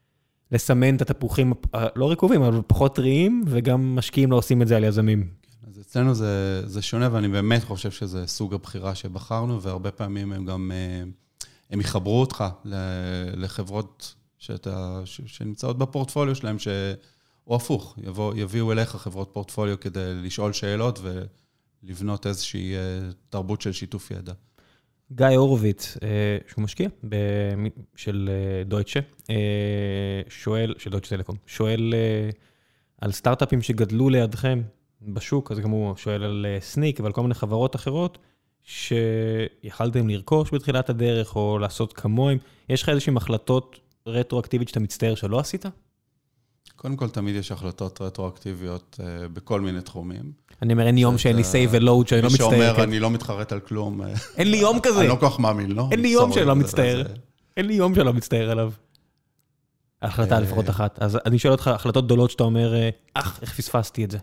לסמן את התפוחים, לא רקובים, אבל פחות טריים, וגם משקיעים לא עושים את זה על יזמים. אז אז אצלנו זה, זה שונה, ואני באמת חושב שזה סוג הבחירה שבחרנו, והרבה פעמים הם גם, הם יחברו אותך לחברות שאתה, שנמצאות בפורטפוליו שלהם, ש... או הפוך, יבוא, יביאו אליך חברות פורטפוליו כדי לשאול שאלות ולבנות איזושהי תרבות של שיתוף ידע. גיא הורוביץ, שהוא משקיע של דויטשה, שואל, של דויטשה טלקום, שואל על סטארט-אפים שגדלו לידכם בשוק, אז גם הוא שואל על סניק ועל כל מיני חברות אחרות, שיכלתם לרכוש בתחילת הדרך או לעשות כמוהם. יש לך איזושהי החלטות רטרואקטיבית שאתה מצטער שלא עשית? קודם כל, תמיד יש החלטות רטרואקטיביות בכל מיני תחומים. אני אומר, אין לי יום שאין לי save ולואוד שאני לא מצטער. מי שאומר, אני לא מתחרט על כלום. אין לי יום כזה. אני לא כל כך מאמין, לא? אין לי יום שלא מצטער. אין לי יום שלא מצטער עליו. החלטה לפחות אחת. אז אני שואל אותך, החלטות גדולות שאתה אומר, אך, איך פספסתי את זה?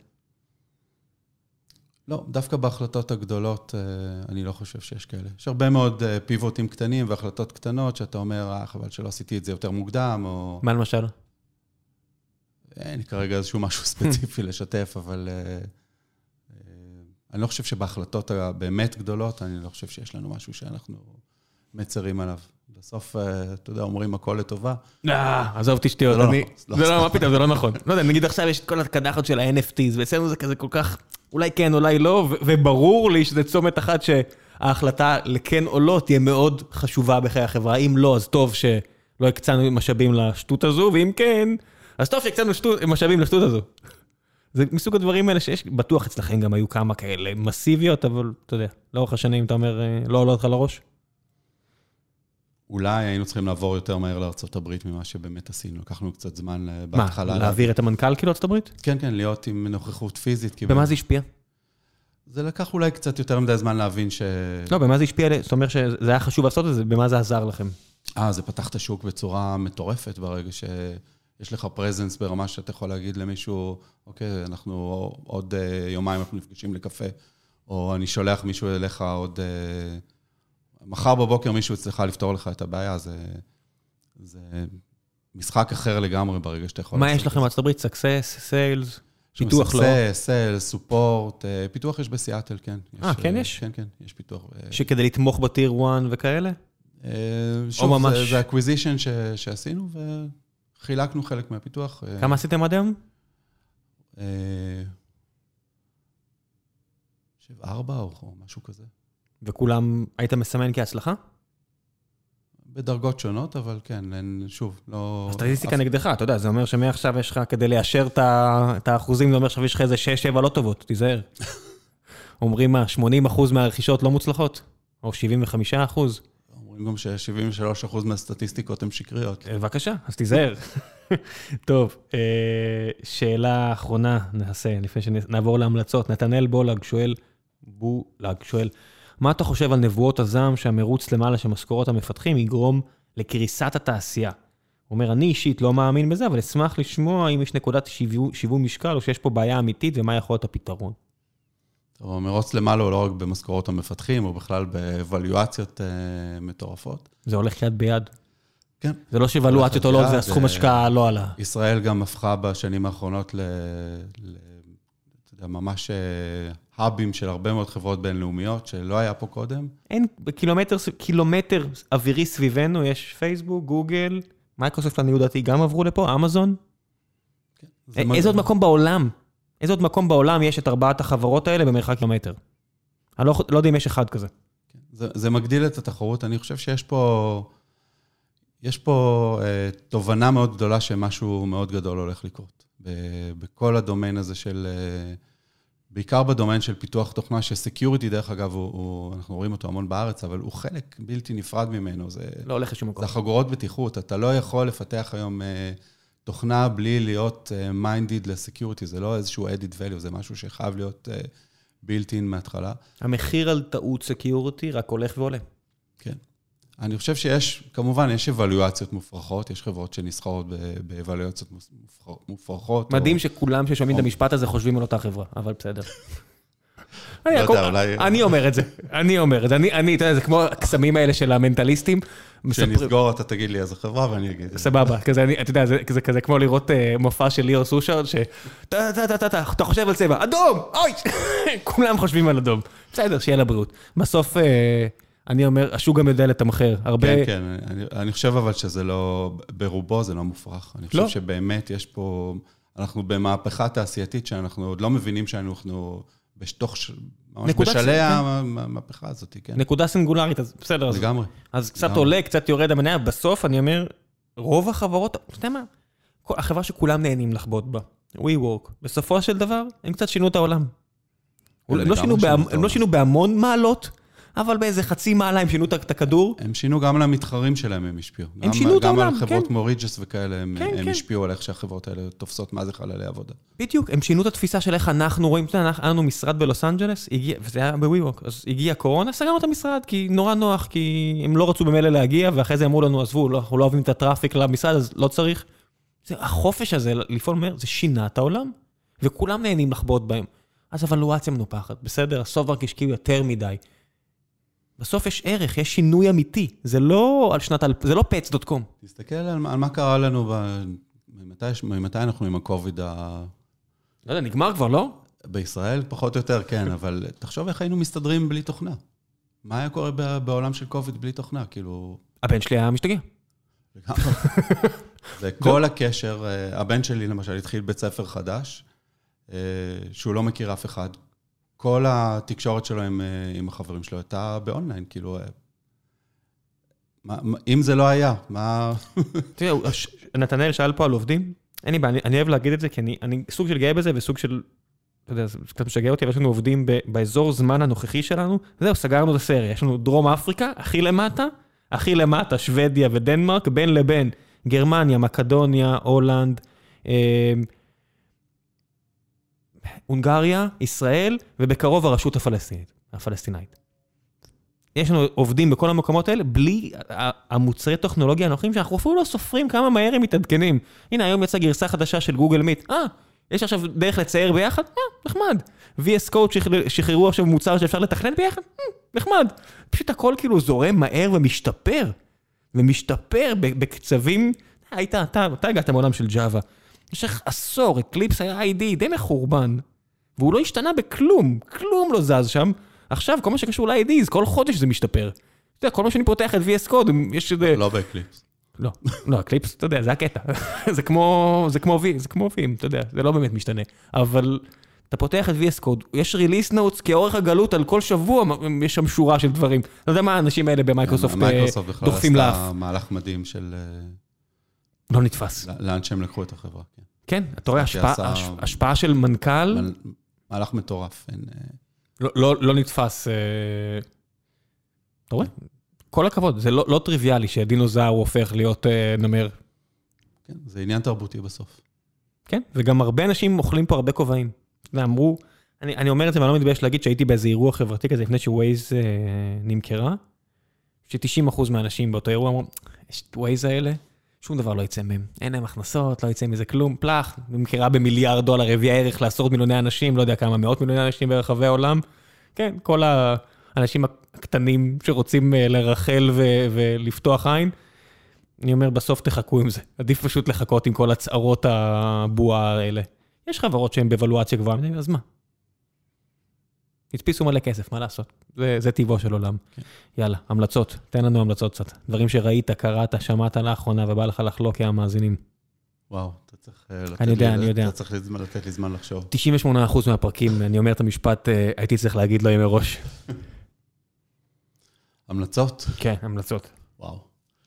לא, דווקא בהחלטות הגדולות, אני לא חושב שיש כאלה. יש הרבה מאוד פיבוטים קטנים והחלטות קטנות, שאתה אומר, אה, חבל שלא עשיתי את זה יותר מוקדם, או... מה למשל? אין לי כרגע איזשהו משהו ספציפי לשתף, אבל אני לא חושב שבהחלטות הבאמת גדולות, אני לא חושב שיש לנו משהו שאנחנו מצרים עליו. בסוף, אתה יודע, אומרים הכל לטובה. אה, עזוב תשתיות. זה לא, מה פתאום, זה לא נכון. לא יודע, נגיד עכשיו יש את כל הקדחת של ה-אן אף טיז, ואצלנו זה כזה כל כך, אולי כן, אולי לא, וברור לי שזה צומת אחת שההחלטה לכן או לא תהיה מאוד חשובה בחיי החברה. אם לא, אז טוב שלא הקצנו משאבים לשטות הזו, ואם כן, אז טוב שהקצנו משאבים לשטות הזו. זה מסוג הדברים האלה שיש, בטוח אצלכם גם היו כמה כאלה מסיביות, אבל אתה יודע, לאורך השנים אתה אומר, לא עולה אותך לראש? אולי היינו צריכים לעבור יותר מהר לארצות הברית ממה שבאמת עשינו. לקחנו קצת זמן בהתחלה. מה, להעביר את המנכ"ל כאילו ארצות הברית? כן, כן, להיות עם נוכחות פיזית. במה זה השפיע? זה לקח אולי קצת יותר מדי זמן להבין ש... לא, במה זה השפיע? זאת אומרת שזה היה חשוב לעשות את זה, במה זה עזר לכם? אה, זה פתח את השוק בצורה מטורפת ברגע שיש לך פרזנס ברמה שאתה יכול להגיד למישהו, אוקיי, אנחנו עוד יומיים אנחנו נפגשים לקפה, או אני שולח מישהו אליך עוד... מחר בבוקר מישהו הצליח לפתור לך את הבעיה, זה, זה משחק אחר לגמרי ברגע שאתה יכול... מה יש לכם בארצות הברית? סקסס, סיילס, פיתוח לא? סקסס, סיילס, סופורט, פיתוח יש בסיאטל, כן. אה, כן יש? כן, כן, יש פיתוח. שכדי לתמוך בטיר אחת וכאלה? שוב, זה אקוויזישן שעשינו, וחילקנו חלק מהפיתוח. כמה עשיתם עד היום? שבע, ארבע או משהו כזה. וכולם היית מסמן כהצלחה? בדרגות שונות, אבל כן, שוב, לא... הסטטיסטיקה נגדך, אתה יודע, זה אומר שמעכשיו יש לך, כדי ליישר את האחוזים, זה אומר שעכשיו יש לך איזה שש שבע לא טובות, תיזהר. אומרים מה, שמונים אחוז מהרכישות לא מוצלחות? או שבעים וחמישה אחוז? אומרים גם ש-שבעים ושלושה אחוז מהסטטיסטיקות הן שקריות. בבקשה, אז תיזהר. טוב, שאלה אחרונה נעשה, לפני שנעבור להמלצות. נתנאל בולג שואל, בולג שואל, מה אתה חושב על נבואות הזעם שהמרוץ למעלה של משכורות המפתחים יגרום לקריסת התעשייה? הוא אומר, אני אישית לא מאמין בזה, אבל אשמח לשמוע אם יש נקודת שיווי משקל, או שיש פה בעיה אמיתית, ומה יכול להיות הפתרון. טוב, המרוץ למעלה הוא לא רק במשכורות המפתחים, או בכלל באבלואציות מטורפות. זה הולך יד ביד. כן. זה לא שאבלואציות עולות, זה הסכום השקעה לא עלה. ישראל גם הפכה בשנים האחרונות ל... ממש האבים של הרבה מאוד חברות בינלאומיות, שלא היה פה קודם. אין, בקילומטר, קילומטר אווירי סביבנו, יש פייסבוק, גוגל, מייקרוסופט, אני יודעתי, גם עברו לפה, אמזון. כן, איזה עוד מקום בעולם? איזה עוד מקום בעולם יש את ארבעת החברות האלה במרחק קילומטר? אני לא, לא יודע אם יש אחד כזה. כן, זה, זה מגדיל את התחרות. אני חושב שיש פה, יש פה אה, תובנה מאוד גדולה שמשהו מאוד גדול הולך לקרות. בכל הדומיין הזה של, בעיקר בדומיין של פיתוח תוכנה, שסקיוריטי דרך אגב, הוא, הוא, אנחנו רואים אותו המון בארץ, אבל הוא חלק בלתי נפרד ממנו. זה, לא הולך לשום מקום. זה חגורות בטיחות. אתה לא יכול לפתח היום תוכנה בלי להיות מיינדד לסקיוריטי. זה לא איזשהו added value, זה משהו שחייב להיות בילט-אין מההתחלה. המחיר על טעות סקיוריטי רק הולך ועולה. כן. אני חושב שיש, כמובן, יש אבלואציות מופרכות, יש חברות שנסחרות באבלואציות מופרכות. מדהים שכולם ששומעים את המשפט הזה חושבים על אותה חברה, אבל בסדר. אני אומר את זה, אני אומר את זה, אני, אתה יודע, זה כמו הקסמים האלה של המנטליסטים. כשנסגור אתה תגיד לי איזה חברה ואני אגיד. סבבה, אתה יודע, זה כזה כמו לראות מופע של ליאור סושרד, שאתה חושב על צבע, אדום, אוי, כולם חושבים על אדום. בסדר, שיהיה לבריאות. בסוף, אני אומר, השוק גם יודע לתמחר. כן, כן, אני חושב אבל שזה לא, ברובו זה לא מופרך. אני חושב שבאמת יש פה, אנחנו במהפכה תעשייתית שאנחנו עוד לא מבינים שאנחנו בתוך, ממש בשלהי המהפכה הזאת, כן. נקודה סינגולרית, אז בסדר. לגמרי. אז קצת עולה, קצת יורד המניה, בסוף אני אומר, רוב החברות, אתה יודע מה? החברה שכולם נהנים לחבוט בה, WeWork, בסופו של דבר, הם קצת שינו את העולם. הם לא שינו בהמון מעלות, אבל באיזה חצי מעלה הם שינו את הכדור. הם שינו גם למתחרים שלהם, הם השפיעו. הם שינו את העולם, כן. גם על חברות כמו ריג'ס וכאלה, הם השפיעו על איך שהחברות האלה תופסות מה זה חללי עבודה. בדיוק, הם שינו את התפיסה של איך אנחנו רואים, היה לנו משרד בלוס אנג'לס, וזה היה בוויוורק, אז הגיע קורונה, סגרנו את המשרד, כי נורא נוח, כי הם לא רצו במילא להגיע, ואחרי זה אמרו לנו, עזבו, אנחנו לא אוהבים את הטראפיק למשרד, אז לא צריך. החופש הזה, לפעול מהר, זה שינה את העולם, וכולם נהנים לחבוט בהם. אז אבלואציה מנופחת, בסדר, הסופטוורק השקיעו יותר מדי. בסוף יש ערך, יש שינוי אמיתי. זה לא על שנת, זה לא פץ דוט קום. תסתכל על מה קרה לנו, ממתי אנחנו עם הקוביד ה... לא יודע, נגמר כבר, לא? בישראל פחות או יותר, כן, אבל תחשוב איך היינו מסתדרים בלי תוכנה. מה היה קורה בעולם של קוביד בלי תוכנה? כאילו... הבן שלי היה משתגע. זה כל הקשר, הבן שלי למשל התחיל בית ספר חדש, שהוא לא מכיר אף אחד. כל התקשורת שלו עם, עם החברים שלו הייתה באונליין, כאילו, מה, אם זה לא היה, מה... תראה, נתנאל שאל פה על עובדים, אין לי בעיה, אני, אני אוהב להגיד את זה, כי אני, אני סוג של גאה בזה, וסוג של, אתה יודע, זה קצת משגע אותי, אבל יש לנו עובדים ב, באזור זמן הנוכחי שלנו, וזהו, סגרנו את הסריה, יש לנו דרום אפריקה, הכי למטה, הכי למטה, שוודיה ודנמרק, בין לבין, גרמניה, מקדוניה, הולנד, אה, הונגריה, ישראל, ובקרוב הרשות הפלסטינית, הפלסטינאית. יש לנו עובדים בכל המקומות האלה, בלי המוצרי טכנולוגיה הנוחים, שאנחנו אפילו לא סופרים כמה מהר הם מתעדכנים. הנה, היום יצאה גרסה חדשה של גוגל מיט. אה, יש עכשיו דרך לצייר ביחד? אה, נחמד. וי אס קוד שחררו עכשיו מוצר שאפשר לתכנן ביחד? אה, נחמד. פשוט הכל כאילו זורם מהר ומשתפר. ומשתפר בקצבים. היית, אתה, אתה הגעת מעולם של ג'אווה. במשך עשור, אקליפס היה איי די די מחורבן, והוא לא השתנה בכלום, כלום לא זז שם. עכשיו, כל מה שקשור ל-איי די, כל חודש זה משתפר. אתה יודע, כל מה שאני פותח את וי אס קוד, יש איזה... לא באקליפס. לא, לא, אקליפס, אתה יודע, זה הקטע. זה כמו, זה כמו וי, זה כמו וים, אתה יודע, זה לא באמת משתנה. אבל אתה פותח את וי אס קוד, יש ריליס נוטס כאורך הגלות על כל שבוע, יש שם שורה של דברים. אתה יודע מה האנשים האלה במייקרוסופט דוחפים לאף. עשתה מהלך מדהים של... לא נתפס. לאן שהם לקחו את החברה, כן. כן, אתה רואה, השפעה של מנכ"ל... מהלך מטורף. לא נתפס. אתה רואה? כל הכבוד, זה לא טריוויאלי שדינוזאור הופך להיות נמר. כן, זה עניין תרבותי בסוף. כן, וגם הרבה אנשים אוכלים פה הרבה כובעים. ואמרו, אני אומר את זה, ואני לא מתבייש להגיד שהייתי באיזה אירוע חברתי כזה, לפני שווייז נמכרה, ש-תשעים אחוז מהאנשים באותו אירוע אמרו, יש את ווייז האלה, שום דבר לא יצא מהם. אין להם הכנסות, לא יצא מזה כלום, פלח, נמכרה במיליארד דולר, הביאה ערך לעשרות מיליוני אנשים, לא יודע כמה, מאות מיליוני אנשים ברחבי העולם. כן, כל האנשים הקטנים שרוצים לרחל ולפתוח עין. אני אומר, בסוף תחכו עם זה. עדיף פשוט לחכות עם כל הצערות הבועה האלה. יש חברות שהן בוולואציה גבוהה, אז מה? התפיסו מלא כסף, מה לעשות? זה, זה טבעו של עולם. Okay. יאללה, המלצות. תן לנו המלצות קצת. דברים שראית, קראת, שמעת לאחרונה, ובא לך לחלוק המאזינים. וואו, אתה צריך לתת אני יודע, לי, אני יודע. אתה צריך לתת לי זמן לחשוב. תשעים ושמונה אחוז מהפרקים, אני אומר את המשפט, הייתי צריך להגיד לו ימי ראש. המלצות? כן, המלצות. וואו.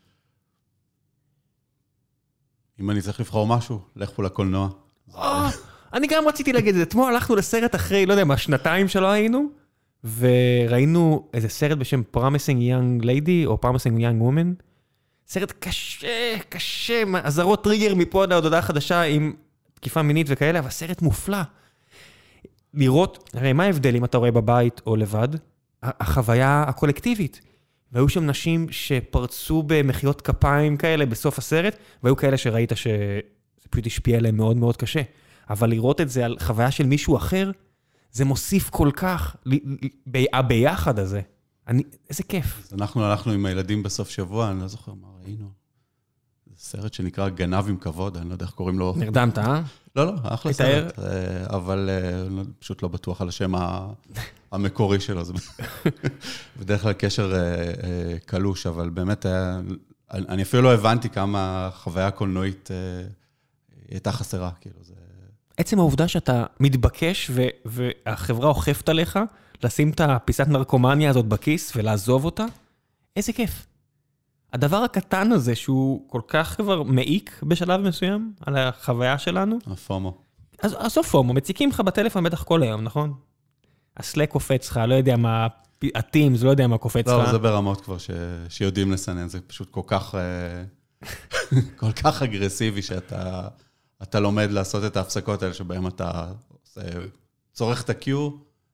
אם אני צריך לבחור משהו, לכו לקולנוע. אני גם רציתי להגיד את זה, אתמול הלכנו לסרט אחרי, לא יודע מה, שנתיים שלא היינו, וראינו איזה סרט בשם Promising Young Lady, או Promising Young Woman, סרט קשה, קשה, עזרות טריגר מפה עד ההודעה חדשה עם תקיפה מינית וכאלה, אבל סרט מופלא. לראות, הרי מה ההבדל אם אתה רואה בבית או לבד? החוויה הקולקטיבית. והיו שם נשים שפרצו במחיות כפיים כאלה בסוף הסרט, והיו כאלה שראית שזה פשוט השפיע עליהם מאוד מאוד קשה. אבל לראות את זה על חוויה של מישהו אחר, זה מוסיף כל כך, הביחד הזה. אני, איזה כיף. אז אנחנו הלכנו עם הילדים בסוף שבוע, אני לא זוכר מה ראינו. זה סרט שנקרא גנב עם כבוד, אני לא יודע איך קוראים לו. נרדמת, אה? לא, לא, אחלה סרט, אבל פשוט לא בטוח על השם המקורי שלו. זה בדרך כלל קשר קלוש, אבל באמת, אני אפילו לא הבנתי כמה חוויה קולנועית הייתה חסרה, כאילו זה... עצם העובדה שאתה מתבקש והחברה אוכפת עליך, לשים את הפיסת נרקומניה הזאת בכיס ולעזוב אותה, איזה כיף. הדבר הקטן הזה שהוא כל כך כבר מעיק בשלב מסוים על החוויה שלנו. הפומו. אז עשו פומו, מציקים לך בטלפון בטח כל היום, נכון? הסלק קופץ לך, לא יודע מה, הטימס, לא יודע מה קופץ לך. לא, זה ברמות כבר שיודעים לסנן, זה פשוט כל כך, כל כך אגרסיבי שאתה אתה לומד לעשות את ההפסקות האלה שבהם אתה צורך את הקיו,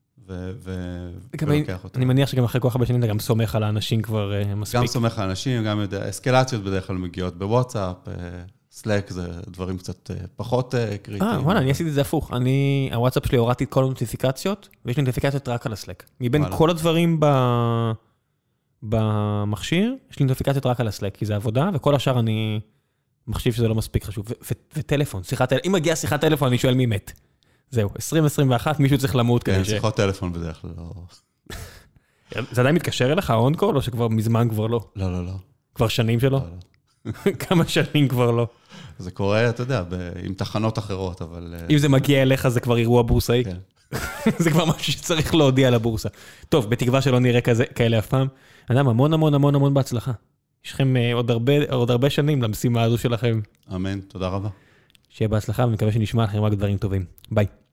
ולוקח אותה. אני מניח שגם אחרי כל כך הרבה שנים אתה גם סומך על האנשים כבר מספיק. גם סומך על האנשים, גם יודע, אסקלציות בדרך כלל מגיעות בוואטסאפ, סלק זה דברים קצת פחות קריטיים. אה, וואלה, אני עשיתי את זה הפוך. אני, הוואטסאפ שלי הורדתי את כל הנוטיפיקציות, ויש לי נוטיפיקציות רק על הסלק. מבין כל הדברים במכשיר, יש לי נוטיפיקציות רק על הסלק, כי זה עבודה, וכל השאר אני מחשיב שזה לא מספיק חשוב. וטלפון, שיחת טלפון, אם מגיע שיחת טלפון, אני שואל מי מת. זהו, עשרים עשרים ואחת, מישהו צריך למות כדי ש... כן, שיחות טלפון בדרך כלל לא... זה עדיין מתקשר אליך, אונקול, או שכבר מזמן כבר לא? לא, לא, לא. כבר שנים שלא? לא, לא. כמה שנים כבר לא? זה קורה, אתה יודע, עם תחנות אחרות, אבל... אם זה מגיע אליך, זה כבר אירוע בורסאי. כן. זה כבר משהו שצריך להודיע לבורסה. טוב, בתקווה שלא נראה כאלה אף פעם. אדם, המון המון המון המון בהצלחה. יש לכם עוד הרבה, עוד הרבה שנים למשימה הזו שלכם. אמן, תודה רבה. שיהיה בהצלחה, ומקווה שנשמע לכם רק דברים טובים. ביי.